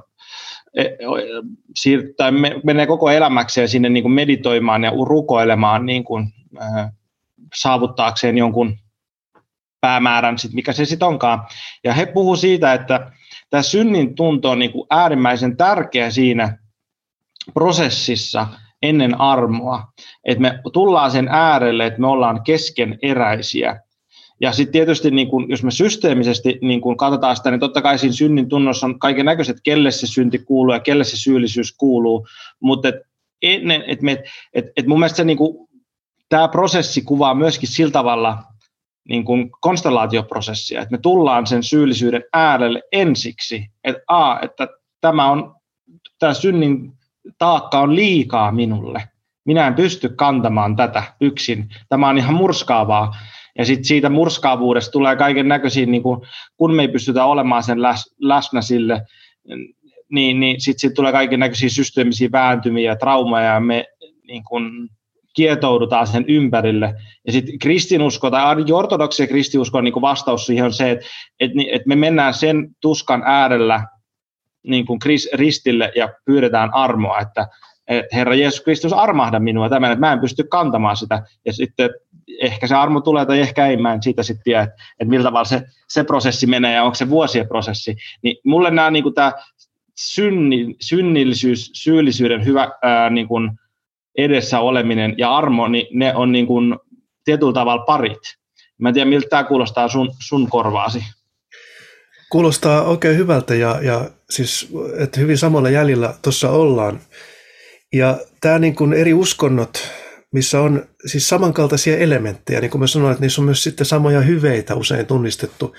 siirtää, menee koko elämäkseen sinne niin kuin meditoimaan ja rukoilemaan niin kuin, äh, saavuttaakseen jonkun päämäärän, sit, mikä se sitten onkaan. Ja he puhuvat siitä, että tämä synnin tunto on niin kuin äärimmäisen tärkeä siinä prosessissa ennen armoa, että me tullaan sen äärelle, että me ollaan keskeneräisiä. Ja sitten tietysti, niin kun, jos me systeemisesti niin kun katsotaan sitä, niin totta kai siinä synnin tunnossa on kaiken näköiset, kelle se synti kuuluu ja kelle se syyllisyys kuuluu, mutta et, et, et, et mun mielestä se, niin kun, tämä prosessi kuvaa myöskin sillä tavalla niin kuin konstellaatioprosessia, että me tullaan sen syyllisyyden äärelle ensiksi, että, a, että tämä, on, tämä synnin taakka on liikaa minulle. Minä en pysty kantamaan tätä yksin. Tämä on ihan murskaavaa. Ja sitten siitä murskaavuudesta tulee kaiken näköisiä, niin kun, kun me ei pystytä olemaan sen läs, läsnä sille, niin, niin sitten sit tulee kaiken näköisiä systeemisiä vääntymiä ja traumaa, ja me niin kun, kietoudutaan sen ympärille. Ja sitten kristinusko, tai ortodoksi ja kristiuskon niin vastaus siihen on se, että et, et me mennään sen tuskan äärellä niin kuin ristille ja pyydetään armoa, että et Herra Jeesus Kristus, armahda minua tämän, että mä en pysty kantamaan sitä. Ja sitten ehkä se armo tulee tai ehkä ei, mä en siitä sitten tiedä, että, että millä tavalla se, se prosessi menee ja onko se vuosien prosessi. Niin mulle nämä niin kuin tämä synni, synnillisyys, syyllisyyden hyvä ää, niin kuin edessä oleminen ja armo, niin ne on niin kuin tietyllä tavalla parit. Mä en tiedä, miltä tämä kuulostaa sun, sun korvaasi. Kuulostaa oikein hyvältä ja, ja siis, että hyvin samalla jäljellä tuossa ollaan. Ja tämä niin kuin eri uskonnot, missä on siis samankaltaisia elementtejä, niin kuin mä sanoin, että niissä on myös sitten samoja hyveitä usein tunnistettu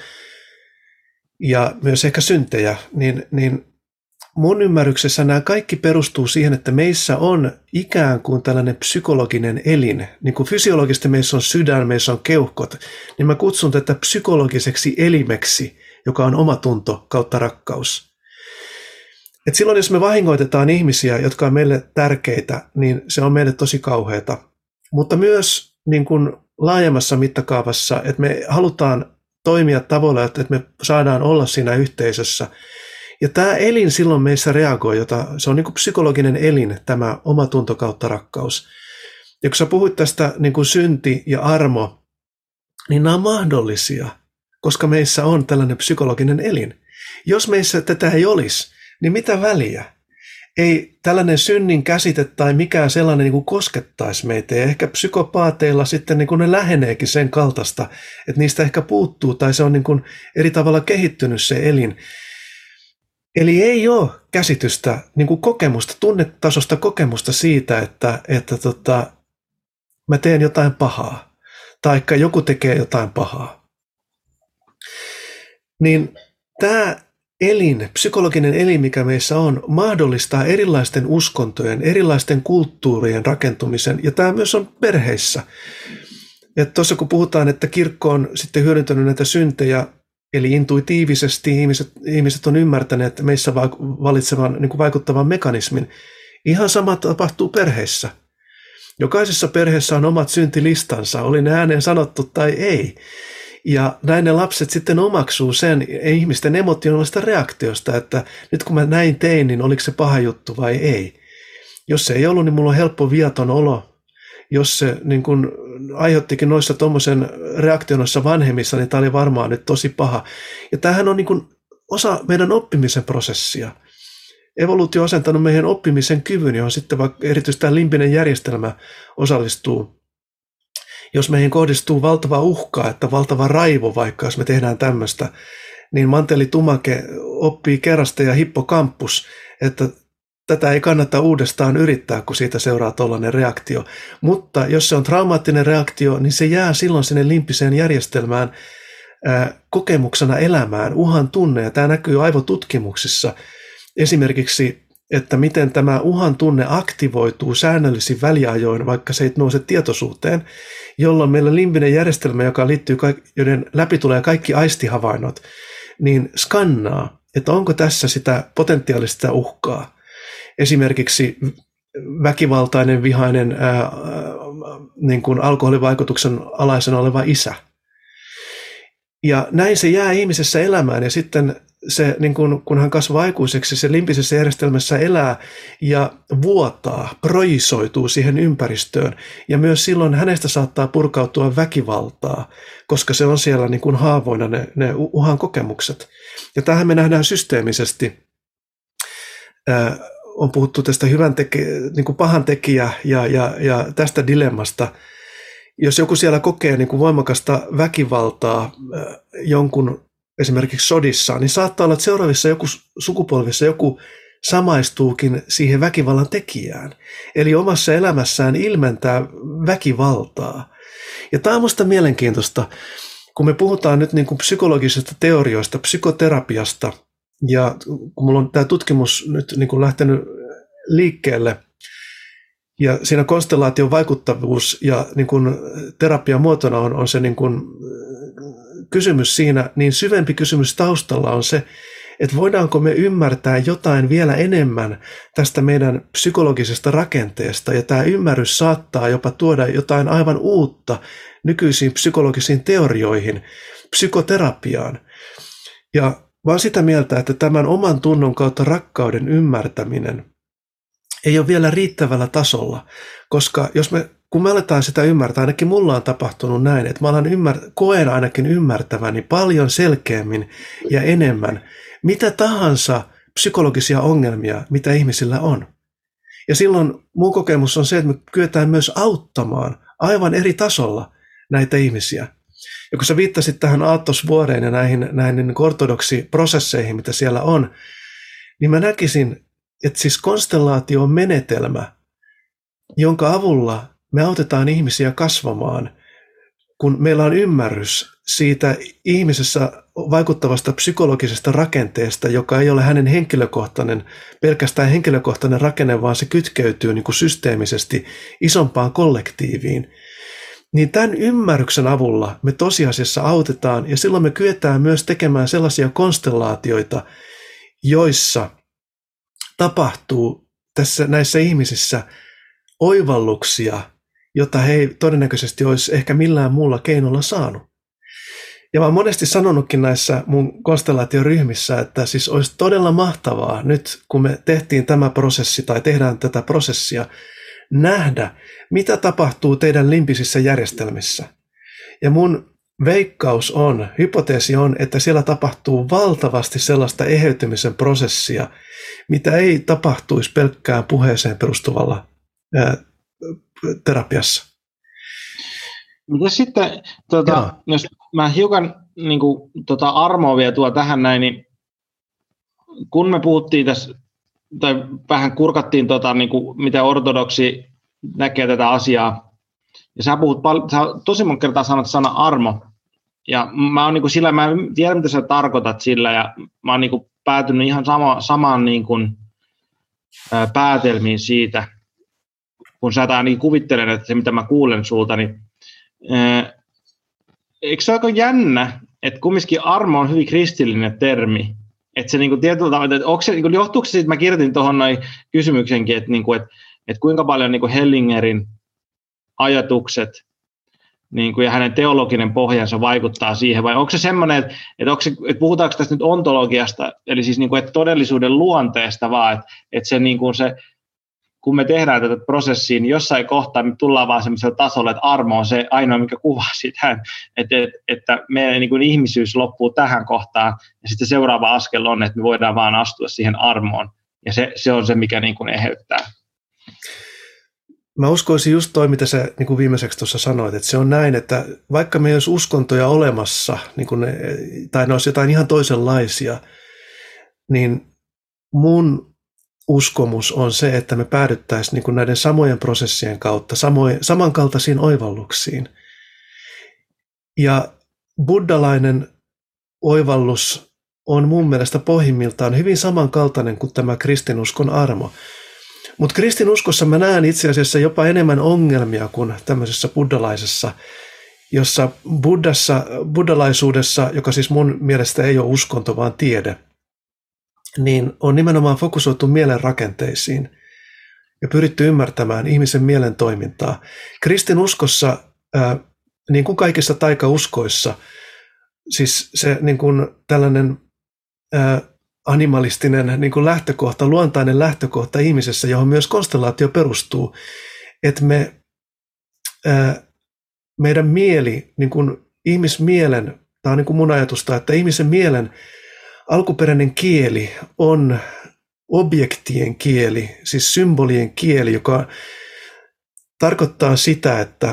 ja myös ehkä syntejä, niin, niin mun ymmärryksessä nämä kaikki perustuu siihen, että meissä on ikään kuin tällainen psykologinen elin. Niin kuin fysiologisesti meissä on sydän, meissä on keuhkot, niin mä kutsun tätä psykologiseksi elimeksi, joka on omatunto kautta rakkaus. Et silloin, jos me vahingoitetaan ihmisiä, jotka on meille tärkeitä, niin se on meille tosi kauheata. Mutta myös niin kuin laajemmassa mittakaavassa, että me halutaan toimia tavalla, että me saadaan olla siinä yhteisössä. Ja tämä elin silloin meissä reagoi, jota, se on niin kuin psykologinen elin, tämä omatunto kautta rakkaus. Ja kun sä puhuit tästä niin kuin synti ja armo, niin nämä on mahdollisia, koska meissä on tällainen psykologinen elin. Jos meissä tätä ei olisi, niin mitä väliä? Ei tällainen synnin käsite tai mikään sellainen niin kuin koskettaisi meitä. Ja ehkä psykopaateilla sitten niin kuin ne läheneekin sen kaltaista, että niistä ehkä puuttuu tai se on niin kuin eri tavalla kehittynyt se elin. Eli ei ole käsitystä, niin kuin kokemusta, tunnetasosta kokemusta siitä, että, että tota, mä teen jotain pahaa tai joku tekee jotain pahaa. Niin tämä elin, psykologinen elin, mikä meissä on, mahdollistaa erilaisten uskontojen, erilaisten kulttuurien rakentumisen, ja tämä myös on perheissä. Ja tuossa kun puhutaan, että kirkko on sitten hyödyntänyt näitä syntejä, eli intuitiivisesti ihmiset, ihmiset on ymmärtäneet meissä valitsevan, niin kuin vaikuttavan mekanismin, ihan sama tapahtuu perheissä. Jokaisessa perheessä on omat syntilistansa, oli ne ääneen sanottu tai ei. Ja näin ne lapset sitten omaksuu sen ihmisten emotionaalista reaktiosta, että nyt kun mä näin tein, niin oliko se paha juttu vai ei. Jos se ei ollut, niin mulla on helppo viaton olo. Jos se niin kun aiheuttikin noissa tuommoisen reaktion noissa vanhemmissa, niin tämä oli varmaan nyt tosi paha. Ja tämähän on niin kun osa meidän oppimisen prosessia. Evoluutio on asentanut meidän oppimisen kyvyn, johon sitten vaikka erityisesti tämä limbinen järjestelmä osallistuu. Jos meihin kohdistuu valtava uhka, että valtava raivo vaikka, jos me tehdään tämmöistä, niin manteli tumake oppii kerrasta ja hippocampus, että tätä ei kannata uudestaan yrittää, kun siitä seuraa tuollainen reaktio. Mutta jos se on traumaattinen reaktio, niin se jää silloin sinne limbiseen järjestelmään ää, kokemuksena elämään, uhan tunne, ja tämä näkyy aivotutkimuksissa. Esimerkiksi, että miten tämä uhan tunne aktivoituu säännöllisin väliajoin, vaikka se ei nouse tietoisuuteen, jolloin meillä limbinen järjestelmä, joka liittyy, joiden läpi tulee kaikki aistihavainnot, niin skannaa, että onko tässä sitä potentiaalista uhkaa. Esimerkiksi väkivaltainen, vihainen, ää, niin kuin alkoholivaikutuksen alaisena oleva isä. Ja näin se jää ihmisessä elämään, ja sitten se, niin kun, kun hän kasvaa aikuiseksi, se limbisessä järjestelmässä elää ja vuotaa, projisoituu siihen ympäristöön. Ja myös silloin hänestä saattaa purkautua väkivaltaa, koska se on siellä niin kuin haavoina ne, ne uhan kokemukset. Ja tähän me nähdään systeemisesti. Ää, on puhuttu tästä hyvän teke, niin kuin pahan tekijä ja, ja, ja tästä dilemmasta. Jos joku siellä kokee niin kuin voimakasta väkivaltaa ää, jonkun esimerkiksi sodissaan, niin saattaa olla, että seuraavissa joku sukupolvissa joku samaistuukin siihen väkivallan tekijään. Eli omassa elämässään ilmentää väkivaltaa. Ja tämä on minusta mielenkiintoista, kun me puhutaan nyt niin kuin psykologisista teorioista, psykoterapiasta, ja kun mulla on tämä tutkimus nyt niin kuin lähtenyt liikkeelle, ja siinä konstellaation vaikuttavuus ja niin kuin terapian muotona on, on se niin kuin kysymys siinä, niin syvempi kysymys taustalla on se, että voidaanko me ymmärtää jotain vielä enemmän tästä meidän psykologisesta rakenteesta, ja tämä ymmärrys saattaa jopa tuoda jotain aivan uutta nykyisiin psykologisiin teorioihin, psykoterapiaan. Ja mä oon sitä mieltä, että tämän oman tunnon kautta rakkauden ymmärtäminen ei ole vielä riittävällä tasolla, koska jos me, kun me aletaan sitä ymmärtää, ainakin mulla on tapahtunut näin, että mä alan ymmär- koen ainakin ymmärtäväni paljon selkeämmin ja enemmän mitä tahansa psykologisia ongelmia, mitä ihmisillä on. Ja silloin mun kokemus on se, että me kyetään myös auttamaan aivan eri tasolla näitä ihmisiä. Ja kun sä viittasit tähän aattosvuoreen ja näihin, näihin ortodoksiprosesseihin, mitä siellä on, niin mä näkisin, että siis konstellaatio on menetelmä, jonka avulla me autetaan ihmisiä kasvamaan, kun meillä on ymmärrys siitä ihmisessä vaikuttavasta psykologisesta rakenteesta, joka ei ole hänen henkilökohtainen, pelkästään henkilökohtainen rakenne, vaan se kytkeytyy niin kuin systeemisesti isompaan kollektiiviin. Niin tämän ymmärryksen avulla me tosiasiassa autetaan, ja silloin me kyetään myös tekemään sellaisia konstellaatioita, joissa tapahtuu tässä näissä ihmisissä oivalluksia, jota he ei todennäköisesti olisi ehkä millään muulla keinolla saanut. Ja mä oon monesti sanonutkin näissä mun konstellaatioryhmissä, että siis olisi todella mahtavaa nyt, kun me tehtiin tämä prosessi tai tehdään tätä prosessia, nähdä, mitä tapahtuu teidän limbisissä järjestelmissä. Ja mun veikkaus on, hypoteesi on, että siellä tapahtuu valtavasti sellaista eheytymisen prosessia, mitä ei tapahtuisi pelkkään puheeseen perustuvalla ää, terapiassa. Mitä sitten, tuota, jos mä hiukan niin kuin, tota armoa vielä tuo tähän näin, niin kun me puhuttiin tässä, tai vähän kurkattiin, tota, niin kuin, miten ortodoksi näkee tätä asiaa, ja sä puhut pal- sä tosi monta kertaa sanot sana armo, ja mä oon niin kuin sillä, mä en tiedä mitä sä tarkoitat sillä, ja mä oon niin kuin päätynyt ihan sama, samaan niin kuin, ää, päätelmiin siitä, kun sä ainakin kuvittelen, että se mitä mä kuulen sulta, niin ää, eikö se ole aika jännä, että kumminkin armo on hyvin kristillinen termi, että se niin kuin tietyllä tavalla, että onko se, niin kuin, johtuuko se siitä, mä kirjoitin tuohon noin kysymyksenkin, että, niin kuin, että, että kuinka paljon niin kuin Hellingerin ajatukset niin kuin, ja hänen teologinen pohjansa vaikuttaa siihen, vai onko se semmoinen, että, että, onko se, että puhutaanko tästä nyt ontologiasta, eli siis niin kuin, että todellisuuden luonteesta vaan, että, että se, niin kuin se, kun me tehdään tätä prosessia, niin jossain kohtaa me tullaan vaan semmoisella tasolla, että armo on se ainoa, mikä kuvaa sitä, että, että, että meidän niin kuin ihmisyys loppuu tähän kohtaan, ja sitten seuraava askel on, että me voidaan vaan astua siihen armoon, ja se, se on se, mikä niin kuin eheyttää. Mä uskoisin just toi, mitä sä niin kuin viimeiseksi tuossa sanoit, että se on näin, että vaikka me ei olisi uskontoja olemassa, niin kuin ne, tai ne olisi jotain ihan toisenlaisia, niin mun uskomus on se, että me päädyttäisiin niin kuin näiden samojen prosessien kautta samoin, samankaltaisiin oivalluksiin. Ja buddhalainen oivallus on mun mielestä pohjimmiltaan hyvin samankaltainen kuin tämä kristinuskon armo. Mutta kristinuskossa mä näen itse asiassa jopa enemmän ongelmia kuin tämmöisessä buddhalaisessa, jossa buddhassa, buddhalaisuudessa, joka siis mun mielestä ei ole uskonto, vaan tiede, niin on nimenomaan fokusoitu mielen rakenteisiin ja pyritty ymmärtämään ihmisen mielen toimintaa. Kristinuskossa, ää, niin kuin kaikissa taikauskoissa, siis se niin kuin tällainen ää, animalistinen niin kuin lähtökohta, luontainen lähtökohta ihmisessä, johon myös konstellaatio perustuu, että me, ää, meidän mieli, niin kuin ihmismielen, tämä on niin kuin mun ajatusta, että ihmisen mielen alkuperäinen kieli on objektien kieli, siis symbolien kieli, joka tarkoittaa sitä, että,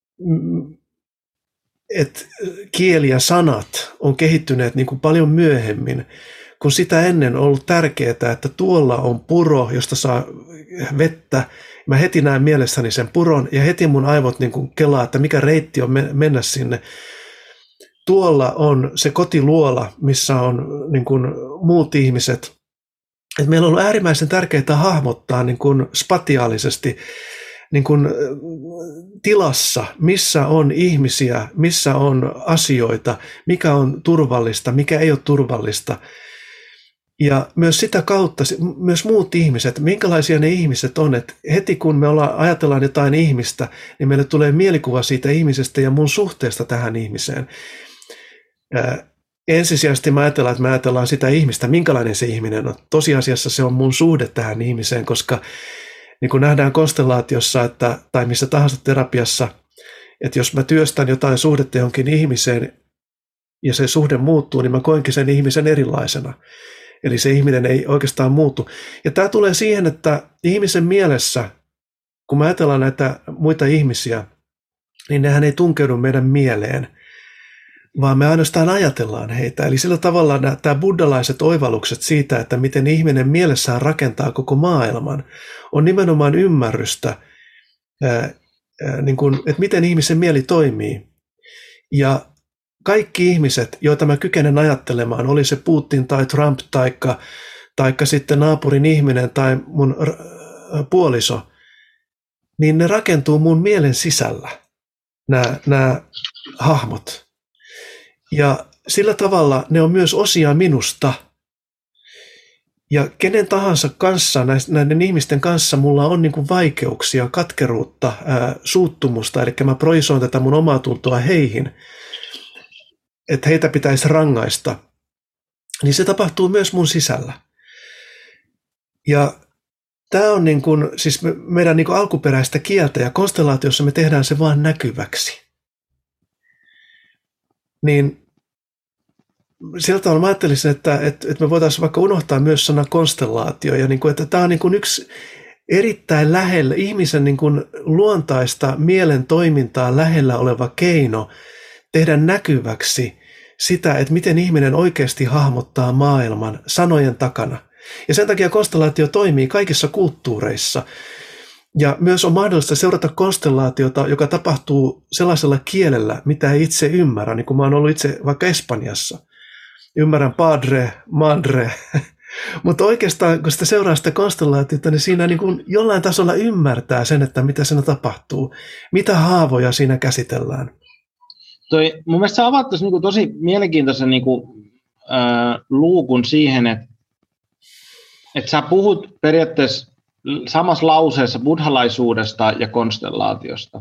että kieli ja sanat on kehittyneet niin kuin paljon myöhemmin, kun sitä ennen on ollut tärkeää, että tuolla on puro, josta saa vettä. Mä heti näen mielessäni sen puron ja heti mun aivot niin kuin kelaa, että mikä reitti on mennä sinne. tuolla on se kotiluola, missä on niin kuin muut ihmiset. Et meillä on ollut äärimmäisen tärkeää hahmottaa niin kuin spatiaalisesti niin kuin tilassa, missä on ihmisiä, missä on asioita, mikä on turvallista, mikä ei ole turvallista. Ja myös sitä kautta, myös muut ihmiset, minkälaisia ne ihmiset on, että heti kun me ollaan, ajatellaan jotain ihmistä, niin meille tulee mielikuva siitä ihmisestä ja mun suhteesta tähän ihmiseen. Ää, ensisijaisesti mä ajatellaan, että me ajatellaan sitä ihmistä, minkälainen se ihminen on. Tosiasiassa se on mun suhde tähän ihmiseen, koska niin kuin nähdään konstellaatiossa että, tai missä tahansa terapiassa, että jos mä työstän jotain suhdetta johonkin ihmiseen ja se suhde muuttuu, niin mä koenkin sen ihmisen erilaisena. Eli se ihminen ei oikeastaan muutu. Ja tämä tulee siihen, että ihmisen mielessä, kun me ajatellaan näitä muita ihmisiä, niin nehän ei tunkeudu meidän mieleen, vaan me ainoastaan ajatellaan heitä. Eli sillä tavalla nämä, tämä buddhalaiset oivallukset siitä, että miten ihminen mielessään rakentaa koko maailman, on nimenomaan ymmärrystä, ää, ää, niin kuin, että miten ihmisen mieli toimii. Ja kaikki ihmiset, joita mä kykenen ajattelemaan, oli se Putin tai Trump taikka, taikka sitten naapurin ihminen tai mun r- puoliso, niin ne rakentuu mun mielen sisällä, nämä, nämä hahmot. Ja sillä tavalla ne on myös osia minusta. Ja kenen tahansa kanssa, näiden ihmisten kanssa mulla on niin kuin vaikeuksia, katkeruutta, ää, suuttumusta, eli mä projisoin tätä mun omaa tuntoa heihin, että heitä pitäisi rangaista, niin se tapahtuu myös mun sisällä. Ja tämä on niin kuin, siis meidän niin kuin alkuperäistä kieltä, ja konstellaatiossa me tehdään se vaan näkyväksi. Niin sillä tavalla mä ajattelisin, että, että, että me voitaisiin vaikka unohtaa myös sana konstellaatio, ja niin kuin, että tämä on niin kuin yksi erittäin lähellä, ihmisen niin kuin luontaista mielen toimintaa lähellä oleva keino tehdä näkyväksi sitä, että miten ihminen oikeasti hahmottaa maailman sanojen takana. Ja sen takia konstellaatio toimii kaikissa kulttuureissa. Ja myös on mahdollista seurata konstellaatiota, joka tapahtuu sellaisella kielellä, mitä ei itse ymmärrä, niin kuin mä oon ollut itse vaikka Espanjassa. Ymmärrän padre, madre, mutta oikeastaan kun sitä seuraa sitä konstellaatiota, niin siinä niin kuin jollain tasolla ymmärtää sen, että mitä siinä tapahtuu, mitä haavoja siinä käsitellään. Toi, mun mielestä sä avaat niin tosi mielenkiintoisen niin kuin, äh, luukun siihen, että, että sä puhut periaatteessa samassa lauseessa buddhalaisuudesta ja konstellaatiosta.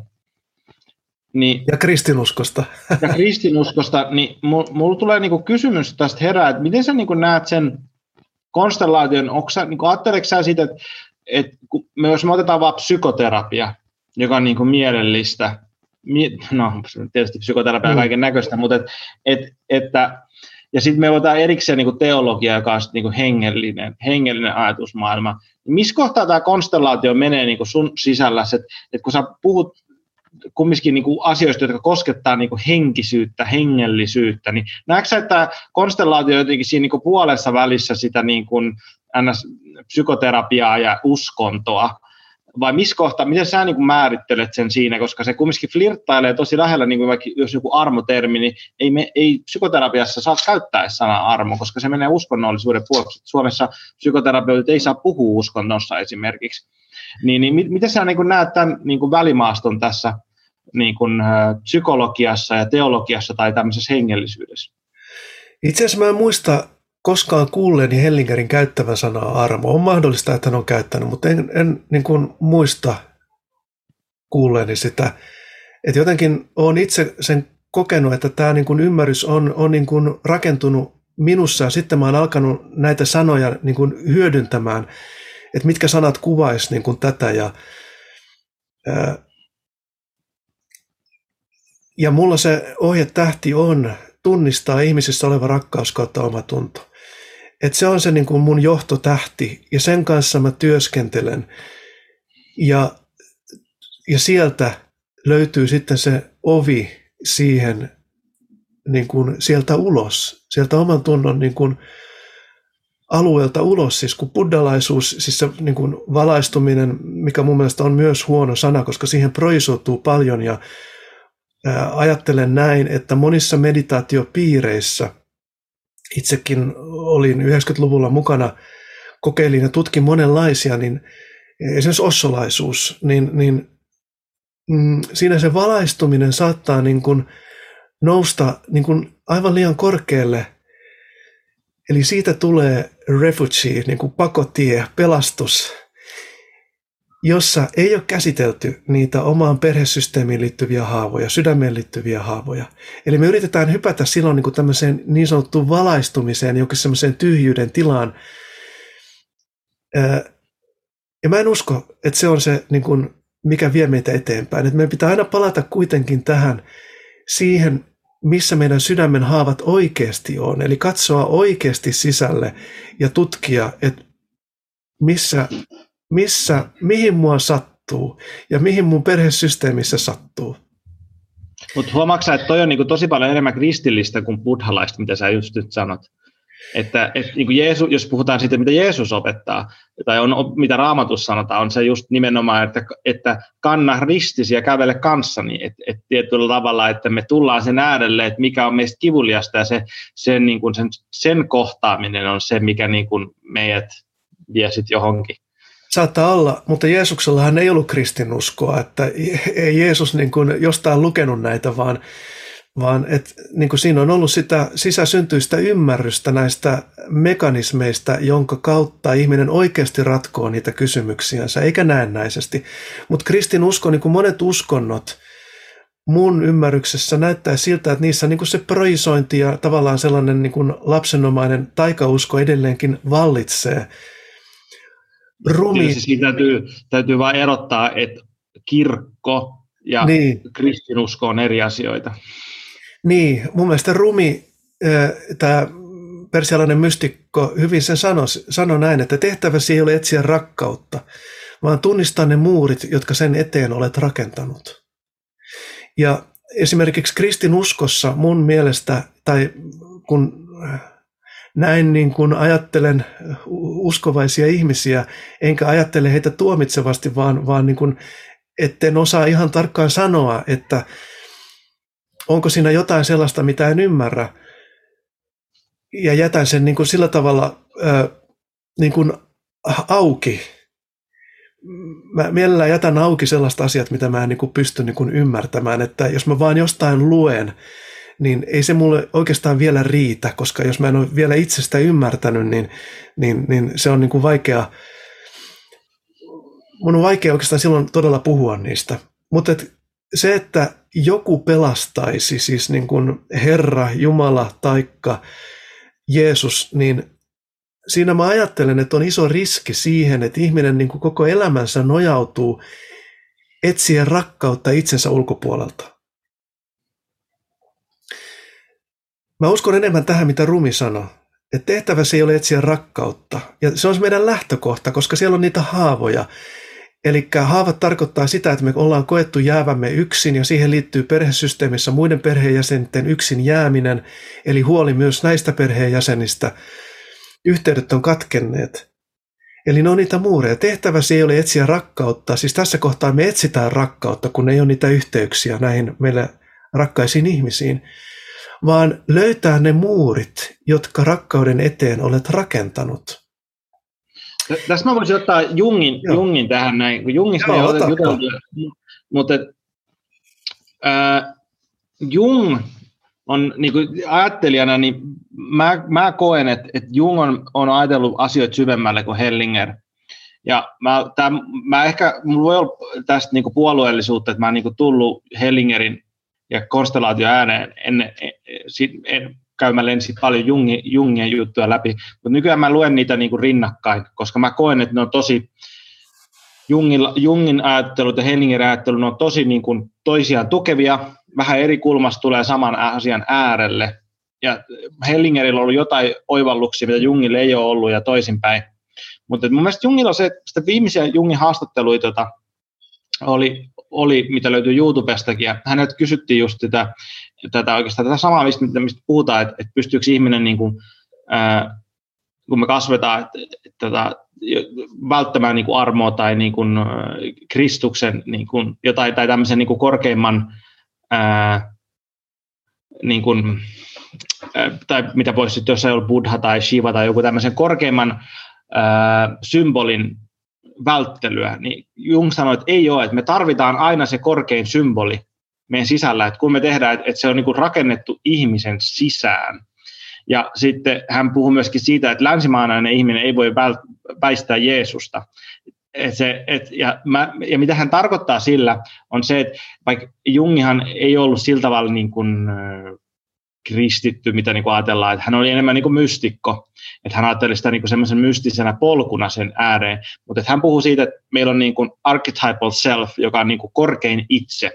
Niin, ja kristinuskosta. Ja kristinuskosta, niin mulla tulee niin kuin kysymys tästä herää, että miten sä niin kuin näet sen konstellaation, sä, niin kuin ajatteleeko sä siitä, että, että me, jos me otetaan vaan psykoterapia, joka on niin kuin mielellistä, no tietysti psykoterapia on kaiken näköistä, mutta et, et, että, ja sitten me otetaan erikseen niin kuin teologia, joka on niin kuin hengellinen, hengellinen ajatusmaailma. Missä kohtaa tämä konstellaatio menee niin kuin sun sisällä, että, että kun sä puhut kumminkin niin kuin asioista, jotka koskettaa niin kuin henkisyyttä, hengellisyyttä, niin näetkö sä, että konstellaatio jotenkin siinä niin kuin puolessa välissä sitä niin kuin ns. Psykoterapiaa ja uskontoa, vai missä kohtaa, miten sä niin kuin määrittelet sen siinä, koska se kumminkin flirttailee tosi lähellä, niin kuin vaikka jos joku armotermi, niin ei, me, ei psykoterapiassa saa käyttää sanaa armo, koska se menee uskonnollisuuden puolesta. Suomessa psykoterapeutit ei saa puhua uskonnossa esimerkiksi. Niin, niin miten sä niin kuin näet tämän niin kuin välimaaston tässä niin kuin, ä, psykologiassa ja teologiassa tai tämmöisessä hengellisyydessä? Itse asiassa mä en muista koskaan kuulleeni Hellingerin käyttävän sanaa armo. On mahdollista, että hän on käyttänyt, mutta en, en niin kuin muista kuulleeni sitä. Että jotenkin olen itse sen kokenut, että tämä niin kuin ymmärrys on, on niin kuin rakentunut minussa, ja sitten mä oon alkanut näitä sanoja niin kuin hyödyntämään, että mitkä sanat kuvaisi niin kuin tätä. Ja, ää, ja mulla se ohjetähti on tunnistaa ihmisissä oleva rakkaus kautta omatunto. Että se on se niin kuin mun johtotähti, ja sen kanssa mä työskentelen. Ja, ja sieltä löytyy sitten se ovi siihen niin kuin sieltä ulos, sieltä oman tunnon niin kuin alueelta ulos, siis kun buddhalaisuus, siis se niin kuin valaistuminen, mikä mun mielestä on myös huono sana, koska siihen projisoituu paljon ja ajattelen näin, että monissa meditaatiopiireissä, itsekin olin yhdeksänkymmentäluvulla mukana, kokeilin ja tutkin monenlaisia, niin esimerkiksi ossolaisuus, niin, niin mm, siinä se valaistuminen saattaa niin kuin nousta niin kuin aivan liian korkealle. Eli siitä tulee refugee, niin kuin pakotie, pelastus, jossa ei ole käsitelty niitä omaan perhesysteemiin liittyviä haavoja, sydämeen liittyviä haavoja. Eli me yritetään hypätä silloin niin kuin tämmöiseen niin sanottuun valaistumiseen, jonkin semmoiseen tyhjyyden tilaan. Ja mä en usko, että se on se, niin kuin, mikä vie meitä eteenpäin. Että meidän pitää aina palata kuitenkin tähän siihen, missä meidän sydämen haavat oikeasti on. Eli katsoa oikeasti sisälle ja tutkia, että missä, missä, mihin mua sattuu ja mihin mun perhesysteemissä sattuu. Mutta huomaatko sä, että toi on niinku tosi paljon enemmän kristillistä kuin buddhalaista, mitä sä just nyt sanot? Että et, niinku Jeesus, jos puhutaan siitä, mitä Jeesus opettaa, tai on, mitä Raamatussa sanotaan, on se just nimenomaan, että, että kanna ristisi ja kävele kanssani. Että et tietyllä tavalla, että me tullaan sen äärelle, että mikä on meistä kivuliasta, ja se, sen, niinku sen, sen kohtaaminen on se, mikä niinku meidät vie sitten johonkin. Saattaa olla, mutta Jeesuksellahan ei ollut kristinuskoa, että ei Jeesus niin kuin jostain lukenut näitä, vaan, vaan että niin kuin siinä on ollut sitä sisäsyntyistä ymmärrystä näistä mekanismeista, jonka kautta ihminen oikeasti ratkoo niitä kysymyksiänsä, eikä näennäisesti. Mutta kristinusko, niin kuin monet uskonnot, mun ymmärryksessä näyttää siltä, että niissä niin kuin se projisointi ja tavallaan sellainen niin kuin lapsenomainen taikausko edelleenkin vallitsee. Rumi. Siis täytyy, täytyy vain erottaa, että kirkko ja niin. kristinusko on eri asioita. Niin, mun mielestä Rumi, tämä persialainen mystikko, hyvin sen sanoi, sanoi näin, että tehtäväsi ei ole etsiä rakkautta, vaan tunnistaa ne muurit, jotka sen eteen olet rakentanut. Ja esimerkiksi kristinuskossa mun mielestä, tai kun näin niin kuin ajattelen uskovaisia ihmisiä, enkä ajattele heitä tuomitsevasti, vaan, vaan niin kuin, etten osaa ihan tarkkaan sanoa, että onko siinä jotain sellaista, mitä en ymmärrä, ja jätän sen niin kuin sillä tavalla äh, niin kuin auki. Mä mielellään jätän auki sellaista asiat, mitä mä en niin kuin pysty niin kuin ymmärtämään, että jos mä vaan jostain luen, niin ei se mulle oikeastaan vielä riitä, koska jos mä en ole vielä itse sitä ymmärtänyt, niin, niin, niin se on niin kuin vaikea, mun on vaikea oikeastaan silloin todella puhua niistä. Mutta et se, että joku pelastaisi, siis niin kuin Herra, Jumala, taikka Jeesus, niin siinä mä ajattelen, että on iso riski siihen, että ihminen niin kuin koko elämänsä nojautuu etsien rakkautta itsensä ulkopuolelta. Mä uskon enemmän tähän, mitä Rumi sanoi, että tehtävässä ei ole etsiä rakkautta. Ja se on meidän lähtökohta, koska siellä on niitä haavoja. Eli haavat tarkoittaa sitä, että me ollaan koettu jäävämme yksin, ja siihen liittyy perhesysteemissä muiden perheenjäsenten yksin jääminen, eli huoli myös näistä perheenjäsenistä. Yhteydet on katkenneet. Eli ne on niitä muureja. Tehtävässä ei ole etsiä rakkautta, siis tässä kohtaa me etsitään rakkautta, kun ei ole niitä yhteyksiä näihin meille rakkaisiin ihmisiin, vaan löytää ne muurit, jotka rakkauden eteen olet rakentanut. Tässä mä voisin ottaa Jungin, Jungin tähän näin, kun Jungista me ei ole juteltu, mutta äh, Jung on niin kuin ajattelijana, niin mä, mä koen, että, että Jung on, on ajatellut asioita syvemmälle kuin Hellinger. Ja mä, tämän, mä ehkä, mulla voi olla tästä niin kuin puolueellisuutta, että mä oon niin kuin tullut Hellingerin ja konstellaatio ääneen ennen, en, käymällä ensin paljon Jungin, Jungien juttuja läpi, mutta nykyään mä luen niitä niin kuin rinnakkain, koska mä koen, että ne on tosi, Jungin, Jungin ajattelut ja Hellingerin ajattelut, ne on tosi niin kuin toisiaan tukevia, vähän eri kulmasta tulee saman asian äärelle, ja Hellingerillä on ollut jotain oivalluksia, mitä Jungilla ei ole ollut, ja toisinpäin. Mutta mun mielestä Jungilla on se, sitä viimeisiä Jungin haastatteluita tota, oli, oli, mitä löytyy YouTubestakin, ja häneltä kysyttiin just tätä, tätä oikeastaan tätä samaa, mistä, mistä puhutaan, että, että pystyykö ihminen, niin kuin, ää, kun me kasvetaan, että, että, että välttämään niin kuin armoa tai niin kuin, Kristuksen niin kuin, jotain tai tämmöisen niin kuin korkeimman ää, niin kuin, ää, tai mitä voisi sitten, jos ei ollut Buddha tai Shiva tai joku tämmöisen korkeimman ää, symbolin välttelyä, niin Jung sanoi, että ei ole, että me tarvitaan aina se korkein symboli meidän sisällä, että kun me tehdään, että se on niin kuin rakennettu ihmisen sisään. Ja sitten hän puhui myöskin siitä, että länsimaalainen ihminen ei voi väistää Jeesusta. Et se, et, ja, mä, ja mitä hän tarkoittaa sillä, on se, että vaikka Jungihan ei ollut sillä tavalla niin kuin, äh, kristitty, mitä niin kuin ajatellaan, että hän oli enemmän niin kuin mystikko, että hän ajatteli sitä niin kuin semmoisen mystisenä polkuna sen ääreen, mutta että hän puhuu siitä, että meillä on niin kuin archetypal self, joka on niin kuin korkein itse.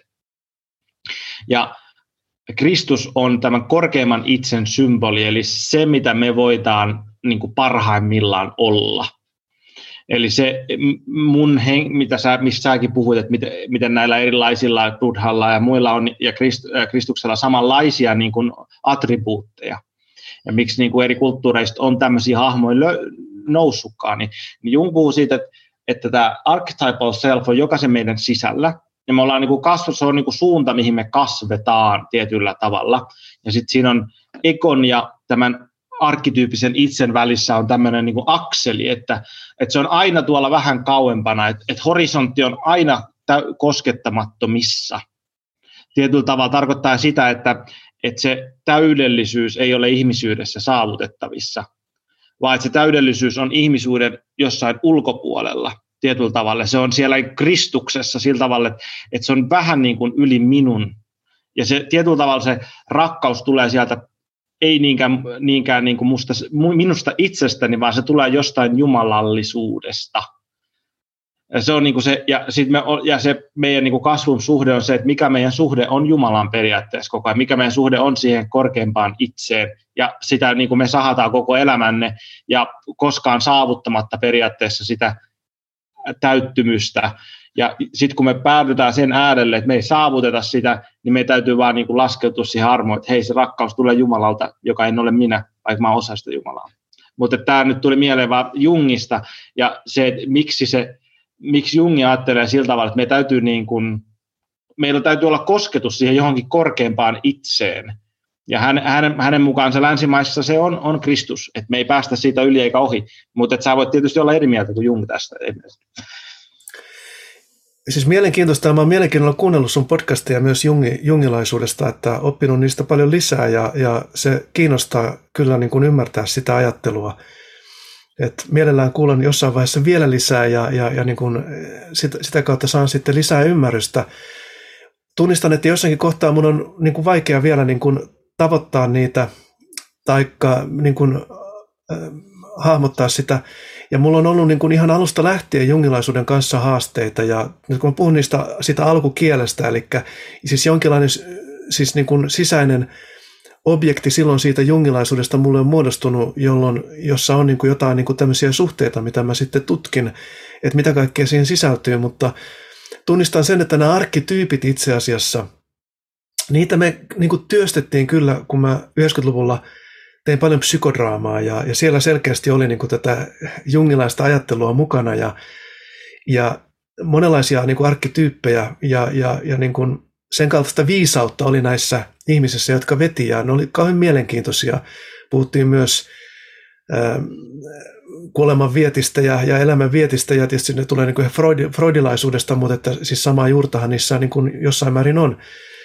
Ja Kristus on tämän korkeimman itsen symboli, eli se, mitä me voidaan niin kuin parhaimmillaan olla. Eli se, mun hen, mitä sä, mistä säkin puhuit, että miten, miten näillä erilaisilla Buddhalla ja muilla on, ja Krist, Kristuksella samanlaisia niin kuin attribuutteja. Ja miksi niin kuin eri kulttuureista on tämmöisiä hahmoja lö, noussutkaan, niin, niin Jung puhuu siitä, että, että tämä archetypal self on jokaisen meidän sisällä, ja me ollaan niin kuin kasvu, se on niin kuin suunta, mihin me kasvetaan tietyllä tavalla. Ja sitten siinä on ekon ja tämän arkkityyppisen itsen välissä on tämmöinen niin kuin akseli, että, että se on aina tuolla vähän kauempana, että, että horisontti on aina tä- koskettamattomissa. Tietyllä tavalla tarkoittaa sitä, että, että se täydellisyys ei ole ihmisyydessä saavutettavissa, vaan että se täydellisyys on ihmisyyden jossain ulkopuolella. Tietyllä tavalla. Se on siellä Kristuksessa sillä tavalla, että, että se on vähän niin kuin yli minun. Ja se tietyllä tavalla se rakkaus tulee sieltä, ei niinkään, niinkään niin kuin musta, minusta itsestäni, vaan se tulee jostain jumalallisuudesta. Ja se, on niin kuin se, ja sit me, ja se meidän niin kuin kasvun suhde on se, että mikä meidän suhde on Jumalan periaatteessa koko ajan, mikä meidän suhde on siihen korkeimpaan itseen. Ja sitä niin kuin me sahataan koko elämänne ja koskaan saavuttamatta periaatteessa sitä täyttymystä. Ja sitten kun me päädytään sen äärelle, että me ei saavuteta sitä, niin me täytyy vaan niin kuin laskeutua siihen armoon, että hei, se rakkaus tulee Jumalalta, joka en ole minä, vaikka mä oon osa sitä Jumalaa. Mutta tämä nyt tuli mieleen vaan Jungista, ja se, että miksi, se, miksi Jungi ajattelee sillä tavalla, että me täytyy niin kuin, meillä täytyy olla kosketus siihen johonkin korkeampaan itseen. Ja hänen, hänen, hänen mukaansa länsimaissa se on, on Kristus, että me ei päästä siitä yli eikä ohi, mutta että sä voit tietysti olla eri mieltä kuin Jung tästä. Siis mielenkiintoista, mä oon mielenkiinnolla kuunnellut sun podcastia myös jungi, jungilaisuudesta, että oppinut niistä paljon lisää ja, ja se kiinnostaa kyllä niin kuin ymmärtää sitä ajattelua. Et mielellään kuulen jossain vaiheessa vielä lisää ja, ja, ja niin kuin sitä, sitä kautta saan sitten lisää ymmärrystä. Tunnistan, että jossakin kohtaa mun on niin kuin vaikea vielä niin kuin tavoittaa niitä taikka niin kuin, äh, hahmottaa sitä. Ja mulla on ollut niin kuin ihan alusta lähtien jungilaisuuden kanssa haasteita. Ja nyt kun mä puhun niistä sitä alkukielestä, eli siis jonkinlainen siis niin kuin sisäinen objekti silloin siitä jungilaisuudesta mulle on muodostunut, jolloin, jossa on niin kuin jotain niin kuin tämmöisiä suhteita, mitä mä sitten tutkin, että mitä kaikkea siihen sisältyy. Mutta tunnistan sen, että nämä arkkityypit itse asiassa, niitä me niin kuin työstettiin kyllä, kun mä yhdeksänkymmentäluvulla tein paljon psykodraamaa ja, ja siellä selkeästi oli niin kuin tätä jungilaista ajattelua mukana ja, ja monenlaisia niin kuin arkkityyppejä ja, ja, ja niin kuin sen kaltaista viisautta oli näissä ihmisissä, jotka veti ja ne oli kauhean mielenkiintoisia. Puhuttiin myös äh, kuoleman vietistä ja, ja elämän vietistä ja tietysti ne tulee niin kuin Freud, freudilaisuudesta, mutta että siis samaa juurtahan niissä niin kuin jossain määrin on.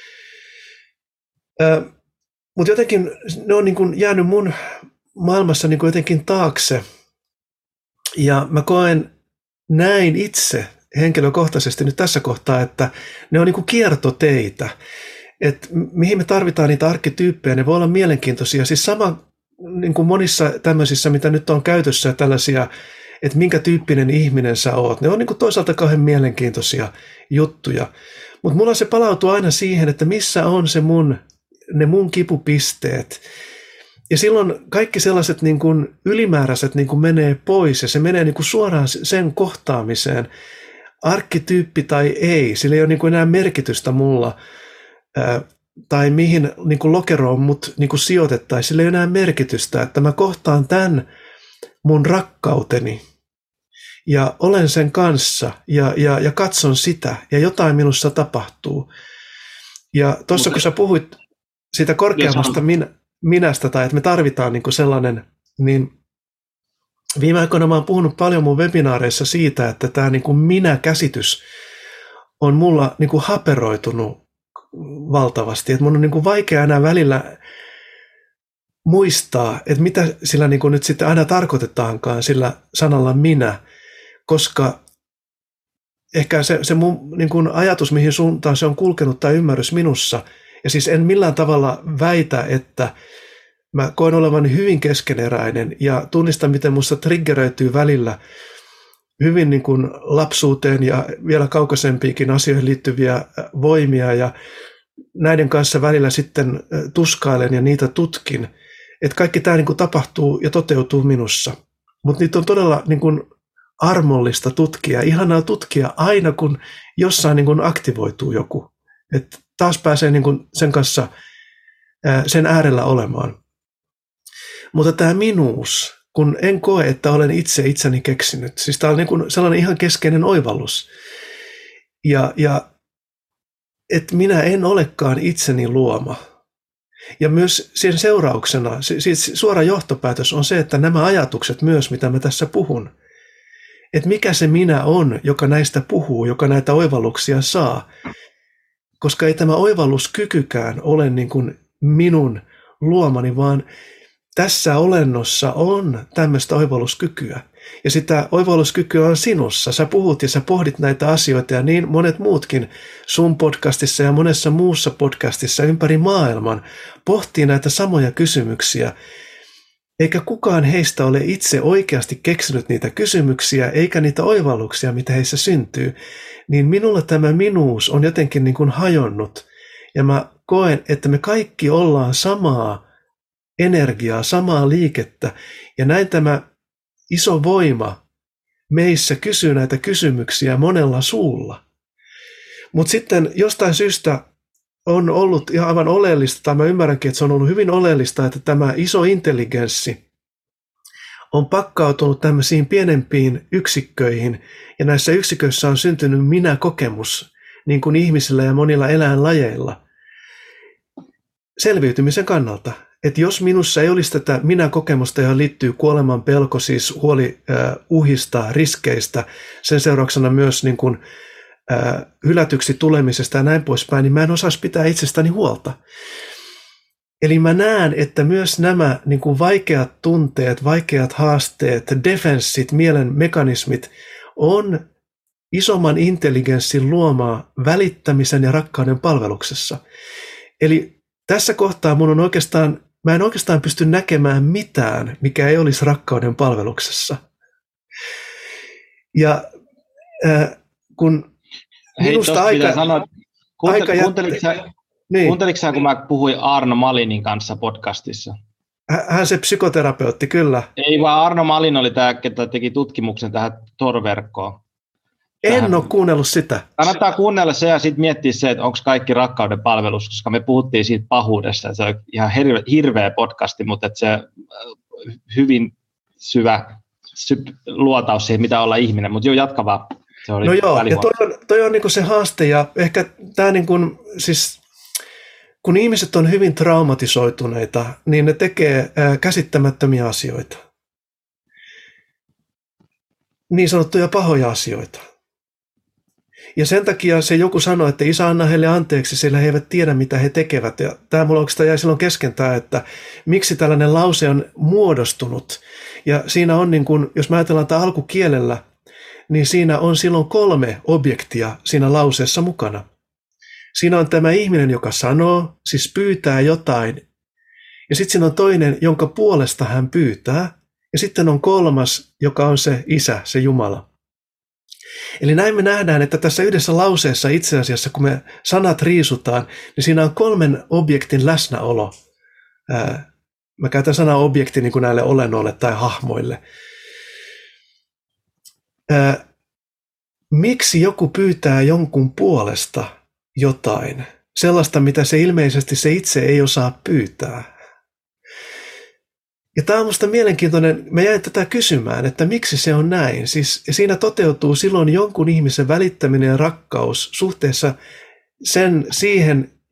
Äh, Mutta jotenkin ne on niin kuin jäänyt mun maailmassa niin kuin jotenkin taakse. Ja mä koen näin itse henkilökohtaisesti nyt tässä kohtaa, että ne on niin kuin kiertoteitä. Että mihin me tarvitaan niitä arkkityyppejä, ne voi olla mielenkiintoisia. Siis sama niin kuin monissa tämmöisissä, mitä nyt on käytössä, tällaisia, että minkä tyyppinen ihminen sä oot. Ne on niin kuin toisaalta kauhean mielenkiintoisia juttuja. Mutta mulla se palautuu aina siihen, että missä on se mun ne mun kipupisteet. Ja silloin kaikki sellaiset niin kuin ylimääräiset niin kuin menee pois ja se menee niin kuin suoraan sen kohtaamiseen, arkkityyppi tai ei, sillä ei ole niin kuin enää merkitystä mulla, ää, tai mihin niin kuin lokeroon mut niin kuin sijoitettaisiin, sillä ei ole enää merkitystä, että mä kohtaan tämän mun rakkauteni ja olen sen kanssa ja, ja, ja katson sitä ja jotain minussa tapahtuu. Ja tuossa kun sä puhuit siitä korkeammasta minä, minästä, tai että me tarvitaan niin kuin sellainen, niin viime aikoina mä oon puhunut paljon mun webinaareissa siitä, että tämä niin kuin minä-käsitys on mulla niin kuin haperoitunut valtavasti. Että mun on niin kuin vaikea enää välillä muistaa, että mitä sillä niin kuin nyt sitten aina tarkoitetaankaan sillä sanalla minä, koska ehkä se, se mun niin kuin ajatus, mihin suuntaan se on kulkenut tai ymmärrys minussa, ja siis en millään tavalla väitä, että mä koen olevani hyvin keskeneräinen ja tunnistan, miten musta triggeröityy välillä hyvin niin kuin lapsuuteen ja vielä kaukaisempiinkin asioihin liittyviä voimia, ja näiden kanssa välillä sitten tuskailen ja niitä tutkin. Että kaikki tämä niin kuin tapahtuu ja toteutuu minussa. Mutta niitä on todella niin kuin armollista tutkia, ihanaa tutkia aina, kun jossain niin kuin aktivoituu joku. Et taas pääsee niin kuin sen kanssa sen äärellä olemaan. Mutta tämä minuus, kun en koe, että olen itse itseni keksinyt, siis tämä on niin kuin sellainen ihan keskeinen oivallus. Ja, ja että minä en olekaan itseni luoma. Ja myös sen seurauksena, siis suora johtopäätös on se, että nämä ajatukset myös, mitä mä tässä puhun, että mikä se minä on, joka näistä puhuu, joka näitä oivalluksia saa, koska ei tämä oivalluskykykään ole niin kuin minun luomani, vaan tässä olennossa on tämmöistä oivalluskykyä. Ja sitä oivalluskykyä on sinussa. Sä puhut ja sä pohdit näitä asioita, ja niin monet muutkin sun podcastissa ja monessa muussa podcastissa ympäri maailman pohtii näitä samoja kysymyksiä. Eikä kukaan heistä ole itse oikeasti keksinyt niitä kysymyksiä, eikä niitä oivalluksia, mitä heissä syntyy. Niin minulla tämä minuus on jotenkin niin kuin hajonnut. Ja mä koen, että me kaikki ollaan samaa energiaa, samaa liikettä. Ja näin tämä iso voima meissä kysyy näitä kysymyksiä monella suulla. Mutta sitten jostain syystä on ollut ihan aivan oleellista, tai mä ymmärränkin, että se on ollut hyvin oleellista, että tämä iso intelligenssi on pakkautunut tämmöisiin pienempiin yksikköihin, ja näissä yksiköissä on syntynyt minä-kokemus, niin kuin ihmisillä ja monilla eläinlajeilla, selviytymisen kannalta. Että jos minussa ei olisi tätä minä-kokemusta, johon liittyy kuoleman pelko, siis huoli äh, uhista, riskeistä, sen seurauksena myös niin kuin, äh, hylätyksi tulemisesta ja näin poispäin, niin mä en osaisi pitää itsestäni huolta. Eli mä näen, että myös nämä niin kuin vaikeat tunteet, vaikeat haasteet, defenssit, mielen mekanismit on isomman intelligenssin luomaa välittämisen ja rakkauden palveluksessa. Eli tässä kohtaa mun on oikeastaan, mä en oikeastaan pysty näkemään mitään, mikä ei olisi rakkauden palveluksessa. Ja äh, kun Hei, minusta aika... Sanoa, kuuntel, aika kuunteliko, sä, niin. kuunteliko sä, kun mä puhuin Arno Malinin kanssa podcastissa? Hän se psykoterapeutti, kyllä. Ei vaan Arno Malin oli tämä, ketä teki tutkimuksen tähän Tor-verkkoon. En tähän. ole kuunnellut sitä. Kannattaa kuunnella se ja sitten miettiä se, että onko kaikki rakkauden palvelus, koska me puhuttiin siitä pahuudesta. Se on ihan hirveä podcasti, mutta että se hyvin syvä luotaus siihen, mitä olla ihminen. Mutta joo, jatka vaan. Se oli no joo, ja toi on, toi on niinku se haaste, ja ehkä tämä niinku, siis kun ihmiset on hyvin traumatisoituneita, niin ne tekee ää, käsittämättömiä asioita. Niin sanottuja pahoja asioita. Ja sen takia se joku sanoi, että isä anna heille anteeksi, sillä he eivät tiedä, mitä he tekevät. Ja tämä mulla oikeastaan jäi silloin kesken tämä, että miksi tällainen lause on muodostunut. Ja siinä on, niin kuin, jos mä ajatellaan tämä alkukielellä, niin siinä on silloin kolme objektia siinä lauseessa mukana. Siinä on tämä ihminen, joka sanoo, siis pyytää jotain. Ja sitten siinä on toinen, jonka puolesta hän pyytää. Ja sitten on kolmas, joka on se Isä, se Jumala. Eli näin me nähdään, että tässä yhdessä lauseessa itse asiassa, kun me sanat riisutaan, niin siinä on kolmen objektin läsnäolo. Mä käytän sanaa objekti niin kuin näille olennoille tai hahmoille. Miksi joku pyytää jonkun puolesta jotain, sellaista, mitä se ilmeisesti se itse ei osaa pyytää? Ja tämä on minusta mielenkiintoinen, mä jäin tätä kysymään, että miksi se on näin. Siis siinä toteutuu silloin jonkun ihmisen välittäminen ja rakkaus suhteessa sen siihen,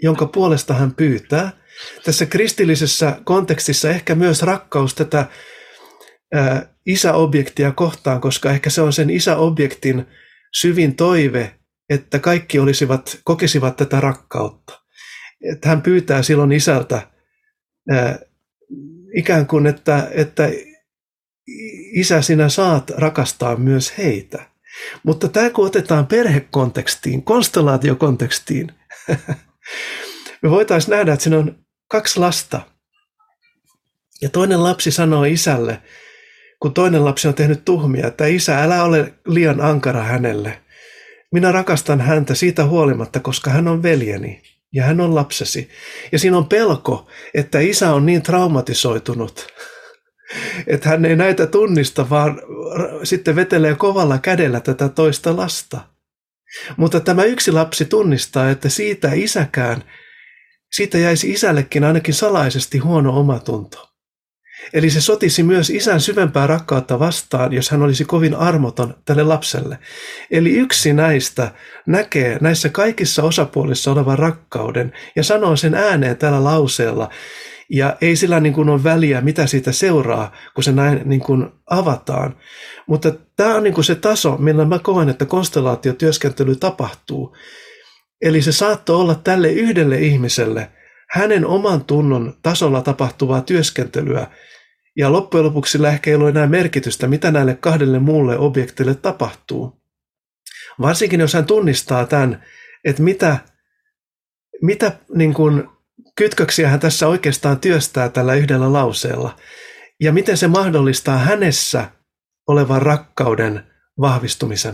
jonka puolesta hän pyytää. Tässä kristillisessä kontekstissa ehkä myös rakkaus tätä ää, isäobjektia kohtaan, koska ehkä se on sen isäobjektin syvin toive, että kaikki olisivat, kokisivat tätä rakkautta. Että hän pyytää silloin isältä ää, ikään kuin, että, että isä, sinä saat rakastaa myös heitä. Mutta tämä kun otetaan perhekontekstiin, konstellaatiokontekstiin, me voitaisiin nähdä, että siinä on kaksi lasta. Ja toinen lapsi sanoo isälle, kun toinen lapsi on tehnyt tuhmia, että isä, älä ole liian ankara hänelle. Minä rakastan häntä siitä huolimatta, koska hän on veljeni ja hän on lapsesi. Ja siinä on pelko, että isä on niin traumatisoitunut, että hän ei näitä tunnista, vaan sitten vetelee kovalla kädellä tätä toista lasta. Mutta tämä yksi lapsi tunnistaa, että siitä isäkään, siitä jäisi isällekin ainakin salaisesti huono omatunto. Eli se sotisi myös isän syvempää rakkautta vastaan, jos hän olisi kovin armoton tälle lapselle. Eli yksi näistä näkee näissä kaikissa osapuolissa olevan rakkauden ja sanoo sen ääneen tällä lauseella. Ja ei sillä niin kuin ole väliä, mitä siitä seuraa, kun se näin niin kuin avataan. Mutta tämä on niin kuin se taso, millä mä koen, että konstellaatiotyöskentely tapahtuu. Eli se saattoi olla tälle yhdelle ihmiselle hänen oman tunnon tasolla tapahtuvaa työskentelyä. Ja loppujen lopuksi sillä ehkä ei ole enää merkitystä, mitä näille kahdelle muulle objektille tapahtuu. Varsinkin jos hän tunnistaa tämän, että mitä, mitä niin kuin kytköksiä hän tässä oikeastaan työstää tällä yhdellä lauseella. Ja miten se mahdollistaa hänessä olevan rakkauden vahvistumisen.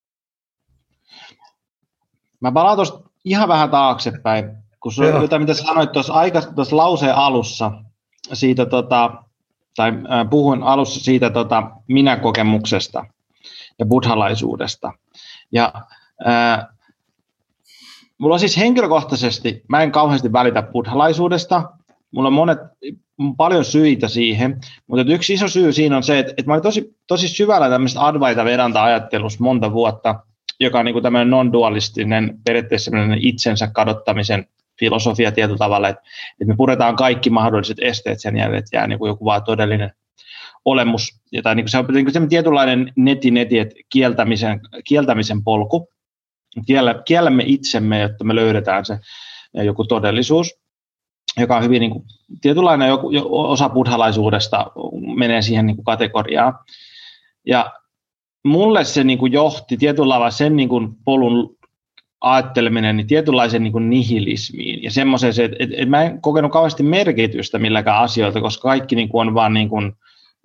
Mä palaan tuosta ihan vähän taaksepäin, kun sulla, jotain, mitä sanoit tuossa, aika, tuossa lauseen alussa, siitä, tota, tai äh, puhun alussa siitä tota, minäkokemuksesta ja buddhalaisuudesta. Ja äh, mulla on siis henkilökohtaisesti, mä en kauheasti välitä buddhalaisuudesta, mulla on monet, paljon syitä siihen, mutta yksi iso syy siinä on se, että, että mä olin tosi, tosi syvällä tämmöistä Advaita Vedanta-ajattelussa monta vuotta, joka on niin kuin tämmöinen non-dualistinen, periaatteessa itsensä kadottamisen filosofia tietyllä tavalla, että, että me puretaan kaikki mahdolliset esteet sen jälkeen, että jää niin kuin joku vaan todellinen olemus. Tai niin kuin se on niin kuin tietynlainen neti-neti, että kieltämisen, kieltämisen polku. Kiellä, kiellämme itsemme, jotta me löydetään se joku todellisuus, joka on hyvin niin kuin, tietynlainen joku, osa buddhalaisuudesta menee siihen niin kuin kategoriaan. Ja mulle se niin kuin johti tietyllä lailla sen niin kuin polun ajatteleminen niin tietynlaisen niin kuin nihilismiin ja semmoiseen, että, että, että mä en kokenut kauheasti merkitystä milläkään asioilta, koska kaikki niin kuin on vaan niin kuin,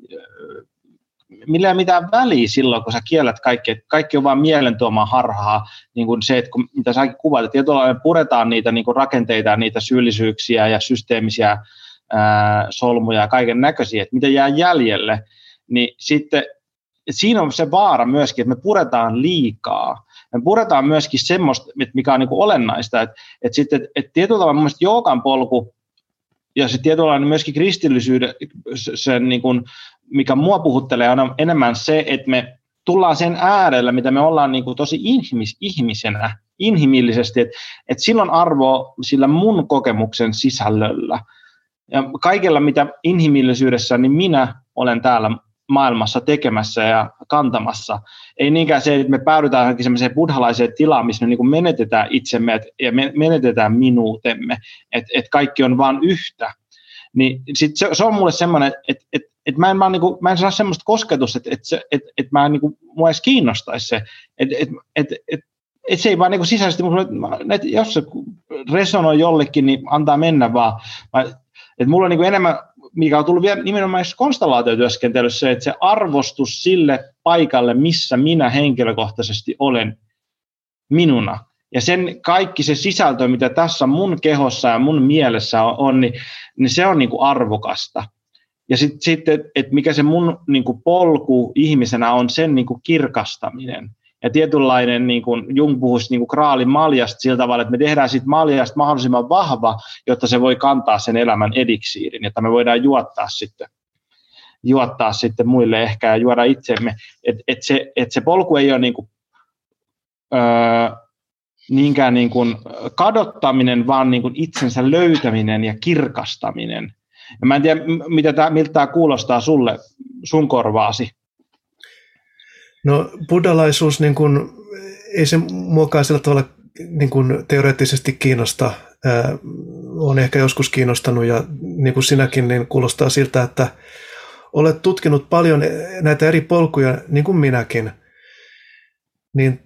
millä ei mitään väliä silloin, kun sä kiellät kaikki, että kaikki on vaan mielen tuomaa harhaa, niin kuin se, että kun, mitä säkin kuvaat, että tietyllä lailla puretaan niitä niin kuin rakenteita, niitä syyllisyyksiä ja systeemisiä ää, solmuja ja kaiken näköisiä, että mitä jää jäljelle, niin sitten siinä on se vaara myöskin, että me puretaan liikaa. Me puretaan myöskin semmoista, mikä on niin kuin olennaista, että, että, sitten, että tietyllä tavalla mielestäni joogan polku ja se tietynlainen myöskin kristillisyyden, sen niin kuin, mikä mua puhuttelee, on enemmän se, että me tullaan sen äärellä, mitä me ollaan niin kuin tosi ihmis, ihmisenä, inhimillisesti, että, että silloin arvo sillä mun kokemuksen sisällöllä. Ja kaikella, mitä inhimillisyydessä, niin minä olen täällä maailmassa tekemässä ja kantamassa. Ei niinkään se, että me päädytään johonkin semmoiseen buddhalaiseen tilaan, missä me niin kuin menetetään itsemme et, ja me menetetään minuutemme, että et kaikki on vaan yhtä. Niin sit se, se on mulle semmoinen, että et, et mä, en vaan niin kuin, mä en saa semmoista kosketusta, että et, et, et, et mä niin kuin, mua edes kiinnostaisi se, että et, et, et, et se ei vaan niin kuin sisäisesti, että jos se resonoi jollekin, niin antaa mennä vaan. Että mulla on niin kuin enemmän, mikä on tullut vielä nimenomaan konstellaatiotyöskentelyssä se, että se arvostus sille paikalle, missä minä henkilökohtaisesti olen minuna. Ja sen kaikki se sisältö, mitä tässä mun kehossa ja mun mielessä on, on niin, niin se on niin kuin arvokasta. Ja sitten, sit, että mikä se mun niin kuin polku ihmisenä on, sen niin kuin kirkastaminen. Ja tietynlainen, niin kuin Jung puhuisi niin kuin kraalin maljasta sillä tavalla, että me tehdään siitä maljasta mahdollisimman vahva, jotta se voi kantaa sen elämän eliksiirin, jotta me voidaan juottaa sitten, juottaa sitten muille ehkä ja juoda itsemme. Että et se, et se polku ei ole niin kuin, öö, niinkään niin kuin kadottaminen, vaan niin kuin itsensä löytäminen ja kirkastaminen. Ja mä en tiedä, mitä tämä, miltä tämä kuulostaa sulle, sun korvaasi. No buddhalaisuus, niin kuin, ei se muokaan sillä tavalla niin kuin teoreettisesti kiinnosta. Ää, on ehkä joskus kiinnostanut ja niin kuin sinäkin, niin kuulostaa siltä, että olet tutkinut paljon näitä eri polkuja, niin kuin minäkin. Niin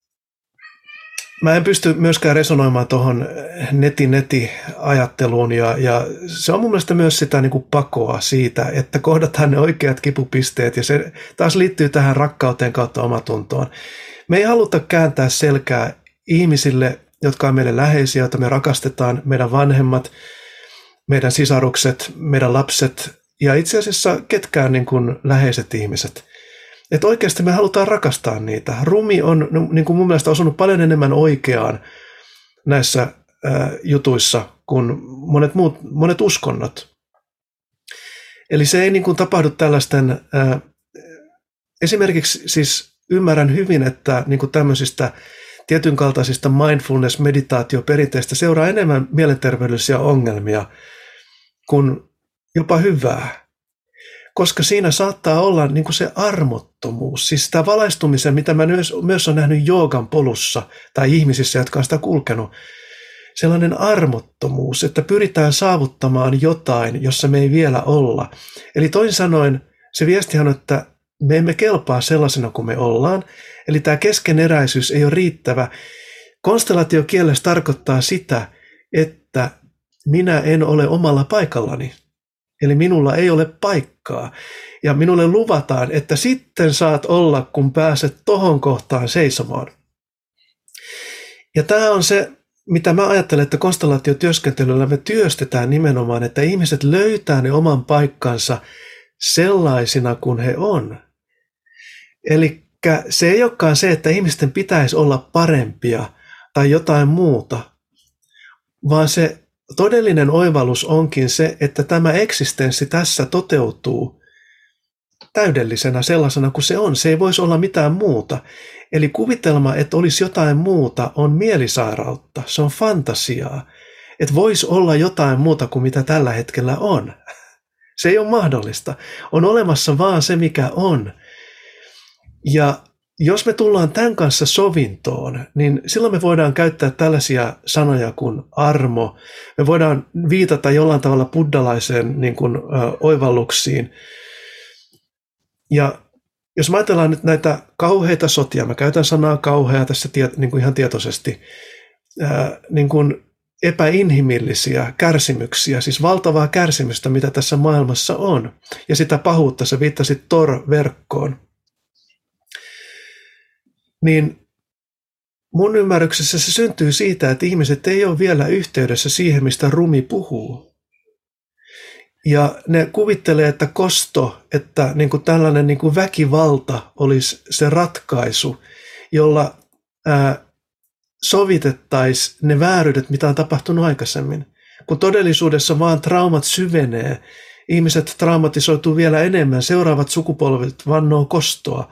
mä en pysty myöskään resonoimaan tuohon neti-neti-ajatteluun ja, ja se on mun mielestä myös sitä niin kuin pakoa siitä, että kohdataan ne oikeat kipupisteet ja se taas liittyy tähän rakkauteen kautta omatuntoon. Me ei haluta kääntää selkää ihmisille, jotka on meille läheisiä, joita me rakastetaan, meidän vanhemmat, meidän sisarukset, meidän lapset ja itse asiassa ketkään niin kuin läheiset ihmiset. Että oikeasti me halutaan rakastaa niitä. Rumi on niin kuin mun mielestä osunut paljon enemmän oikeaan näissä ää, jutuissa kuin monet, muut, monet uskonnot. Eli se ei niin kuin tapahdu tällaisten, ää, esimerkiksi siis ymmärrän hyvin, että niin kuin tämmöisistä tietyn kaltaisista mindfulness-meditaatioperinteistä seuraa enemmän mielenterveydellisiä ongelmia kuin jopa hyvää. Koska siinä saattaa olla niin kuin se armottomuus, siis sitä valaistumisen, mitä mä myös, myös olen nähnyt joogan polussa tai ihmisissä, jotka on sitä kulkenut, sellainen armottomuus, että pyritään saavuttamaan jotain, jossa me ei vielä olla. Eli toisin sanoen se viestihän on, että me emme kelpaa sellaisena kuin me ollaan, eli tämä keskeneräisyys ei ole riittävä. Konstellaatiokielessä tarkoittaa sitä, että minä en ole omalla paikallani. Eli minulla ei ole paikkaa. Ja minulle luvataan, että sitten saat olla, kun pääset tohon kohtaan seisomaan. Ja tämä on se, mitä mä ajattelen, että konstellaatiotyöskentelyllä me työstetään nimenomaan, että ihmiset löytää ne oman paikkansa sellaisina kuin he on. Eli se ei olekaan se, että ihmisten pitäisi olla parempia tai jotain muuta, vaan se todellinen oivallus onkin se, että tämä eksistenssi tässä toteutuu täydellisenä sellaisena kuin se on. Se ei voisi olla mitään muuta. Eli kuvitelma, että olisi jotain muuta, on mielisairautta. Se on fantasiaa. Että voisi olla jotain muuta kuin mitä tällä hetkellä on. Se ei ole mahdollista. On olemassa vaan se, mikä on. Ja jos me tullaan tämän kanssa sovintoon, niin silloin me voidaan käyttää tällaisia sanoja kuin armo. Me voidaan viitata jollain tavalla buddhalaiseen niin kuin, ö, oivalluksiin. Ja jos mä ajatellaan nyt näitä kauheita sotia, mä käytän sanaa kauhea tässä tiet, niin kuin ihan tietoisesti, ää, niin kuin epäinhimillisiä kärsimyksiä, siis valtavaa kärsimystä, mitä tässä maailmassa on. Ja sitä pahuutta, sä viittasit Tor-verkkoon. Niin mun ymmärryksessä se syntyy siitä, että ihmiset ei ole vielä yhteydessä siihen, mistä Rumi puhuu. Ja ne kuvittelee, että kosto, että niin kuin tällainen niin kuin väkivalta olisi se ratkaisu, jolla ää, sovitettaisiin ne vääryydet, mitä on tapahtunut aikaisemmin. Kun todellisuudessa vaan traumat syvenee, ihmiset traumatisoituu vielä enemmän, seuraavat sukupolvet vannoo kostoa.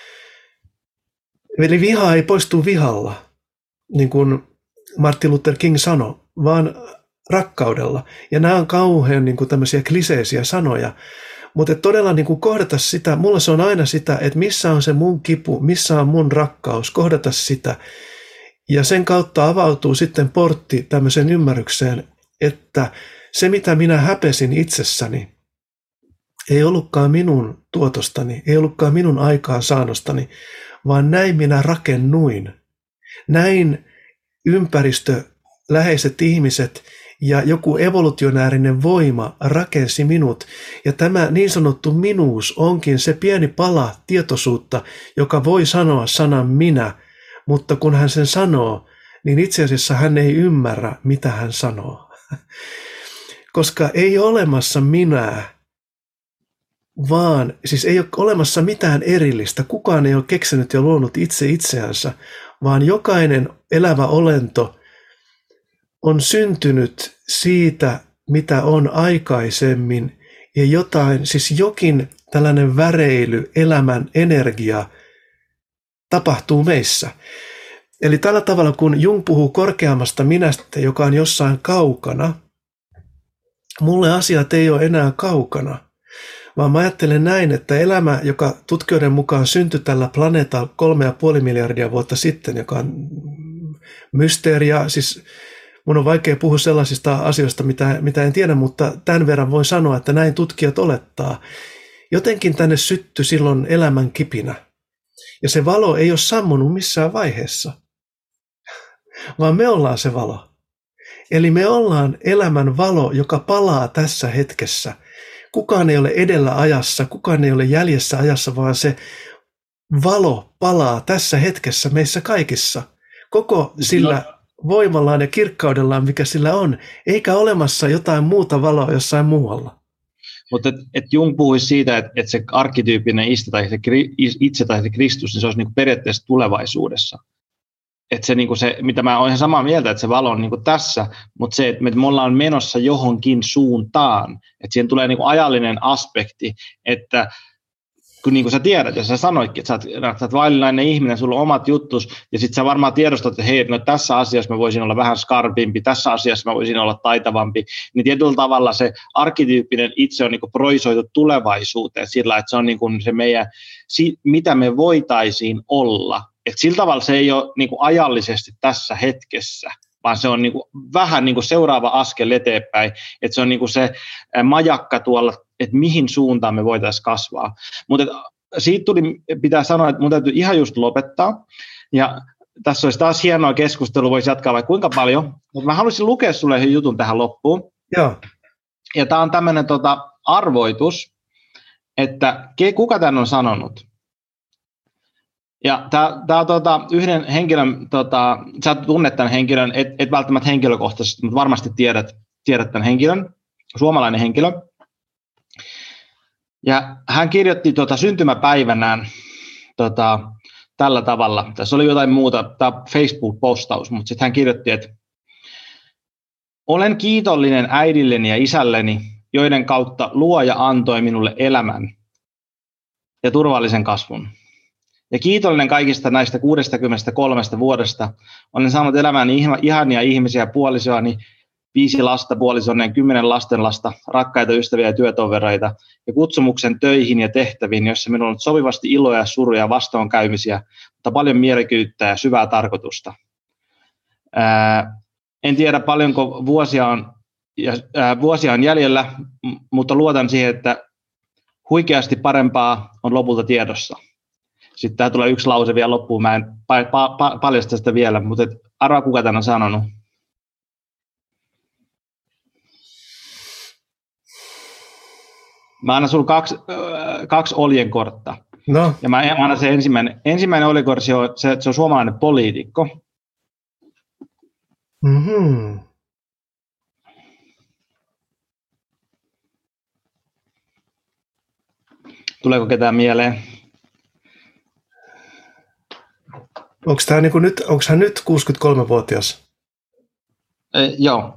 Eli viha ei poistu vihalla, niin kuin Martin Luther King sanoi, vaan rakkaudella. Ja nämä on kauhean niin kuin tämmöisiä kliseisiä sanoja, mutta todella niin kuin kohdata sitä, mulla se on aina sitä, että missä on se mun kipu, missä on mun rakkaus, kohdata sitä. Ja sen kautta avautuu sitten portti tämmöiseen ymmärrykseen, että se mitä minä häpesin itsessäni, ei ollutkaan minun tuotostani, ei ollutkaan minun aikaansaannostani, vaan näin minä rakennuin. Näin ympäristö, läheiset ihmiset ja joku evolutionäärinen voima rakensi minut. Ja tämä niin sanottu minuus onkin se pieni pala tietoisuutta, joka voi sanoa sanan minä, mutta kun hän sen sanoo, niin itse asiassa hän ei ymmärrä, mitä hän sanoo. Koska ei ole olemassa minää, vaan siis ei ole olemassa mitään erillistä. Kukaan ei ole keksinyt ja luonut itse itseänsä, vaan jokainen elävä olento on syntynyt siitä, mitä on aikaisemmin, ja jotain, siis jokin tällainen väreily, elämän energia tapahtuu meissä. Eli tällä tavalla, kun Jung puhuu korkeammasta minästä, joka on jossain kaukana, mulle asiat ei ole enää kaukana, vaan mä ajattelen näin, että elämä, joka tutkijoiden mukaan syntyi tällä planeetalla kolme ja puoli miljardia vuotta sitten, joka on mysteeriä, siis mun on vaikea puhua sellaisista asioista, mitä, mitä en tiedä, mutta tämän verran voin sanoa, että näin tutkijat olettaa. Jotenkin tänne syttyi silloin elämän kipinä. Ja se valo ei ole sammunut missään vaiheessa, vaan me ollaan se valo. Eli me ollaan elämän valo, joka palaa tässä hetkessä. Kukaan ei ole edellä ajassa, kukaan ei ole jäljessä ajassa, vaan se valo palaa tässä hetkessä meissä kaikissa. Koko sillä voimallaan ja kirkkaudellaan, mikä sillä on, eikä olemassa jotain muuta valoa jossain muualla. Mutta et, et Jung puhui siitä, että et se arkkityyppinen itse tai se, itse tai se Kristus, niin se olisi niinku periaatteessa tulevaisuudessa. Että se, niinku se, mitä mä olen ihan samaa mieltä, että se valo on niinku tässä, mutta se, että me ollaan menossa johonkin suuntaan, että siihen tulee niinku ajallinen aspekti, että kun niin kuin sä tiedät, ja sä sanoitkin, että sä oot, sä oot vaillinainen ihminen, sulla on omat juttus, ja sitten sä varmaan tiedostat, että hei, no tässä asiassa mä voisin olla vähän skarpimpi, tässä asiassa mä voisin olla taitavampi, niin tietyllä tavalla se arkkityyppinen itse on niin kuin projisoitu tulevaisuuteen sillä, että se on niin kuin se meidän, mitä me voitaisiin olla. Että sillä tavalla se ei ole niin kuin ajallisesti tässä hetkessä, vaan se on niin kuin vähän niin kuin seuraava askel eteenpäin, että se on niin kuin se majakka tuolla, että mihin suuntaan me voitaisiin kasvaa. Mutta siitä tuli, pitää sanoa, että mun täytyy ihan just lopettaa, ja tässä olisi taas hienoa keskustelua, voisi jatkaa vaikka kuinka paljon, mutta mä haluaisin lukea sulle yhden jutun tähän loppuun. Joo. Ja tämä on tämmöinen tota, arvoitus, että kuka tämän on sanonut. Ja tämä on tota, yhden henkilön, tota, sä tunnet tämän henkilön, et, et välttämättä henkilökohtaisesti, mutta varmasti tiedät, tiedät tämän henkilön, suomalainen henkilö. Ja hän kirjoitti tota, syntymäpäivänään tota, tällä tavalla. Tässä oli jotain muuta, tämä Facebook-postaus, mutta sitten hän kirjoitti, että olen kiitollinen äidilleni ja isälleni, joiden kautta Luoja antoi minulle elämän ja turvallisen kasvun. Ja kiitollinen kaikista näistä kuusikymmentäkolme vuodesta. Olen saanut elämään ihania ihmisiä, puolisoani, viisi lasta, puolisoneen, kymmenen lastenlasta, rakkaita ystäviä ja työtovereita, ja kutsumuksen töihin ja tehtäviin, joissa minulla on sopivasti iloa ja suruja, vastoinkäymisiä, mutta paljon mielekyyttä ja syvää tarkoitusta. Ää, en tiedä paljonko vuosia on, ja, ää, vuosia on jäljellä, m- mutta luotan siihen, että huikeasti parempaa on lopulta tiedossa. Sitten tämä tulee yksi lause vielä loppuun, mä en pa- pa- pa- paljasta sitä vielä, mutta arvaa kuka tämän on sanonut. Mä annan sulla kaksi, äh, kaksi oljenkortta. No. Ja mä annan se ensimmäinen. Ensimmäinen oljenkortti on, se, se on suomalainen poliitikko. Mm-hmm. Tuleeko ketään mieleen? Onko tämä niinku nyt, onko hän nyt kuusikymmentäkolmevuotias? E, joo.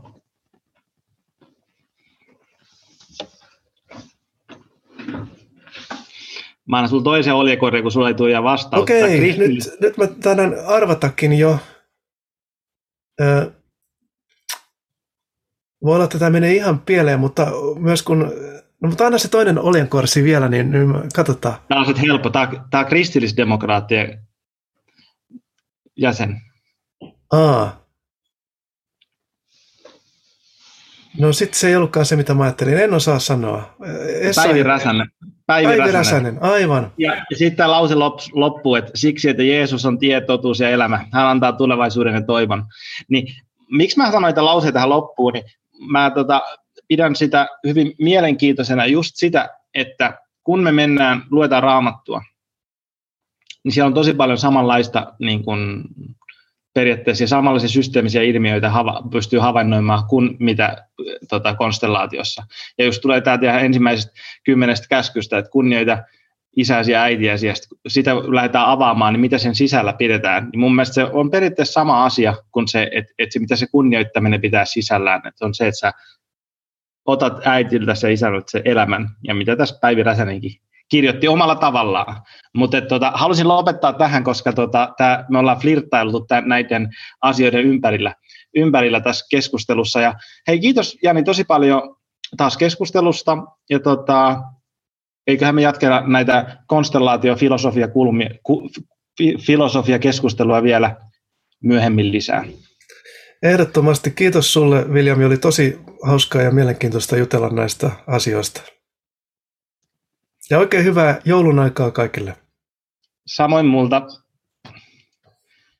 Mä annan sulla toisen oljekorjan, kun sulla ei tule ihan vastausta. Okei, Kristil... nyt, nyt mä tänään arvatakin jo. Ö, voi olla, että tämä menee ihan pieleen, mutta myös kun... No, mutta anna se toinen oljenkorsi vielä, niin, niin katsotaan. Tämä on sitten helppo. Tämä, tämä on kristillisdemokraattien jäsen. Aa. No sitten se ei ollutkaan se, mitä mä ajattelin. En osaa sanoa. Essa... Päivi Räsänen. Päivi, Päivi Räsänen. Räsänen, aivan. Ja, ja sitten tämä lause loppuu, että siksi, että Jeesus on tie, totuus ja elämä. Hän antaa tulevaisuuden ja toivon. Niin, miksi mä sanoin tämän lauseen tähän loppuun, niin mä tota, pidän sitä hyvin mielenkiintoisena just sitä, että kun me mennään, luetaan Raamattua, niin siellä on tosi paljon samanlaista niin kuin, periaatteessa samanlaisia systeemisiä ilmiöitä hava, pystyy havainnoimaan kuin mitä tota, konstellaatiossa. Ja jos tulee tämä ensimmäisestä kymmenestä käskystä, että kunnioita isäsi ja äitiäsi, ja sitä lähdetään avaamaan, niin mitä sen sisällä pidetään. Niin mun mielestä se on periaatteessa sama asia kuin se, että, että se, mitä se kunnioittaminen pitää sisällään. Että on se, että sä otat äitiltä se isännyt se elämän, ja mitä tässä Päivi Räsänenkin kirjoitti omalla tavallaan. Mutta tota, halusin lopettaa tähän, koska tota, tää, me ollaan flirttailtu tän, näiden asioiden ympärillä, ympärillä tässä keskustelussa. Ja hei, kiitos Jani tosi paljon taas keskustelusta. Ja tota, eiköhän me jatketa näitä konstellaatiofilosofia kulmia, ku, fi, filosofiakeskustelua vielä myöhemmin lisää. Ehdottomasti kiitos sulle, William. Oli tosi hauskaa ja mielenkiintoista jutella näistä asioista. Ja oikein hyvää joulun aikaa kaikille. Samoin multa.